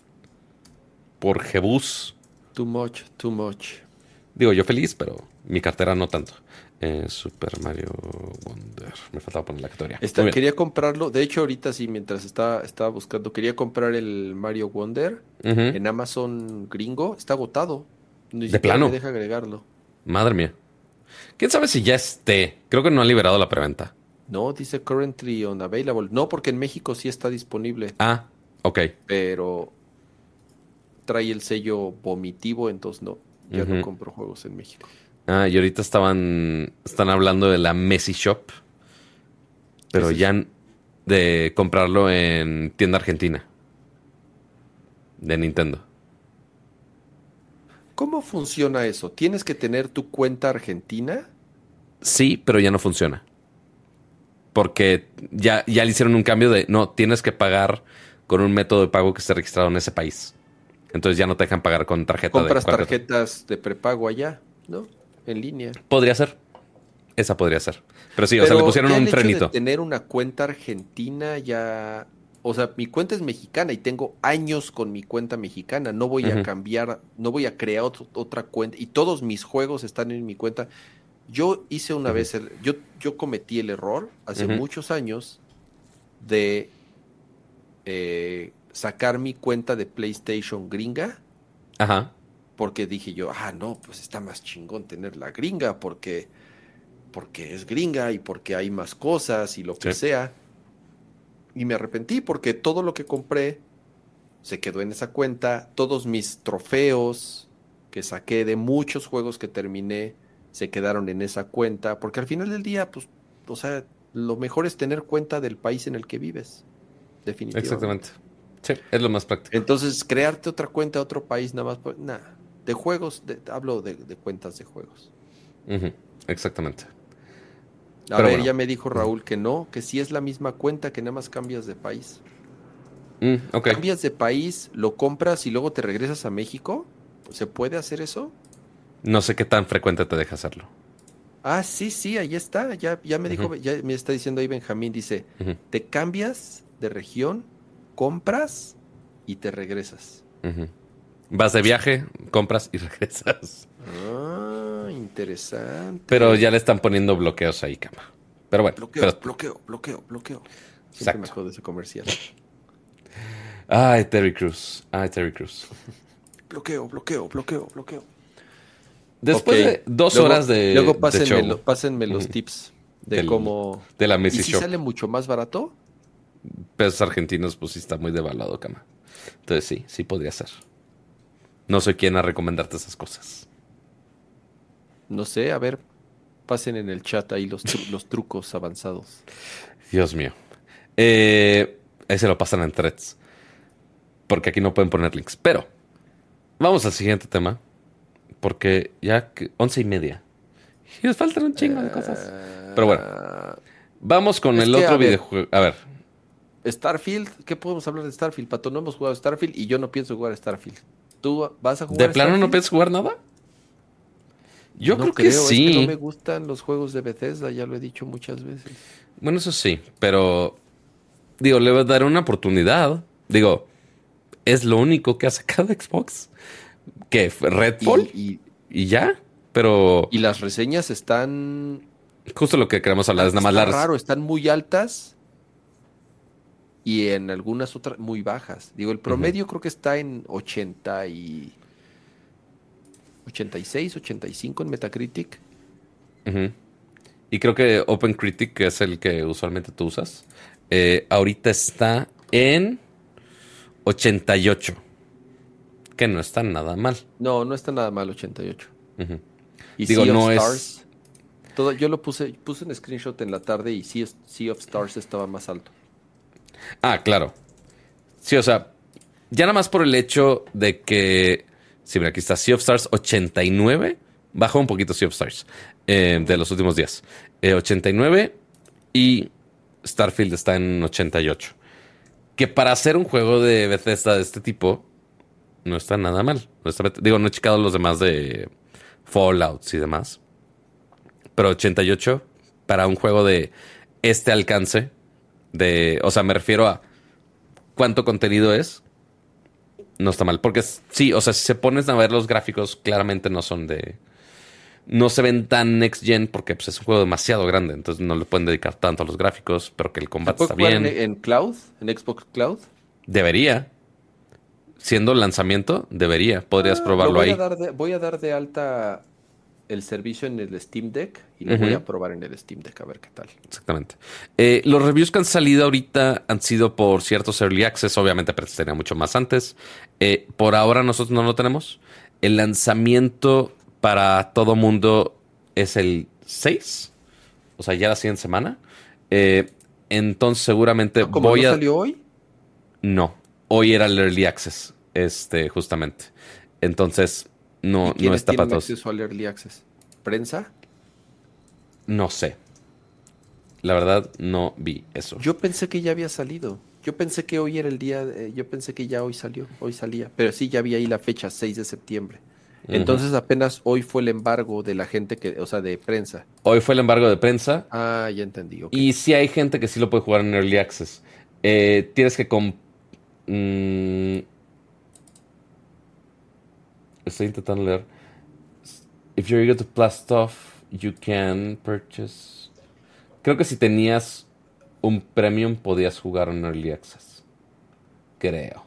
Por Jebus. Too much, too much. Digo, yo feliz, pero mi cartera no tanto. Eh, Super Mario Wonder. Me faltaba poner la categoría. Está- Muy bien. quería comprarlo. De hecho, ahorita sí, mientras estaba, estaba buscando, quería comprar el Mario Wonder Ujú. en Amazon gringo. Está agotado. Ni ¿De siquiera plano? me deja agregarlo. Madre mía. ¿Quién sabe si ya esté? Creo que no han liberado la preventa. No, dice currently unavailable. No, porque en México sí está disponible, Ah, ok. pero trae el sello vomitivo, entonces no. Ya no Ujú. compro juegos en México. Ah, y ahorita estaban... Están hablando de la Messi Shop. Pero ¿Qué es ya eso? n- de comprarlo en tienda argentina. De Nintendo. ¿Cómo funciona eso? ¿Tienes que tener tu cuenta argentina? sí, pero ya no funciona. Porque ya, ya le hicieron un cambio de, no, tienes que pagar con un método de pago que esté registrado en ese país. Entonces ya no te dejan pagar con tarjeta. Compras de tarjetas de prepago allá, ¿no? En línea. Podría ser. Esa podría ser. Pero sí, Pero o sea, le pusieron ya un el hecho frenito. de tener una cuenta argentina ya... O sea, mi cuenta es mexicana y tengo años con mi cuenta mexicana. No voy Uh-huh. a cambiar, no voy a crear otro, otra cuenta. Y todos mis juegos están en mi cuenta. Yo hice una uh-huh. vez, el, yo, yo cometí el error hace uh-huh. muchos años de eh, sacar mi cuenta de PlayStation gringa. Ajá. Porque dije yo, ah, no, pues está más chingón tener la gringa porque, porque es gringa y porque hay más cosas y lo que sí. sea. Y me arrepentí porque todo lo que compré se quedó en esa cuenta. Todos mis trofeos que saqué de muchos juegos que terminé se quedaron en esa cuenta. Porque al final del día, pues, o sea, lo mejor es tener cuenta del país en el que vives. Definitivamente. Exactamente. Sí, es lo más práctico. Entonces, crearte otra cuenta de otro país nada más, pues, nada. De juegos, de, hablo de, de cuentas de juegos. Uh-huh. Exactamente. A Pero ver, bueno. Ya me dijo Raúl que no, que sí es la misma cuenta, que nada más cambias de país. Mm, okay. Cambias de país, lo compras y luego te regresas a México. ¿Se puede hacer eso? No sé qué tan frecuente te deja hacerlo. Ah, sí, sí, ahí está. Ya, ya me dijo, uh-huh. ya me está diciendo ahí Benjamín, dice, uh-huh. te cambias de región, compras y te regresas. Uh-huh. Vas de viaje, compras y regresas. Ah, interesante. Pero ya le están poniendo bloqueos ahí, cama. Pero bueno. Bloqueo, pero... bloqueo, bloqueo, bloqueo. Siempre Exacto. me jode ese comercial. Ay, Terry Crews. Ay, Terry Crews. Bloqueo, bloqueo, bloqueo, bloqueo. Después okay. de dos luego, horas de Luego pásenme, de show. Lo, pásenme los uh-huh. tips de Del, cómo... De la Messi ¿Y si Shop. sale mucho más barato? Pesos argentinos, pues sí está muy devaluado, cama. Entonces sí, sí podría ser. No soy quien a recomendarte esas cosas. No sé, a ver, pasen en el chat ahí los, tru- los trucos avanzados. Dios mío. Eh, ahí se lo pasan en threads. Porque aquí no pueden poner links. Pero, vamos al siguiente tema. Porque ya que once y media. Y nos faltan un chingo uh, de cosas. Pero bueno, vamos con el otro videojuego. A ver. Starfield, ¿qué podemos hablar de Starfield? Pato, no hemos jugado Starfield y yo no pienso jugar Starfield. ¿Tú vas a jugar ¿De plano Starfield? no piensas jugar nada? Yo no creo, creo que sí. Es que no me gustan los juegos de Bethesda, ya lo he dicho muchas veces. Bueno, eso sí, pero digo, le voy a dar una oportunidad. Digo, es lo único que ha sacado Xbox. ¿Qué? ¿Redfall? Y, y, y ya, pero... Y las reseñas están... Justo lo que queremos hablar es nada más las... raro, están muy altas y en algunas otras muy bajas. Digo, el promedio uh-huh. creo que está en ochenta y... ochenta y seis, ochenta y cinco en Metacritic. Uh-huh. Y creo que OpenCritic, que es el que usualmente tú usas, eh, ahorita está en ochenta y ocho. Que no está nada mal. No, no está nada mal ochenta y ocho. Uh-huh. Y Digo, Sea of no Stars, es... todo, yo lo puse, puse un screenshot en la tarde y Sea, sea of Stars estaba más alto. Ah, claro. Sí, o sea, ya nada más por el hecho de que... Sí, mira, aquí está Sea of Stars ochenta y nueve. Bajó un poquito Sea of Stars eh, de los últimos días. Eh, ochenta y nueve y Starfield está en ochenta y ocho. Que para hacer un juego de Bethesda de este tipo, no está nada mal. No está, digo, no he checado los demás de Fallout y demás. Pero ochenta y ocho para un juego de este alcance, de, o sea, me refiero a cuánto contenido es. No está mal, porque sí, o sea, si se pones a ver los gráficos, claramente no son de... No se ven tan next gen porque pues, es un juego demasiado grande, entonces no le pueden dedicar tanto a los gráficos, pero que el combate está bien. ¿En, en Cloud? ¿En Xbox Cloud? Debería. Siendo el lanzamiento, debería. Podrías ah, probarlo voy ahí. A dar de, voy a dar de alta el servicio en el Steam Deck y lo uh-huh. voy a probar en el Steam Deck a ver qué tal. Exactamente. Eh, los reviews que han salido ahorita han sido por ciertos early access, obviamente, pero tenía mucho más antes. Eh, por ahora nosotros no lo tenemos. El lanzamiento para todo mundo es el seis, o sea, ya la siguiente semana. Eh, entonces seguramente ¿No, ¿Cómo voy no a... salió hoy? No, hoy era el early access, este, justamente. Entonces no, ¿Y no está para tienen todos. acceso al early access? ¿Prensa? No sé. La verdad, no vi eso. Yo pensé que ya había salido. Yo pensé que hoy era el día, eh, yo pensé que ya hoy salió, hoy salía. Pero sí, ya vi ahí la fecha, seis de septiembre. Ujú. Entonces apenas hoy fue el embargo de la gente que, o sea, de prensa. Hoy fue el embargo de prensa. Ah, ya entendí, ok. Y sí hay gente que sí lo puede jugar en Early Access. Eh, tienes que... Com mm, estoy intentando leer. If you're eager to play stuff, you can purchase. Creo que si tenías un premium podías jugar en Early Access. Creo.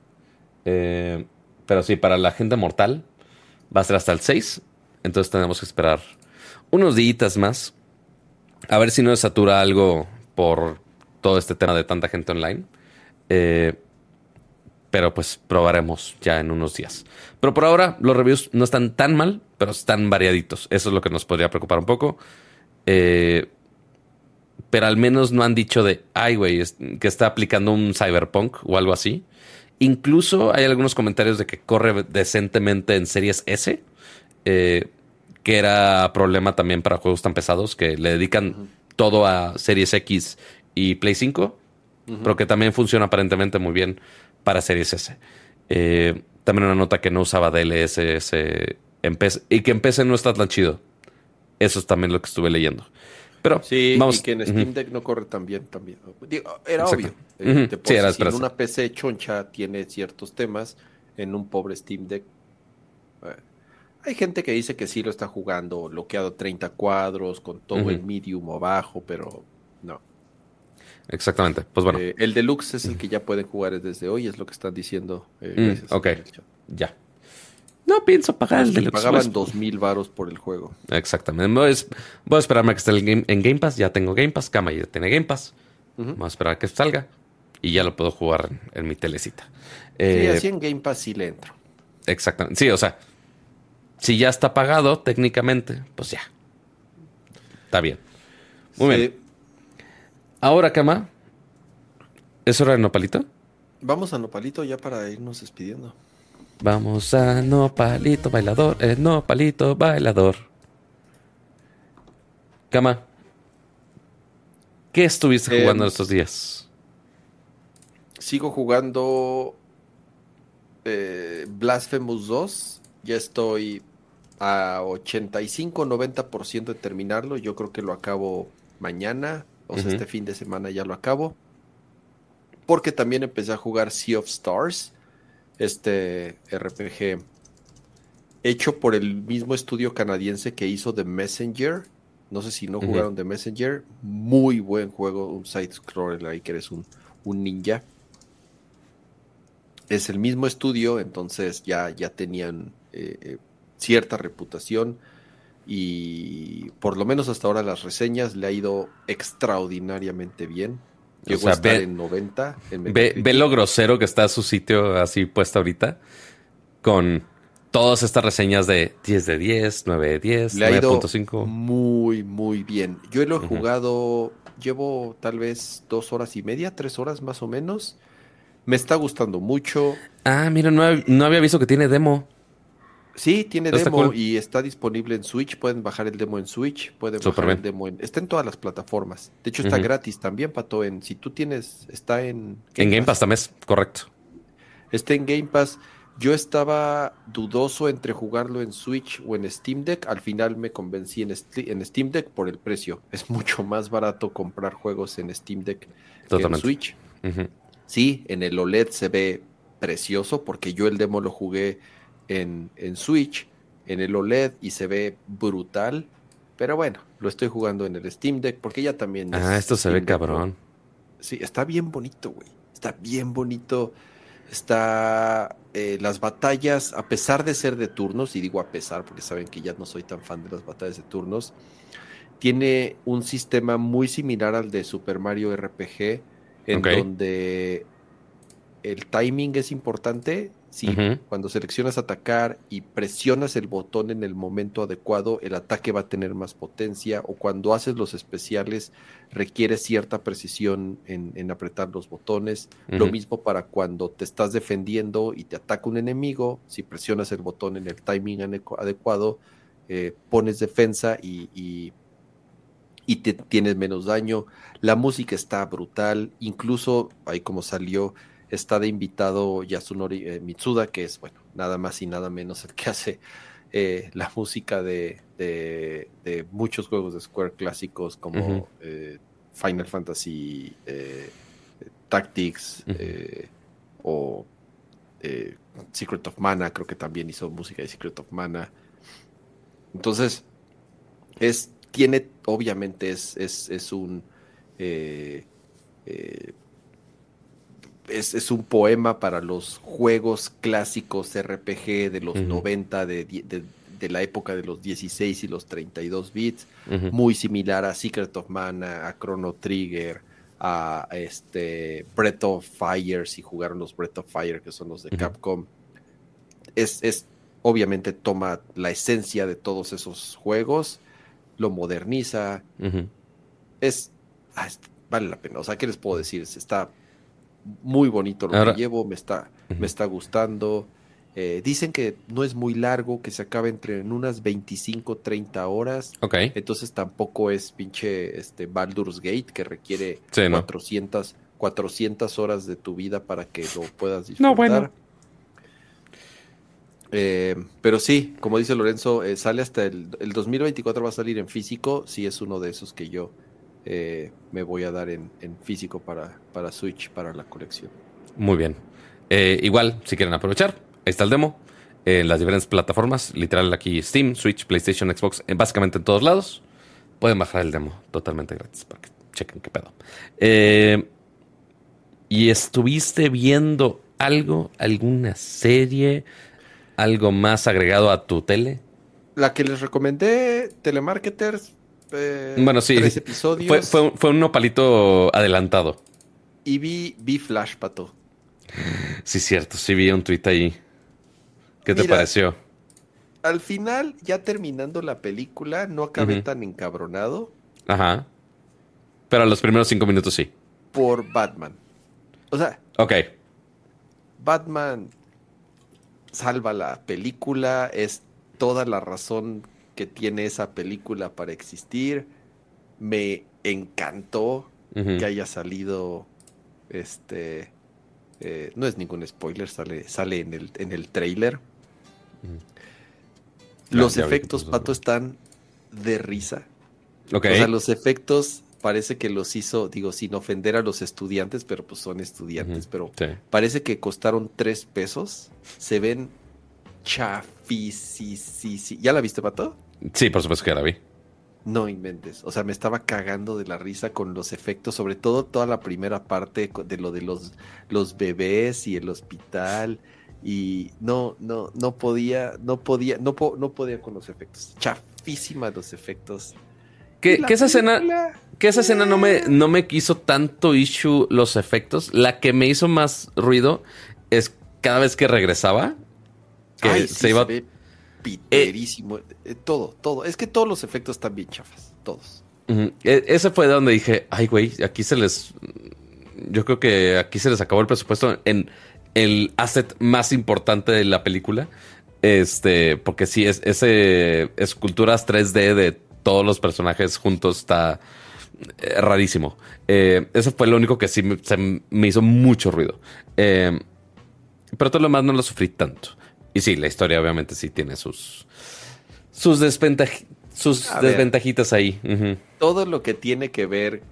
Eh, pero sí, para la gente mortal va a ser hasta el seis. Entonces tenemos que esperar unos días más. A ver si no se satura algo por todo este tema de tanta gente online. Eh, pero pues probaremos ya en unos días. Pero por ahora los reviews no están tan mal, pero están variaditos. Eso es lo que nos podría preocupar un poco. Eh, pero al menos no han dicho de, ay, güey, que está aplicando un Cyberpunk o algo así. Incluso hay algunos comentarios de que corre decentemente en Series S, eh, que era problema también para juegos tan pesados que le dedican Ujú, todo a Series X y Play cinco, ujú. pero que también funciona aparentemente muy bien para Series S. Eh, también una nota que no usaba D L S S en P C y que en P C no está tan chido. Eso es también lo que estuve leyendo. Pero Sí, y vamos. que en Uh-huh, Steam Deck no corre tan bien también. Digo, era exacto. obvio. Eh, Uh-huh, de sí, por era sí, de si en esperarse. una P C choncha tiene ciertos temas, en un pobre Steam Deck. eh, Hay gente que dice que sí lo está jugando, bloqueado treinta cuadros, con todo Uh-huh, el medium o bajo, pero no. exactamente. Pues bueno. Eh, el deluxe es el que ya pueden jugar desde hoy, es lo que están diciendo. eh, Mm, gracias ok, en el chat. ya. No pienso pagar Los el que deluxe. Voy a pagaban esp- dos mil varos por el juego. Exactamente. Voy a, es- voy a esperarme a que esté el game- en Game Pass. Ya tengo Game Pass. Kama ya tiene Game Pass. Ujú. Vamos a esperar a que salga. Y ya lo puedo jugar en, en mi telecita. Sí, Eh, así en Game Pass sí le entro. exactamente. Sí, o sea, si ya está pagado técnicamente, pues ya. Está bien. Muy bien. Sí. Ahora, Kama, ¿es hora de Nopalito? Vamos a Nopalito ya para irnos despidiendo. Vamos a Nopalito Bailador. Eh, Nopalito Bailador. Kama, ¿qué estuviste jugando Em, estos días? Sigo jugando eh, Blasphemous dos. Ya estoy a ochenta y cinco noventa por ciento de terminarlo. Yo creo que lo acabo mañana. O sea, Ujú, este fin de semana ya lo acabo. Porque también empecé a jugar Sea of Stars. Este R P G hecho por el mismo estudio canadiense que hizo The Messenger. No sé si no ujú. jugaron The Messenger. Muy buen juego. Un side-scroller ahí que eres un, un ninja. Es el mismo estudio, entonces ya, ya tenían eh, eh, cierta reputación y por lo menos hasta ahora las reseñas le ha ido extraordinariamente bien. O Llegó a sea, estar ve, en noventa en ve, ve lo Metacritic. grosero que está su sitio así puesto ahorita. Con todas estas reseñas de diez de diez, nueve de diez, Le ha nueve punto ido cinco. muy, muy bien. Yo lo he Ujú. jugado, llevo tal vez dos horas y media, tres horas más o menos. Me está gustando mucho. Ah, mira, no, hab- no había visto que tiene demo. Sí, tiene Está demo cool. y está disponible en Switch. Pueden bajar el demo en Switch, pueden Súper bajar el bien. demo en... Está en todas las plataformas. De hecho, está Ujú. gratis también, Pato. En... Si tú tienes... Está en En Game Game Pass Pass. también es correcto. Está en Game Pass. Yo estaba dudoso entre jugarlo en Switch o en Steam Deck. Al final me convencí en, Sti- en Steam Deck por el precio. Es mucho más barato comprar juegos en Steam Deck que en Totalmente. Switch. Ujú. Sí, en el O L E D se ve precioso porque yo el demo lo jugué en, en Switch, en el O L E D y se ve brutal. Pero bueno, lo estoy jugando en el Steam Deck porque ya también Ah, es esto se ve Steam Deck Pro. cabrón. Sí, está bien bonito, güey. Está bien bonito. Está eh, las batallas, a pesar de ser de turnos, y digo a pesar porque saben que ya no soy tan fan de las batallas de turnos, tiene un sistema muy similar al de Super Mario R P G, en Ok. donde el timing es importante. Si Ujú. cuando seleccionas atacar y presionas el botón en el momento adecuado, el ataque va a tener más potencia. O cuando haces los especiales, requiere cierta precisión en, en apretar los botones. Lo Ujú. mismo para cuando te estás defendiendo y te ataca un enemigo. Si presionas el botón en el timing adecu- adecuado, eh, pones defensa y, y y te, tienes menos daño. La música está brutal, incluso ahí como salió, está de invitado Yasunori eh, Mitsuda, que es, bueno, nada más y nada menos el que hace eh, la música de, de, de muchos juegos de Square clásicos como uh-huh. eh, Final Fantasy eh, Tactics uh-huh. eh, o eh, Secret of Mana, creo que también hizo música de Secret of Mana. Entonces, es, tiene, obviamente es, es, es un eh, eh, es, es un poema para los juegos clásicos R P G de los uh-huh. noventa, de, de, de la época de los dieciséis y los treinta y dos bits, uh-huh. muy similar a Secret of Mana, a Chrono Trigger, a este Breath of Fire, si jugaron los Breath of Fire, que son los de uh-huh. Capcom. Es, es, obviamente toma la esencia de todos esos juegos, lo moderniza, uh-huh. es, ah, es, vale la pena. O sea, ¿qué les puedo decir? Está muy bonito lo Ahora, que llevo, me está, uh-huh. me está gustando. Eh, dicen que no es muy largo, que se acaba entre en unas veinticinco, treinta horas. Okay. Entonces tampoco es pinche este Baldur's Gate, que requiere sí, cuatrocientas, ¿no? cuatrocientas horas de tu vida para que lo puedas disfrutar. No, bueno. Eh, pero sí, como dice Lorenzo, eh, sale hasta el, el dos mil veinticuatro, va a salir en físico. Sí, es uno de esos que yo eh, me voy a dar en, en físico para, para Switch, para la colección. Muy bien. Eh, igual, si quieren aprovechar, ahí está el demo en las diferentes plataformas. Literal aquí Steam, Switch, PlayStation, Xbox, en básicamente en todos lados. Pueden bajar el demo totalmente gratis para que chequen qué pedo. Eh, ¿Y estuviste viendo algo, alguna serie, algo más agregado a tu tele? La que les recomendé, Telemarketers, eh, bueno, sí, tres episodios. Fue, fue, un, fue un nopalito adelantado. Y vi, vi Flash, Pato. Sí, cierto, sí vi un tweet ahí. ¿Qué Mira, te pareció? Al final, ya terminando la película, no acabé uh-huh. tan encabronado. Ajá. Pero a los primeros cinco minutos sí. Por Batman. O sea... Ok. Batman salva la película, es toda la razón que tiene esa película para existir. Me encantó uh-huh. que haya salido este eh, no es ningún spoiler, sale, sale en el, en el trailer. Uh-huh. Los ya, ya efectos, Pato, están de risa. Okay. O sea, los efectos parece que los hizo, digo, sin ofender a los estudiantes, pero pues son estudiantes, uh-huh. pero sí. parece que costaron tres pesos. Se ven chafísimos. ¿Ya la viste, Pato? Sí, por supuesto que la vi. No inventes. O sea, me estaba cagando de la risa con los efectos, sobre todo toda la primera parte de lo de los, los bebés y el hospital. Y no, no, no podía, no podía, no, po, no podía con los efectos. Chafísimas los efectos. Que, que esa escena, que esa escena no me, no me hizo tanto issue los efectos. La que me hizo más ruido es cada vez que regresaba. Que Ay, sí, se iba. Se ve piterísimo. Eh, eh, todo, todo. Es que todos los efectos están bien chafas. Todos. Uh-huh. E- ese fue donde dije, ay, güey, aquí se les. Yo creo que aquí se les acabó el presupuesto en el asset más importante de la película. Este, porque sí, es ese esculturas tres D de todos los personajes juntos está eh, rarísimo. Eh, eso fue lo único que sí me, se me hizo mucho ruido. Eh, pero todo lo demás no lo sufrí tanto. Y sí, la historia obviamente sí tiene sus sus, desventaj- sus desventajitas ahí. Uh-huh. Todo lo que tiene que ver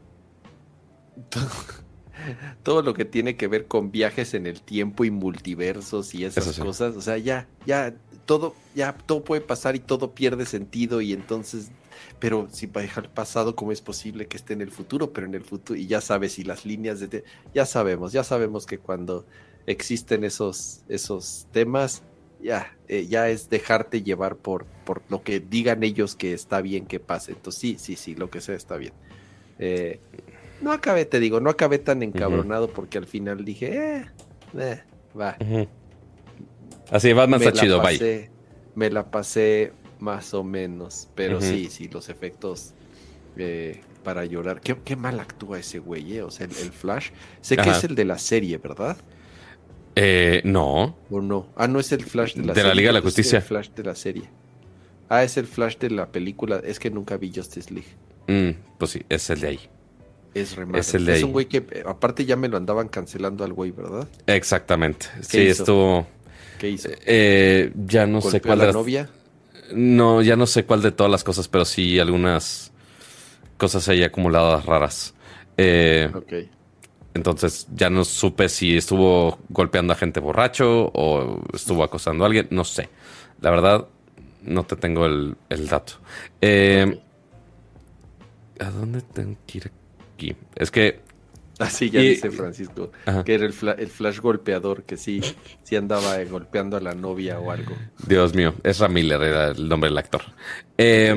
todo, todo lo que tiene que ver con viajes en el tiempo y multiversos y esas sí. cosas, o sea, ya, ya todo, ya todo puede pasar y todo pierde sentido y entonces, pero si viaja al pasado, ¿cómo es posible que esté en el futuro? Pero en el futuro, y ya sabes, y las líneas de, te- ya sabemos, ya sabemos que cuando existen esos, esos temas, ya, eh, ya es dejarte llevar por, por lo que digan ellos que está bien que pase. Entonces sí, sí, sí, lo que sea está bien. Eh, no acabé, te digo, no acabé tan encabronado uh-huh. porque al final dije, eh, eh va. Uh-huh. Así, Batman está chido, pasé, bye. Me la pasé más o menos, pero uh-huh. sí, sí, los efectos eh, para llorar. Qué, qué mal actúa ese güey, eh, o sea, el, el Flash. Sé Ajá. que es el de la serie, ¿verdad? Eh, no. ¿O no? Ah, no es el Flash de la de serie. De la Liga de la Justicia. Es el Flash de la serie. Ah, es el Flash de la película. Es que nunca vi Justice League. Mm, pues sí, es el de ahí. Es remaster. Es el de es ahí. un güey que, aparte, ya me lo andaban cancelando al güey, ¿verdad? Exactamente. ¿Qué Sí, hizo? estuvo... ¿Qué hizo? Eh, ya no sé ¿Golpeó cuál a de la las... novia? No, ya no sé cuál de todas las cosas, pero sí algunas cosas ahí acumuladas raras. Eh, Ok. entonces ya no supe si estuvo golpeando a gente borracho o estuvo acosando a alguien. No sé. La verdad, no te tengo el, el dato. Eh, Ok. ¿A dónde tengo que ir aquí? Es que... Así ya y- dice Francisco, Ajá. que era el, fla- el flash golpeador, que sí, sí andaba eh, golpeando a la novia o algo. Dios mío, Ezra Miller era el nombre del actor. Eh,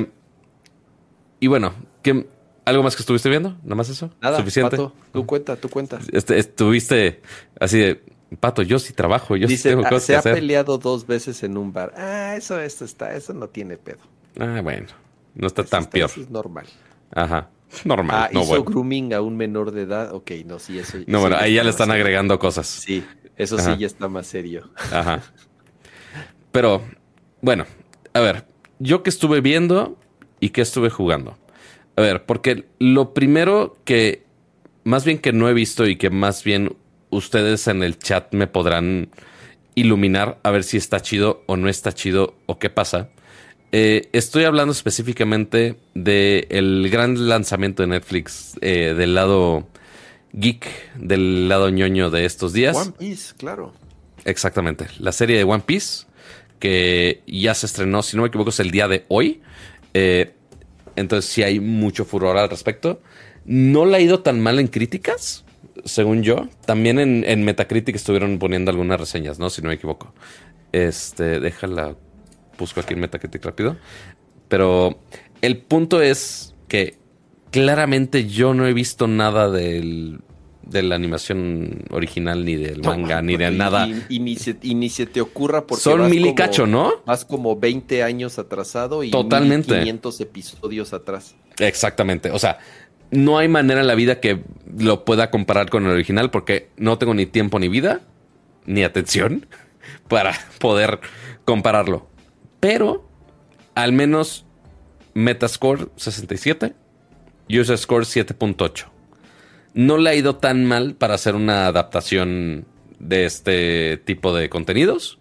y bueno, ¿qué, ¿algo más que estuviste viendo? ¿Nada más eso? Nada, ¿Suficiente? Pato, tú cuenta, tú cuentas. Este, estuviste así de, Pato, yo sí trabajo, yo Dice, sí tengo "Ah, cosas se que ha hacer. peleado dos veces en un bar. Ah, eso, esto está, eso no tiene pedo. Ah, bueno, no está Eso tan está- peor. eso es normal. Ajá, normal, Ah, no hizo bueno. grooming a un menor de edad. Ok, no, sí, eso. No, eso bueno, ya ahí está ya le más están serio. agregando cosas. Sí, eso Ajá. sí ya está más serio. Ajá. Pero, bueno, a ver, yo que estuve viendo y que estuve jugando. A ver, porque lo primero que, más bien que no he visto y que más bien ustedes en el chat me podrán iluminar a ver si está chido o no está chido o qué pasa. Eh, estoy hablando específicamente del gran lanzamiento de Netflix eh, del lado geek, del lado ñoño de estos días. One Piece, claro. Exactamente. La serie de One Piece, que ya se estrenó, si no me equivoco, es el día de hoy. Eh, entonces sí hay mucho furor al respecto. No le ha ido tan mal en críticas, según yo. También en, en Metacritic estuvieron poniendo algunas reseñas, ¿no? Si no me equivoco. Este, déjala, busco aquí en Metacritic rápido. Pero el punto es que claramente yo no he visto nada del... de la animación original, ni del manga, ni de y, nada. Y, y ni se, y ni se te ocurra porque Son vas mil y como- cacho, ¿no? Vas como veinte años atrasado y Totalmente. mil quinientos episodios atrás. Exactamente. O sea, no hay manera en la vida que lo pueda comparar con el original porque no tengo ni tiempo ni vida, ni atención para poder compararlo. Pero, al menos, Metascore sesenta y siete, User Score siete punto ocho. No le ha ido tan mal para hacer una adaptación de este tipo de contenidos.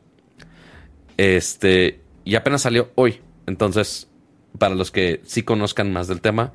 Este, y apenas salió hoy. Entonces, para los que sí conozcan más del tema,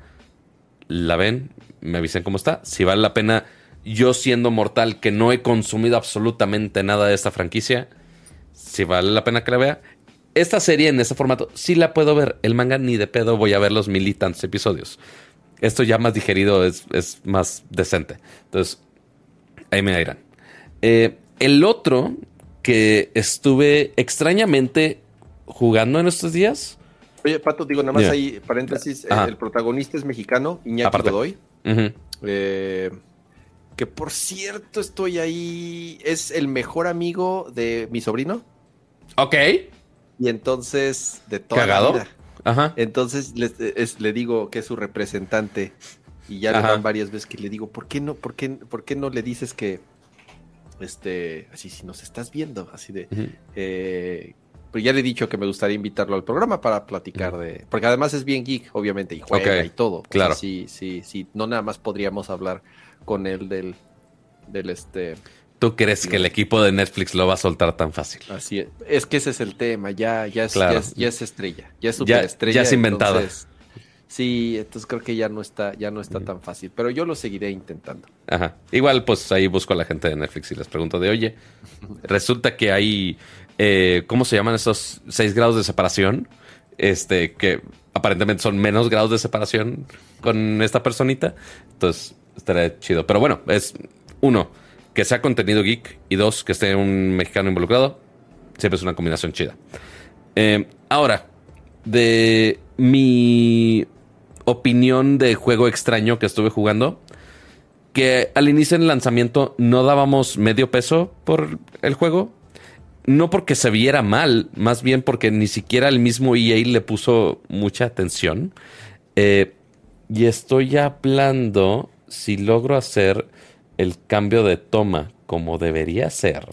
la ven, me avisen cómo está. Si vale la pena, yo siendo mortal que no he consumido absolutamente nada de esta franquicia, si vale la pena que la vea. Esta serie en este formato sí la puedo ver. El manga ni de pedo voy a ver los mil y tantos episodios. Esto ya más digerido es, es más decente. Entonces, ahí me dirán. Eh, el otro que estuve extrañamente jugando en estos días. Oye, Pato, digo, nada más Dime. ahí, paréntesis, Ajá. eh, el protagonista es mexicano, Iñaki Aparte. Godoy. Ujú. Eh, que por cierto, estoy ahí, es el mejor amigo de mi sobrino. Ok. Y entonces, de toda Cagado. la vida. Ajá. Entonces les- es- le digo que es su representante. Y ya le Ajá. van varias veces que le digo, ¿por qué no, por qué, por qué no le dices que, este, así, si nos estás viendo, así de, Ujú. eh, pero ya le he dicho que me gustaría invitarlo al programa para platicar de, porque además es bien geek, obviamente, y juega Ok, y todo. O sea, claro. sí, sí, sí, no nada más podríamos hablar con él del, del este, ¿Tú crees que el equipo de Netflix lo va a soltar tan fácil? así es. Es que ese es el tema, ya, ya es, Claro. ya es, ya es estrella, ya es Ya- superestrella. ya es inventada. entonces, sí, entonces creo que ya no está, ya no está Ujú. tan fácil, pero yo lo seguiré intentando. Ajá. Igual, pues ahí busco a la gente de Netflix y les pregunto de, oye, resulta que hay, eh, ¿cómo se llaman esos seis grados de separación? Este, que aparentemente son menos grados de separación con esta personita. Entonces, estaría chido. Pero bueno, es uno, que sea contenido geek y dos, que esté un mexicano involucrado. Siempre es una combinación chida. Eh, ahora, de mi opinión de juego extraño que estuve jugando, que al inicio del lanzamiento no dábamos medio peso por el juego. No porque se viera mal, más bien porque ni siquiera el mismo E A le puso mucha atención. Eh, y estoy hablando si logro hacer el cambio de toma como debería ser.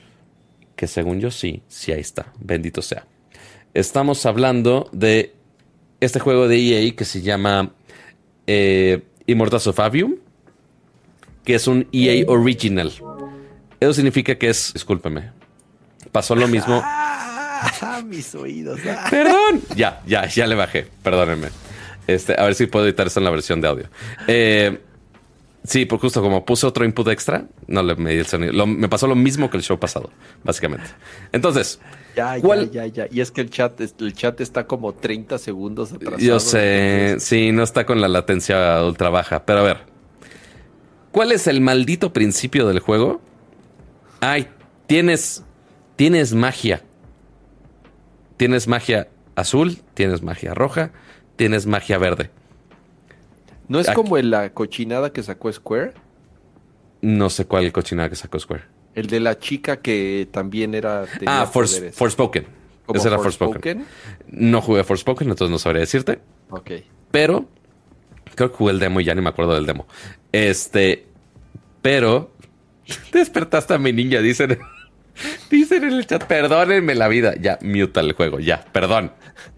Que según yo sí, sí ahí está. Bendito sea. Estamos hablando de este juego de E A que se llama eh, Immortals of Avium, que es un E A Original. Eso significa que es... Discúlpeme. Pasó lo mismo... Ah, mis oídos. Ah. Perdón. Ya, ya, ya le bajé. Perdónenme. Este, a ver si puedo editar esto en la versión de audio. Eh, sí, por justo como puse otro input extra, no le medí el sonido. Lo, me pasó lo mismo que el show pasado, básicamente. Entonces, ya, ¿cuál? ya, ya, ya. Y es que el chat, el chat está como treinta segundos atrasado. Yo sé, entonces... sí, no está con la latencia ultra baja. Pero a ver, ¿cuál es el maldito principio del juego? Ay, tienes, tienes magia. Tienes magia azul, tienes magia roja, tienes magia verde. ¿No es Aquí. como en la cochinada que sacó Square? No sé cuál cochinada que sacó Square. El de la chica que también era... Ah, Force, Forspoken. Ese era Forspoken. No jugué Forspoken, entonces no sabría decirte. Ok. Pero creo que jugué el demo y ya ni me acuerdo del demo. Este... Pero... Despertaste a mi niña, dicen... Dicen en el chat, perdónenme la vida. Ya, muta el juego, ya, perdón.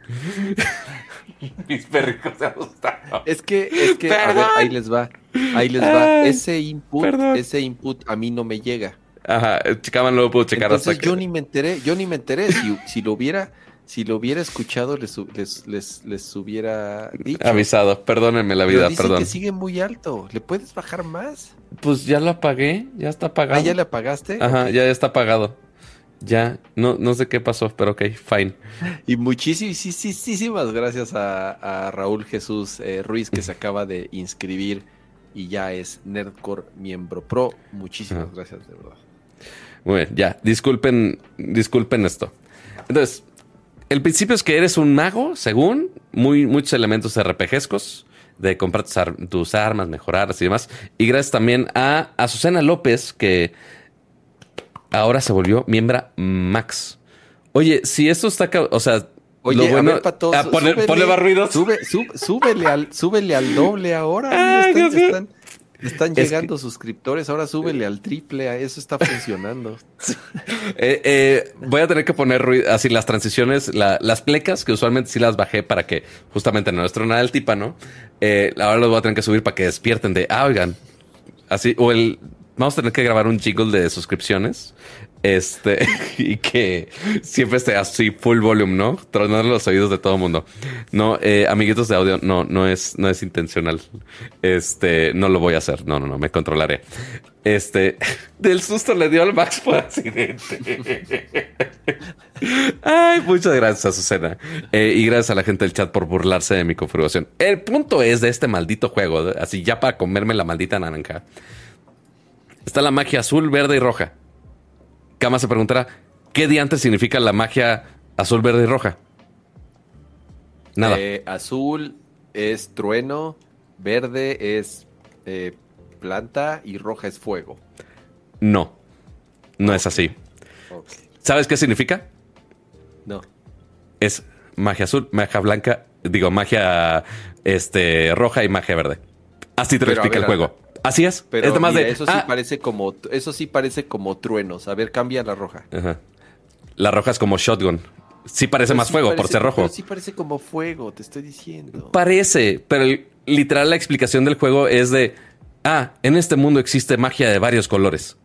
Mis perricos se asustaron. Es que, es que, a ver, ahí les va. Ahí les va. Ay, ese input, perdón. ese input a mí no me llega. Ajá, Chicaban no lo puedo checar. Entonces hasta yo que... ni me enteré, yo ni me enteré. Si, si lo hubiera, si lo hubiera escuchado, les, les, les, les hubiera dicho. Avisado, perdónenme la vida, Pero dice perdón. que sigue muy alto. ¿Le puedes bajar más? Pues ya lo apagué, ya está apagado. ¿Ah, ya le apagaste? Ajá, okay. ya, ya está apagado. Ya, no, no sé qué pasó, pero ok, fine. Y muchísimas gracias a, a Raúl Jesús eh, Ruiz, que se acaba de inscribir y ya es Nerdcore miembro pro. Muchísimas Ajá. gracias, de verdad. Muy bien, ya, disculpen, disculpen esto. Entonces, el principio es que eres un mago, según muy, muchos elementos RPGescos, de comprar tus, ar tus armas, mejorarlas y demás. Y gracias también a Azucena López, que ahora se volvió miembro Max. Oye, si esto está... O sea, Oye, lo bueno... a ver, Pato, ah, ponle, ponle más ruidos. Sube, sube, súbele, al, súbele al doble ahora. Ay, Mira, están, Dios están, están llegando que... suscriptores. Ahora súbele al triple. A eso está funcionando. eh, eh, voy a tener que poner ruido, así las transiciones, la, las plecas, que usualmente sí las bajé para que justamente no estrenara el tímpano. Eh, ahora los voy a tener que subir para que despierten de... Ah, oigan. Así, o el... Vamos a tener que grabar un jingle de suscripciones. Este, y que siempre esté así full volume, ¿no? Tronando los oídos de todo el mundo. No, eh, amiguitos de audio, no, no es, no es intencional. Este, no lo voy a hacer. No, no, no, me controlaré. Este, del susto le dio al Max por accidente. Ay, muchas gracias, Azucena. Eh, y gracias a la gente del chat por burlarse de mi configuración. El punto es de este maldito juego, así ya para comerme la maldita naranja. Está la magia azul, verde y roja. Kama se preguntará, ¿qué diantre significa la magia azul, verde y roja? Nada. Eh, azul es trueno, verde es eh, planta y roja es fuego. No, no okay. es así. Okay. ¿Sabes qué significa? No. Es magia azul, magia blanca, digo, magia este, roja y magia verde. Así te lo Pero explica ver, el juego. Así es. Pero es de más mira, de, eso sí ah, parece como eso sí parece como truenos. A ver, cambia la roja. Ajá. La roja es como shotgun. Sí parece pero más sí fuego parece, por ser rojo. Pero sí parece como fuego, te estoy diciendo. Parece, pero literal la explicación del juego es de, ah, en este mundo existe magia de varios colores.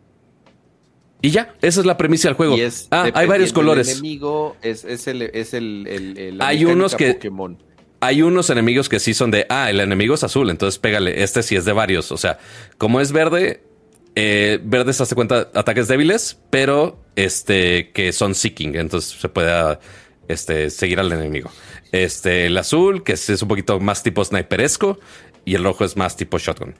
Y ya, esa es la premisa del juego. Y es, ah, hay varios colores. El enemigo es, es el es el, el, el la hay unos que Pokémon. Hay unos enemigos que sí son de, ah, el enemigo es azul, entonces pégale. Este sí es de varios. O sea, como es verde, eh, verde se hace cuenta ataques débiles, pero este que son seeking, entonces se puede este, seguir al enemigo. Este, el azul, que es un poquito más tipo sniperesco, y el rojo es más tipo shotgun.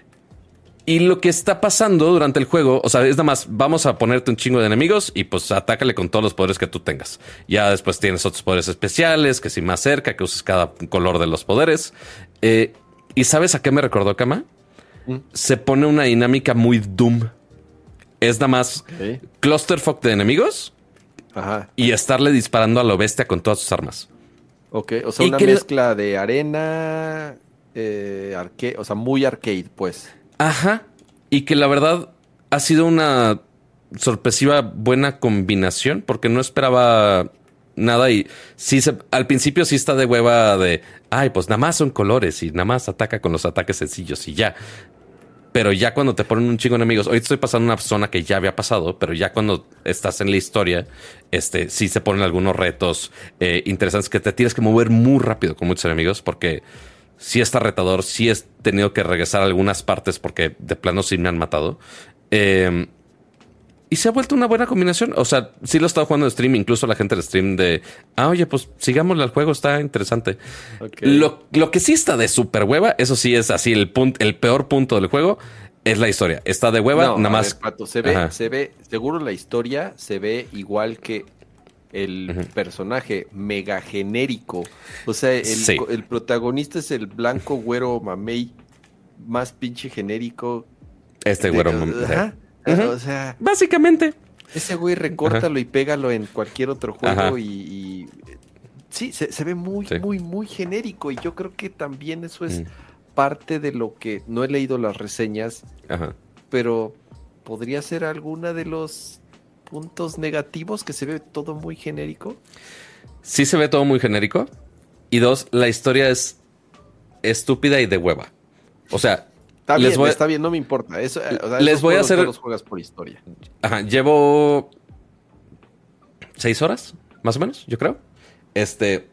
Y lo que está pasando durante el juego, o sea, es nada más, vamos a ponerte un chingo de enemigos y pues atácale con todos los poderes que tú tengas. Ya después tienes otros poderes especiales, que si más cerca, que uses cada color de los poderes. Eh, ¿Y sabes a qué me recordó, Kama? ¿Mm? Se pone una dinámica muy Doom. Es nada más okay. clusterfuck de enemigos Ajá. y estarle disparando a lo bestia con todas sus armas. Ok, o sea, una mezcla de arena, eh, arcade, o sea, muy arcade, pues. Ajá, y que la verdad ha sido una sorpresiva buena combinación porque no esperaba nada y sí se, al principio sí está de hueva de, ay, pues nada más son colores y nada más ataca con los ataques sencillos y ya. Pero ya cuando te ponen un chingo de enemigos, hoy estoy pasando una zona que ya había pasado, pero ya cuando estás en la historia, este, sí se ponen algunos retos eh, interesantes que te tienes que mover muy rápido con muchos enemigos porque sí está retador, sí he tenido que regresar a algunas partes porque de plano sí me han matado. Eh, Y se ha vuelto una buena combinación. O sea, sí lo he estado jugando en stream. Incluso la gente del stream de... Ah, oye, pues sigámosle al juego. Está interesante. Okay. Lo, lo que sí está de súper hueva, eso sí es así el, punto, el peor punto del juego, es la historia. Está de hueva, no, nada más... Ver, Pato, se ve, se ve... Seguro la historia se ve igual que el uh-huh. personaje mega genérico. O sea, el, sí. el protagonista es el blanco güero mamey más pinche genérico. Este güero mamey. Ajá. Uh-huh. O sea, básicamente ese güey recórtalo uh-huh. y pégalo en cualquier otro juego y, y sí, se, se ve muy, sí. muy, muy genérico y yo creo que también eso es uh-huh. parte de lo que no he leído las reseñas, uh-huh. pero podría ser alguna de los puntos negativos que se ve todo muy genérico. Sí se ve todo muy genérico y dos, la historia es estúpida y de hueva. O sea, Está bien, les voy a... está bien, no me importa. Eso, o sea, les voy a hacer. Los juegas por historia. Ajá, llevo seis horas, más o menos, yo creo. Este.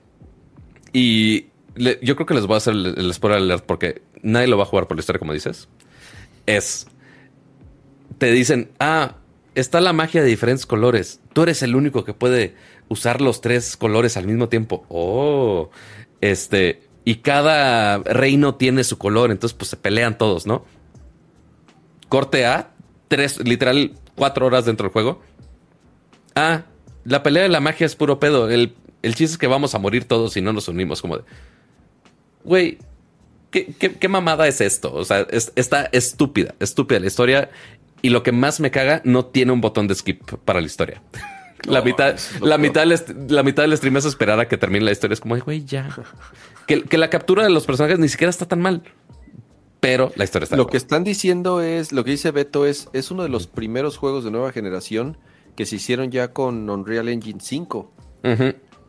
Y le, yo creo que les voy a hacer el, el spoiler alert porque nadie lo va a jugar por la historia, como dices. Es. Te dicen, ah, está la magia de diferentes colores. Tú eres el único que puede usar los tres colores al mismo tiempo. Oh, este. Y cada reino tiene su color, entonces pues se pelean todos, ¿no? Corte A, tres, literal, cuatro horas dentro del juego. Ah, la pelea de la magia es puro pedo. El, el chiste es que vamos a morir todos si no nos unimos. Como de, güey, ¿qué, qué, ¿qué mamada es esto? O sea, es, está estúpida, estúpida la historia. Y lo que más me caga, no tiene un botón de skip para la historia. La, no, mitad, la, mitad del, la mitad del stream es esperar a que termine la historia. Es como, güey, ya. Que, que la captura de los personajes ni siquiera está tan mal. Pero la historia está Lo mal. que están diciendo es, lo que dice Beto es, es uno de los primeros juegos de nueva generación que se hicieron ya con Unreal Engine cinco. Uh-huh.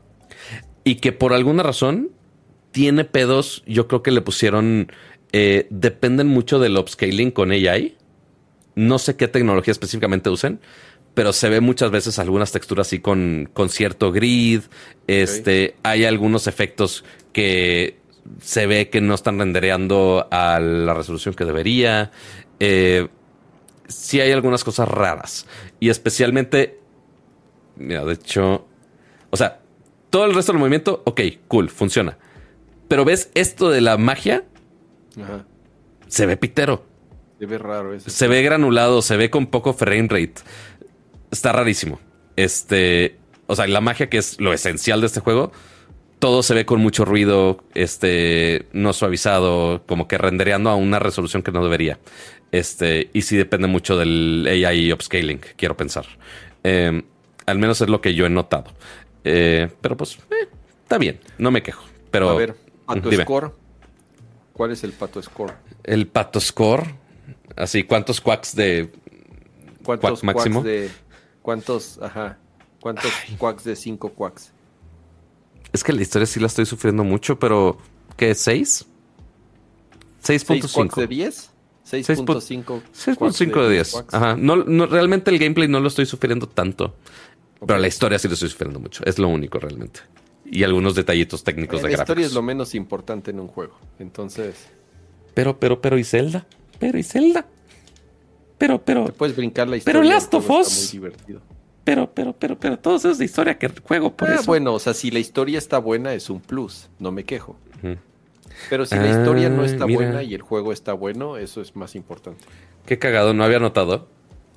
Y que por alguna razón tiene pedos. Yo creo que le pusieron... Eh, dependen mucho del upscaling con A I. No sé qué tecnología específicamente usen. Pero se ve muchas veces algunas texturas así con, con cierto grid. Este, okay. Hay algunos efectos que se ve que no están rendereando a la resolución que debería. Eh, sí hay algunas cosas raras. Y especialmente... Mira, de hecho... O sea, todo el resto del movimiento, ok, cool, funciona. Pero ves esto de la magia, Ajá. se ve pitero. Se ve raro eso. Se ve granulado, se ve con poco frame rate. Está rarísimo. Este, o sea, la magia que es lo esencial de este juego, todo se ve con mucho ruido, este, no suavizado, como que rendereando a una resolución que no debería. Este, y sí depende mucho del A I upscaling, quiero pensar. Eh, al menos es lo que yo he notado. Eh, pero pues, eh, está bien, no me quejo. Pero, a ver, Pato dime. Score. ¿Cuál es el Pato Score? El Pato Score. Así, ¿cuántos quacks de ¿Cuántos quack máximo? De, ¿Cuántos, ajá, cuántos Ay. quacks de cinco quacks? Es que la historia sí la estoy sufriendo mucho, pero ¿qué? ¿seis? seis punto cinco. ¿seis de diez? seis punto cinco. seis punto cinco de diez. Ajá. No, no, realmente el gameplay no lo estoy sufriendo tanto. Okay. Pero la historia sí lo estoy sufriendo mucho. Es lo único realmente. Y algunos detallitos técnicos la de gráficos. La historia es lo menos importante en un juego. Entonces... Pero, pero, pero, ¿y Zelda? Pero, ¿y Zelda? Pero, pero... Te puedes brincar la historia. Pero Last of Us. Está muy divertido. Pero, pero, pero, pero, todo eso es de historia que juego por ah, eso. Bueno, o sea, si la historia está buena es un plus. No me quejo. Uh-huh. Pero si ah, la historia no está mira. buena y el juego está bueno, eso es más importante. Qué cagado, no había notado.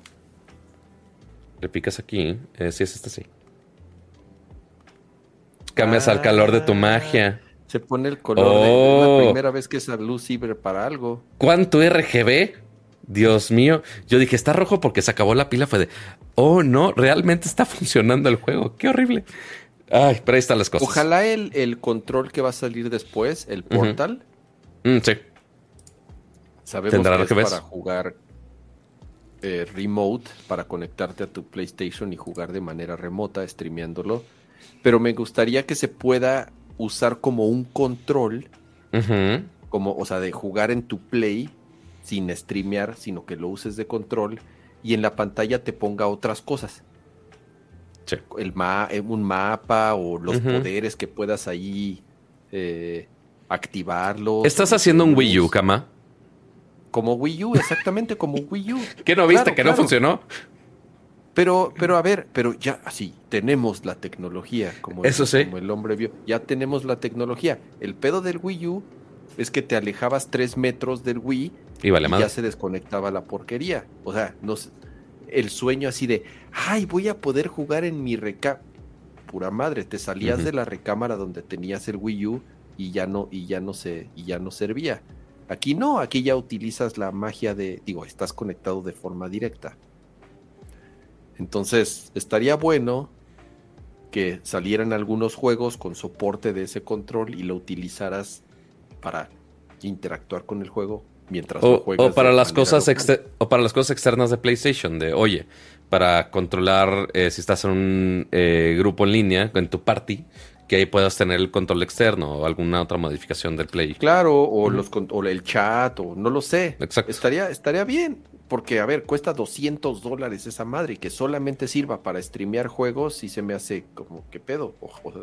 Le picas aquí. Eh, sí, es este sí. Cambias ah, al calor de tu magia. Se pone el color. Oh. de, es la primera vez que esa luz sirve para algo. ¿Cuánto R G B? Dios mío. Yo dije, está rojo porque se acabó la pila. Fue de, oh, no, realmente está funcionando el juego. Qué horrible. Ay, pero ahí están las cosas. Ojalá el, el control que va a salir después, el Portal. Uh-huh. Mm, sí. Sabemos que es que para jugar eh, remote, para conectarte a tu PlayStation y jugar de manera remota, streameándolo. pero me gustaría que se pueda usar como un control, uh-huh. como, o sea, de jugar en tu Play sin streamear, sino que lo uses de control y en la pantalla te ponga otras cosas. Sí. El ma- un mapa o los uh-huh. poderes que puedas ahí eh, activarlos. ¿Estás haciendo un Wii U, Kama? Como Wii U, exactamente como Wii U. ¿Qué no viste? Claro, ¿Que claro. no funcionó? Pero, pero a ver, pero ya así, tenemos la tecnología, como, Eso el, sí. como el hombre vio, ya tenemos la tecnología. El pedo del Wii U es que te alejabas tres metros del Wii y, vale y madre. ya se desconectaba la porquería. O sea, no, el sueño así de, ay, voy a poder jugar en mi recámara. Pura madre, te salías uh-huh. de la recámara donde tenías el Wii U y ya no, y ya no se, y ya no servía. Aquí no, aquí ya utilizas la magia de, digo, estás conectado de forma directa. Entonces, estaría bueno que salieran algunos juegos con soporte de ese control y lo utilizaras para interactuar con el juego mientras o, lo juegas. O para, las cosas exter- o para las cosas externas de PlayStation, de, oye, para controlar eh, si estás en un eh, grupo en línea, en tu party, que ahí puedas tener el control externo o alguna otra modificación del Play. Claro, o, uh-huh. los, o el chat, o no lo sé. Exacto. Estaría, estaría bien. Porque, a ver, cuesta doscientos dólares esa madre y que solamente sirva para streamear juegos y se me hace como, ¿qué pedo? Ojo.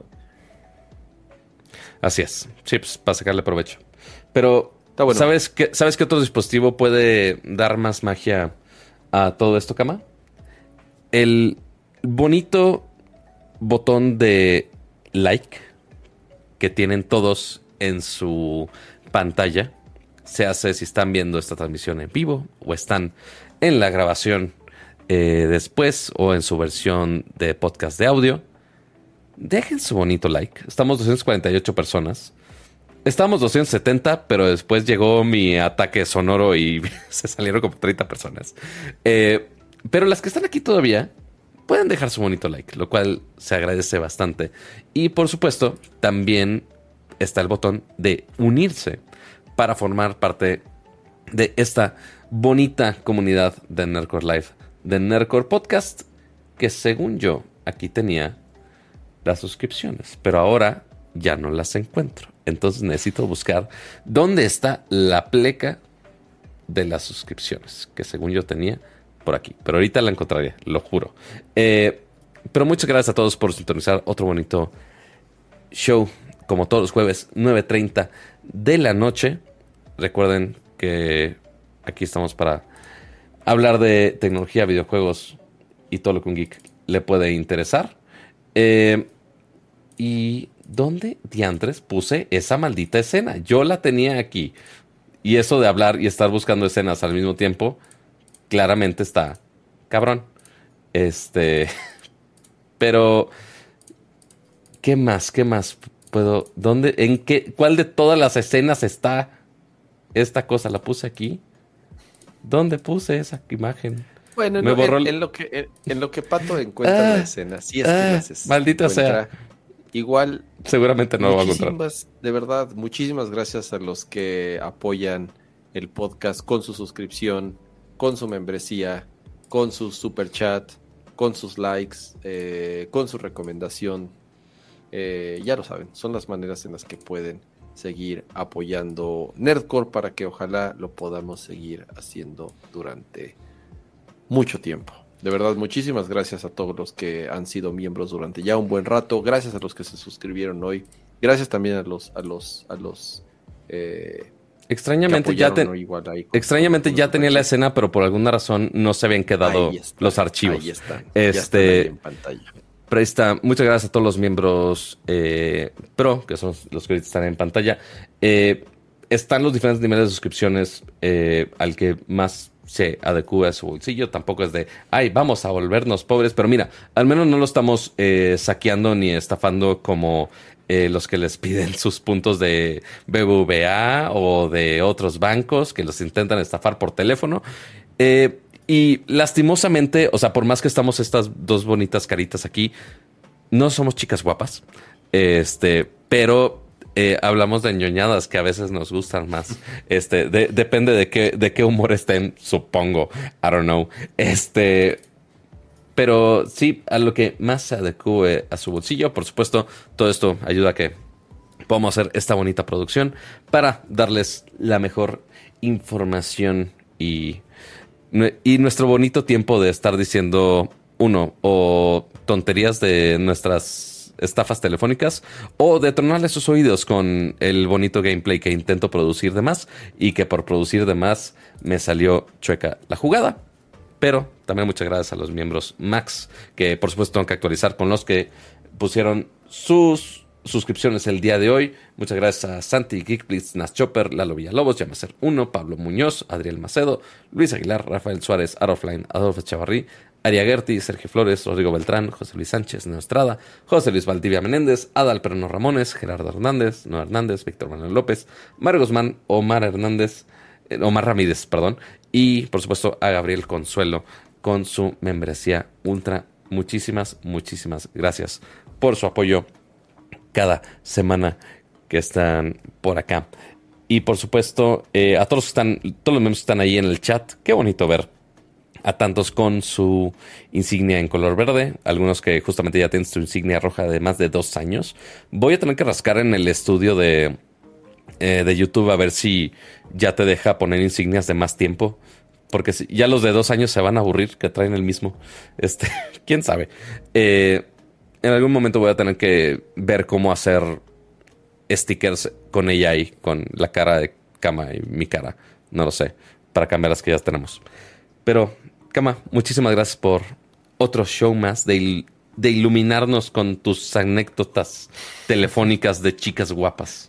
Así es. Sí, pues para sacarle provecho. Pero, bueno. ¿sabes qué, ¿sabes qué otro dispositivo puede dar más magia a todo esto, Kama? El bonito botón de like que tienen todos en su pantalla. Se hace si están viendo esta transmisión en vivo o están en la grabación eh, después o en su versión de podcast de audio. Dejen su bonito like. Estamos doscientas cuarenta y ocho personas. Estábamos doscientas setenta, pero después llegó mi ataque sonoro y se salieron como treinta personas. Eh, pero las que están aquí todavía pueden dejar su bonito like, lo cual se agradece bastante. Y por supuesto, también está el botón de unirse para formar parte de esta bonita comunidad de Nerdcore Live, de Nerdcore Podcast, que según yo aquí tenía las suscripciones, pero ahora ya no las encuentro. Entonces necesito buscar dónde está la pleca de las suscripciones, que según yo tenía por aquí, pero ahorita la encontraré, lo juro. Eh, pero muchas gracias a todos por sintonizar otro bonito show, como todos los jueves, nueve treinta de la noche. Recuerden que aquí estamos para hablar de tecnología, videojuegos y todo lo que un geek le puede interesar. Eh, ¿Y dónde diantres puse esa maldita escena? Yo la tenía aquí. Y eso de hablar y estar buscando escenas al mismo tiempo, claramente está cabrón. Este... Pero... ¿Qué más? ¿Qué más puedo? ¿Dónde? ¿En qué? ¿Cuál de todas las escenas está esta cosa? ¿La puse aquí? ¿Dónde puse esa imagen? Bueno, Me no, borró en, el... en, lo que, en, en lo que Pato encuentra ah, la escena. Si es que ah, la haces. Maldita sea. Igual. Seguramente no lo va a encontrar. De verdad, muchísimas gracias a los que apoyan el podcast con su suscripción, con su membresía, con su super chat, con sus likes, eh, con su recomendación. Eh, ya lo saben, son las maneras en las que pueden seguir apoyando Nerdcore para que ojalá lo podamos seguir haciendo durante mucho tiempo. De verdad, muchísimas gracias a todos los que han sido miembros durante ya un buen rato. Gracias a los que se suscribieron hoy. Gracias también a los a los a los eh, extrañamente ya te, igual ahí con, extrañamente con ya tenía la escena, pero por alguna razón no se habían quedado está, los archivos. Ahí están, este, ya están ahí en pantalla. Pero ahí está. Muchas gracias a todos los miembros eh, Pro, que son los que ahorita están en pantalla. Eh, están los diferentes niveles de suscripciones eh, al que más se adecúa a su bolsillo. Tampoco es de, ay, vamos a volvernos pobres. Pero mira, al menos no lo estamos eh, saqueando ni estafando como eh, los que les piden sus puntos de B B V A o de otros bancos que los intentan estafar por teléfono. Eh... Y lastimosamente, o sea, por más que estamos estas dos bonitas caritas aquí, no somos chicas guapas. Este, pero eh, hablamos de ñoñadas que a veces nos gustan más. Este, de, depende de qué, de qué humor estén, supongo. I don't know. Este, Pero sí, a lo que más se adecue a su bolsillo. Por supuesto, todo esto ayuda a que podamos hacer esta bonita producción para darles la mejor información y, y nuestro bonito tiempo de estar diciendo, uno, o tonterías de nuestras estafas telefónicas, o de tronarles sus oídos con el bonito gameplay que intento producir de más y que por producir de más me salió chueca la jugada. Pero también muchas gracias a los miembros Max, que por supuesto tengo que actualizar con los que pusieron sus suscripciones el día de hoy. Muchas gracias a Santi, Geekblitz, Nas Chopper, Lalo Villalobos, Yamacer uno, Pablo Muñoz, Adriel Macedo, Luis Aguilar, Rafael Suárez, Arofline, Adolfo Chavarrí, Aria Gerti, Sergio Flores, Rodrigo Beltrán, José Luis Sánchez, Neostrada, José Luis Valdivia Menéndez, Adal Perno Ramones, Gerardo Hernández, Noé Hernández, Víctor Manuel López, Mario Guzmán, Omar Hernández, eh, Omar Ramírez, perdón, y por supuesto a Gabriel Consuelo con su membresía ultra. Muchísimas, muchísimas gracias por su apoyo cada semana que están por acá. Y por supuesto, eh, a todos los que están, todos los miembros que están ahí en el chat, qué bonito ver a tantos con su insignia en color verde, algunos que justamente ya tienen su insignia roja de más de dos años. Voy a tener que rascar en el estudio de, eh, de YouTube a ver si ya te deja poner insignias de más tiempo, porque si, ya los de dos años se van a aburrir que traen el mismo. Este, quién sabe. Eh, en algún momento voy a tener que ver cómo hacer stickers con ella ahí, con la cara de Kama y mi cara. No lo sé, para cambiar las que ya tenemos. Pero, Kama, muchísimas gracias por otro show más de, il de iluminarnos con tus anécdotas telefónicas de chicas guapas.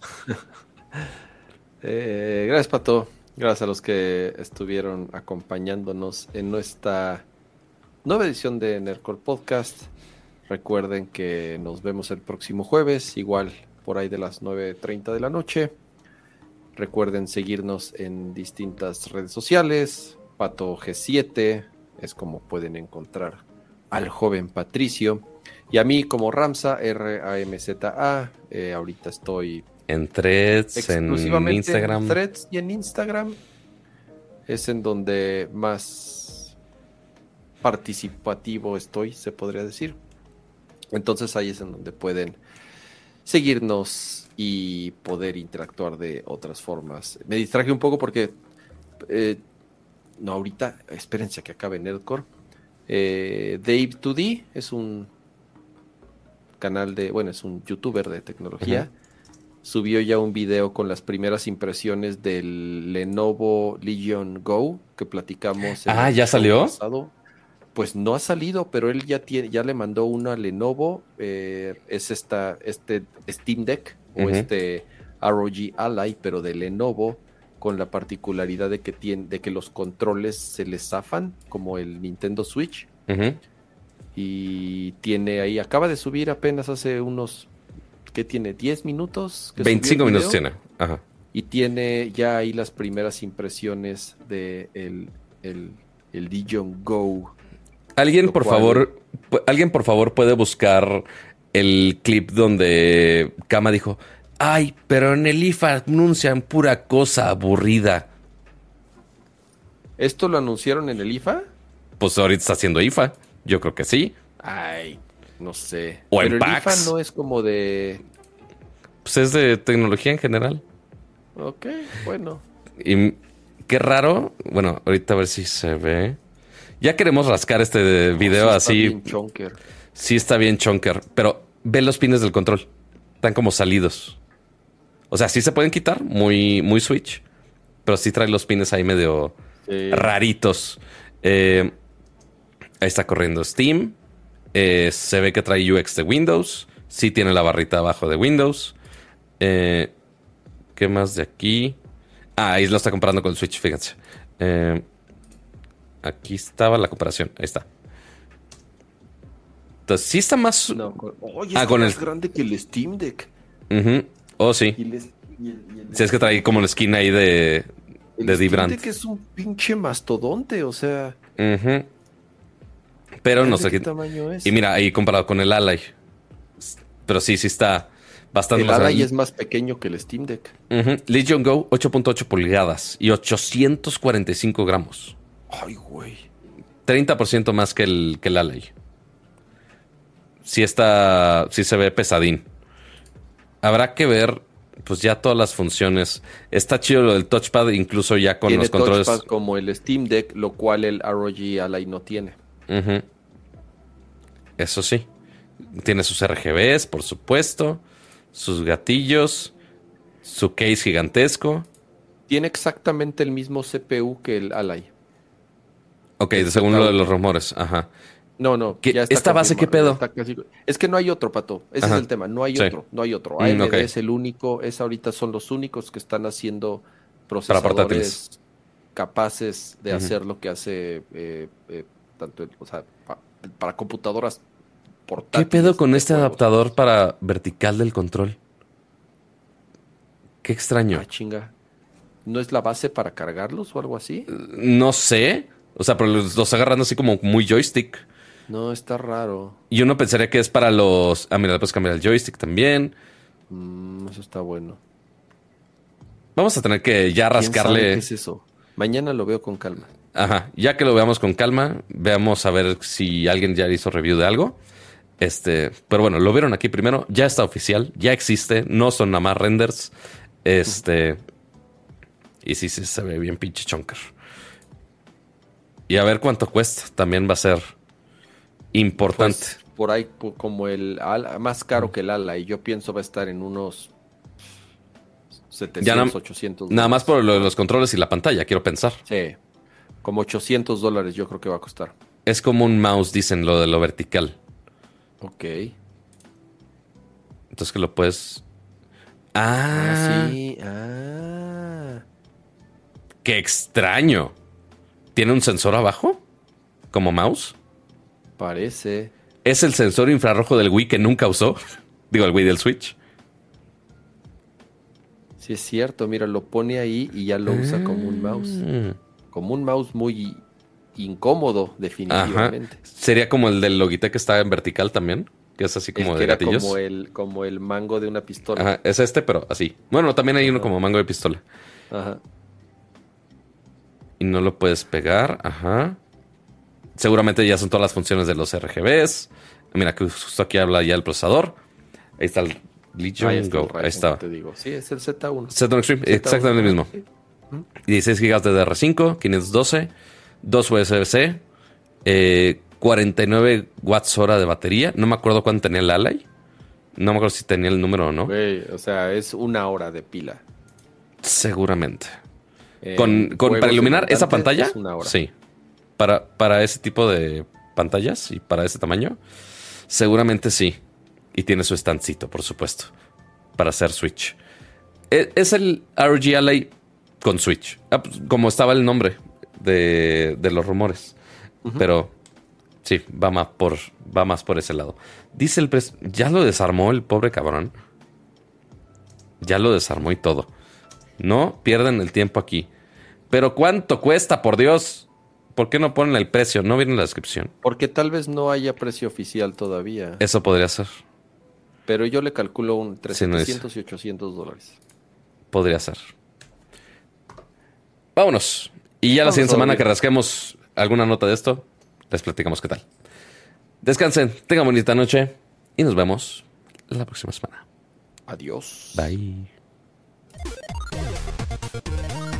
Eh, gracias, Pato. Gracias a los que estuvieron acompañándonos en nuestra nueva edición de Nerdcore Podcast. Recuerden que nos vemos el próximo jueves, igual por ahí de las nueve treinta de la noche. Recuerden seguirnos en distintas redes sociales. Pato G siete es como pueden encontrar al joven Patricio. Y a mí como Ramza, R A M Z A. Eh, ahorita estoy en Threads, en Instagram. En Threads y en Instagram es en donde más participativo estoy, se podría decir. Entonces ahí es en donde pueden seguirnos y poder interactuar de otras formas. Me distraje un poco porque eh, no, ahorita, espérense a que acabe Nerdcore. Eh, Dave dos D es un canal de, bueno, es un youtuber de tecnología. Uh-huh. Subió ya un video con las primeras impresiones del Lenovo Legion Go que platicamos. Ah, ¿ya salió? Pasado. Pues no ha salido, pero él ya tiene, ya le mandó una a Lenovo. Eh, es esta, este Steam Deck uh-huh. o este R O G Ally, pero de Lenovo, con la particularidad de que tiene, de que los controles se les zafan, como el Nintendo Switch. Uh-huh. Y tiene ahí, acaba de subir apenas hace unos, ¿qué tiene? ¿diez minutos? veinticinco minutos tiene. Ajá. Y tiene ya ahí las primeras impresiones de el, el, el Legion Go. Alguien, por cual... favor, alguien, por favor, puede buscar el clip donde Kama dijo: ay, pero en el I F A anuncian pura cosa aburrida. ¿Esto lo anunciaron en el I F A? Pues ahorita está haciendo I F A. Yo creo que sí. Ay, no sé. O pero en el PAX. I F A no es como de... Pues es de tecnología en general. Ok, bueno. Y qué raro. Bueno, ahorita a ver si se ve. Ya queremos rascar este video no, sí así. Está bien chonker. Sí está bien chonker. Pero ve los pines del control. Están como salidos. O sea, sí se pueden quitar. Muy, muy Switch. Pero sí trae los pines ahí medio sí. raritos. Eh, ahí está corriendo Steam. Eh, se ve que trae U X de Windows. Sí tiene la barrita abajo de Windows. Eh, ¿Qué más de aquí? Ah, ahí lo está comparando con el Switch, fíjense. Eh, aquí estaba la comparación. Ahí está. Entonces, sí está más... No, con... Oye, ah, con más el... grande que el Steam Deck. Uh-huh. Oh, sí. Y el, y el, y el... Sí, es que trae como la skin ahí de... El de Steam Deck es un pinche mastodonte, o sea... Uh-huh. Pero no sé qué tamaño es. Y mira, ahí comparado con el Ally. Pero sí, sí está bastante el más grande. El Ally es más pequeño que el Steam Deck. Uh-huh. Legion Go, ocho punto ocho pulgadas y ochocientos cuarenta y cinco gramos. Ay, güey. treinta por ciento más que el, que el Ally. Sí está, sí se ve pesadín. Habrá que ver, pues ya todas las funciones. Está chido lo del touchpad, incluso ya con tiene los controles. Touchpad como el Steam Deck, lo cual el R O G Ally no tiene. Uh-huh. Eso sí. Tiene sus R G Bs, por supuesto. Sus gatillos. Su case gigantesco. Tiene exactamente el mismo C P U que el Ally. Ok, según lo de los rumores. Ajá. No, no. Ya está ¿Esta base qué pedo? Casi... Es que no hay otro, Pato. Ese Ajá. es el tema. No hay sí. otro. No hay otro. A M D mm, okay. es el único. Es ahorita son los únicos que están haciendo procesadores capaces de uh-huh. hacer lo que hace eh, eh, tanto, o sea, pa, para computadoras portátiles. ¿Qué pedo con este juegos? Adaptador para vertical del control? Qué extraño. Ah, chinga. ¿No es la base para cargarlos o algo así? No sé. O sea, pero los, los agarran así como muy joystick. No, está raro. Y uno pensaría que es para los... Ah, mira, le puedes cambiar el joystick también. Mm, eso está bueno. Vamos a tener que ya rascarle... ¿Quién sabe qué es eso? Mañana lo veo con calma. Ajá. Ya que lo veamos con calma, veamos a ver si alguien ya hizo review de algo. Este, pero bueno, lo vieron aquí primero. Ya está oficial, ya existe. No son nada más renders. Este... Uh-huh. Y sí, sí, se ve bien pinche chonker. Y a ver cuánto cuesta. También va a ser... importante. Pues por ahí como el Ala, más caro que el Ala, y yo pienso va a estar en unos setecientos, na- ochocientos dólares. Nada más por lo de los controles y la pantalla, quiero pensar. Sí, como ochocientos dólares yo creo que va a costar. Es como un mouse, dicen, lo de lo vertical. Ok. Entonces que lo puedes... Ah, ah sí. Ah. Qué extraño. ¿Tiene un sensor abajo? ¿Como mouse? Parece. ¿Es el sensor infrarrojo del Wii que nunca usó? Digo, el Wii del Switch. Sí, es cierto. Mira, lo pone ahí y ya lo usa ah. como un mouse. Como un mouse muy incómodo, definitivamente. Ajá. Sería como el del Logitech que está en vertical también. Que es así como el que de era gatillos. Como el, como el mango de una pistola. Ajá, es este, pero así. Bueno, también hay Ajá. uno como mango de pistola. Ajá. Y no lo puedes pegar. Ajá. Seguramente ya son todas las funciones de los R G Bs. Mira, que justo aquí habla ya el procesador. Ahí está el Legion Ahí está Go. El Ahí está. Te digo. Sí, es el Z uno. Z uno Extreme, Z uno. Exactamente el mismo. Sí. dieciséis gigas de D D R cinco, quinientos doce, dos U S B-C, eh, cuarenta y nueve watts hora de batería. No me acuerdo cuánto tenía el Ally. No me acuerdo si tenía el número o no. Wey, o sea, es una hora de pila. Seguramente. Eh, con, con, para iluminar esa pantalla, es una hora. Sí. Para, para ese tipo de pantallas y para ese tamaño, seguramente sí. Y tiene su estancito, por supuesto, para hacer Switch. Es, es el R O G Ally con Switch, ah, pues, como estaba el nombre de, de los rumores. Uh-huh. Pero sí, va más, por, va más por ese lado. Dice el pres... Ya lo desarmó el pobre cabrón. Ya lo desarmó y todo. No pierden el tiempo aquí. Pero ¿cuánto cuesta, por Dios? ¿Por qué no ponen el precio? No viene en la descripción. Porque tal vez no haya precio oficial todavía. Eso podría ser. Pero yo le calculo un entre sí, setecientos no y ochocientos dólares. Podría ser. Vámonos. Y ya Vamos la siguiente semana que rasquemos alguna nota de esto, les platicamos qué tal. Descansen, tengan bonita noche y nos vemos la próxima semana. Adiós. Bye.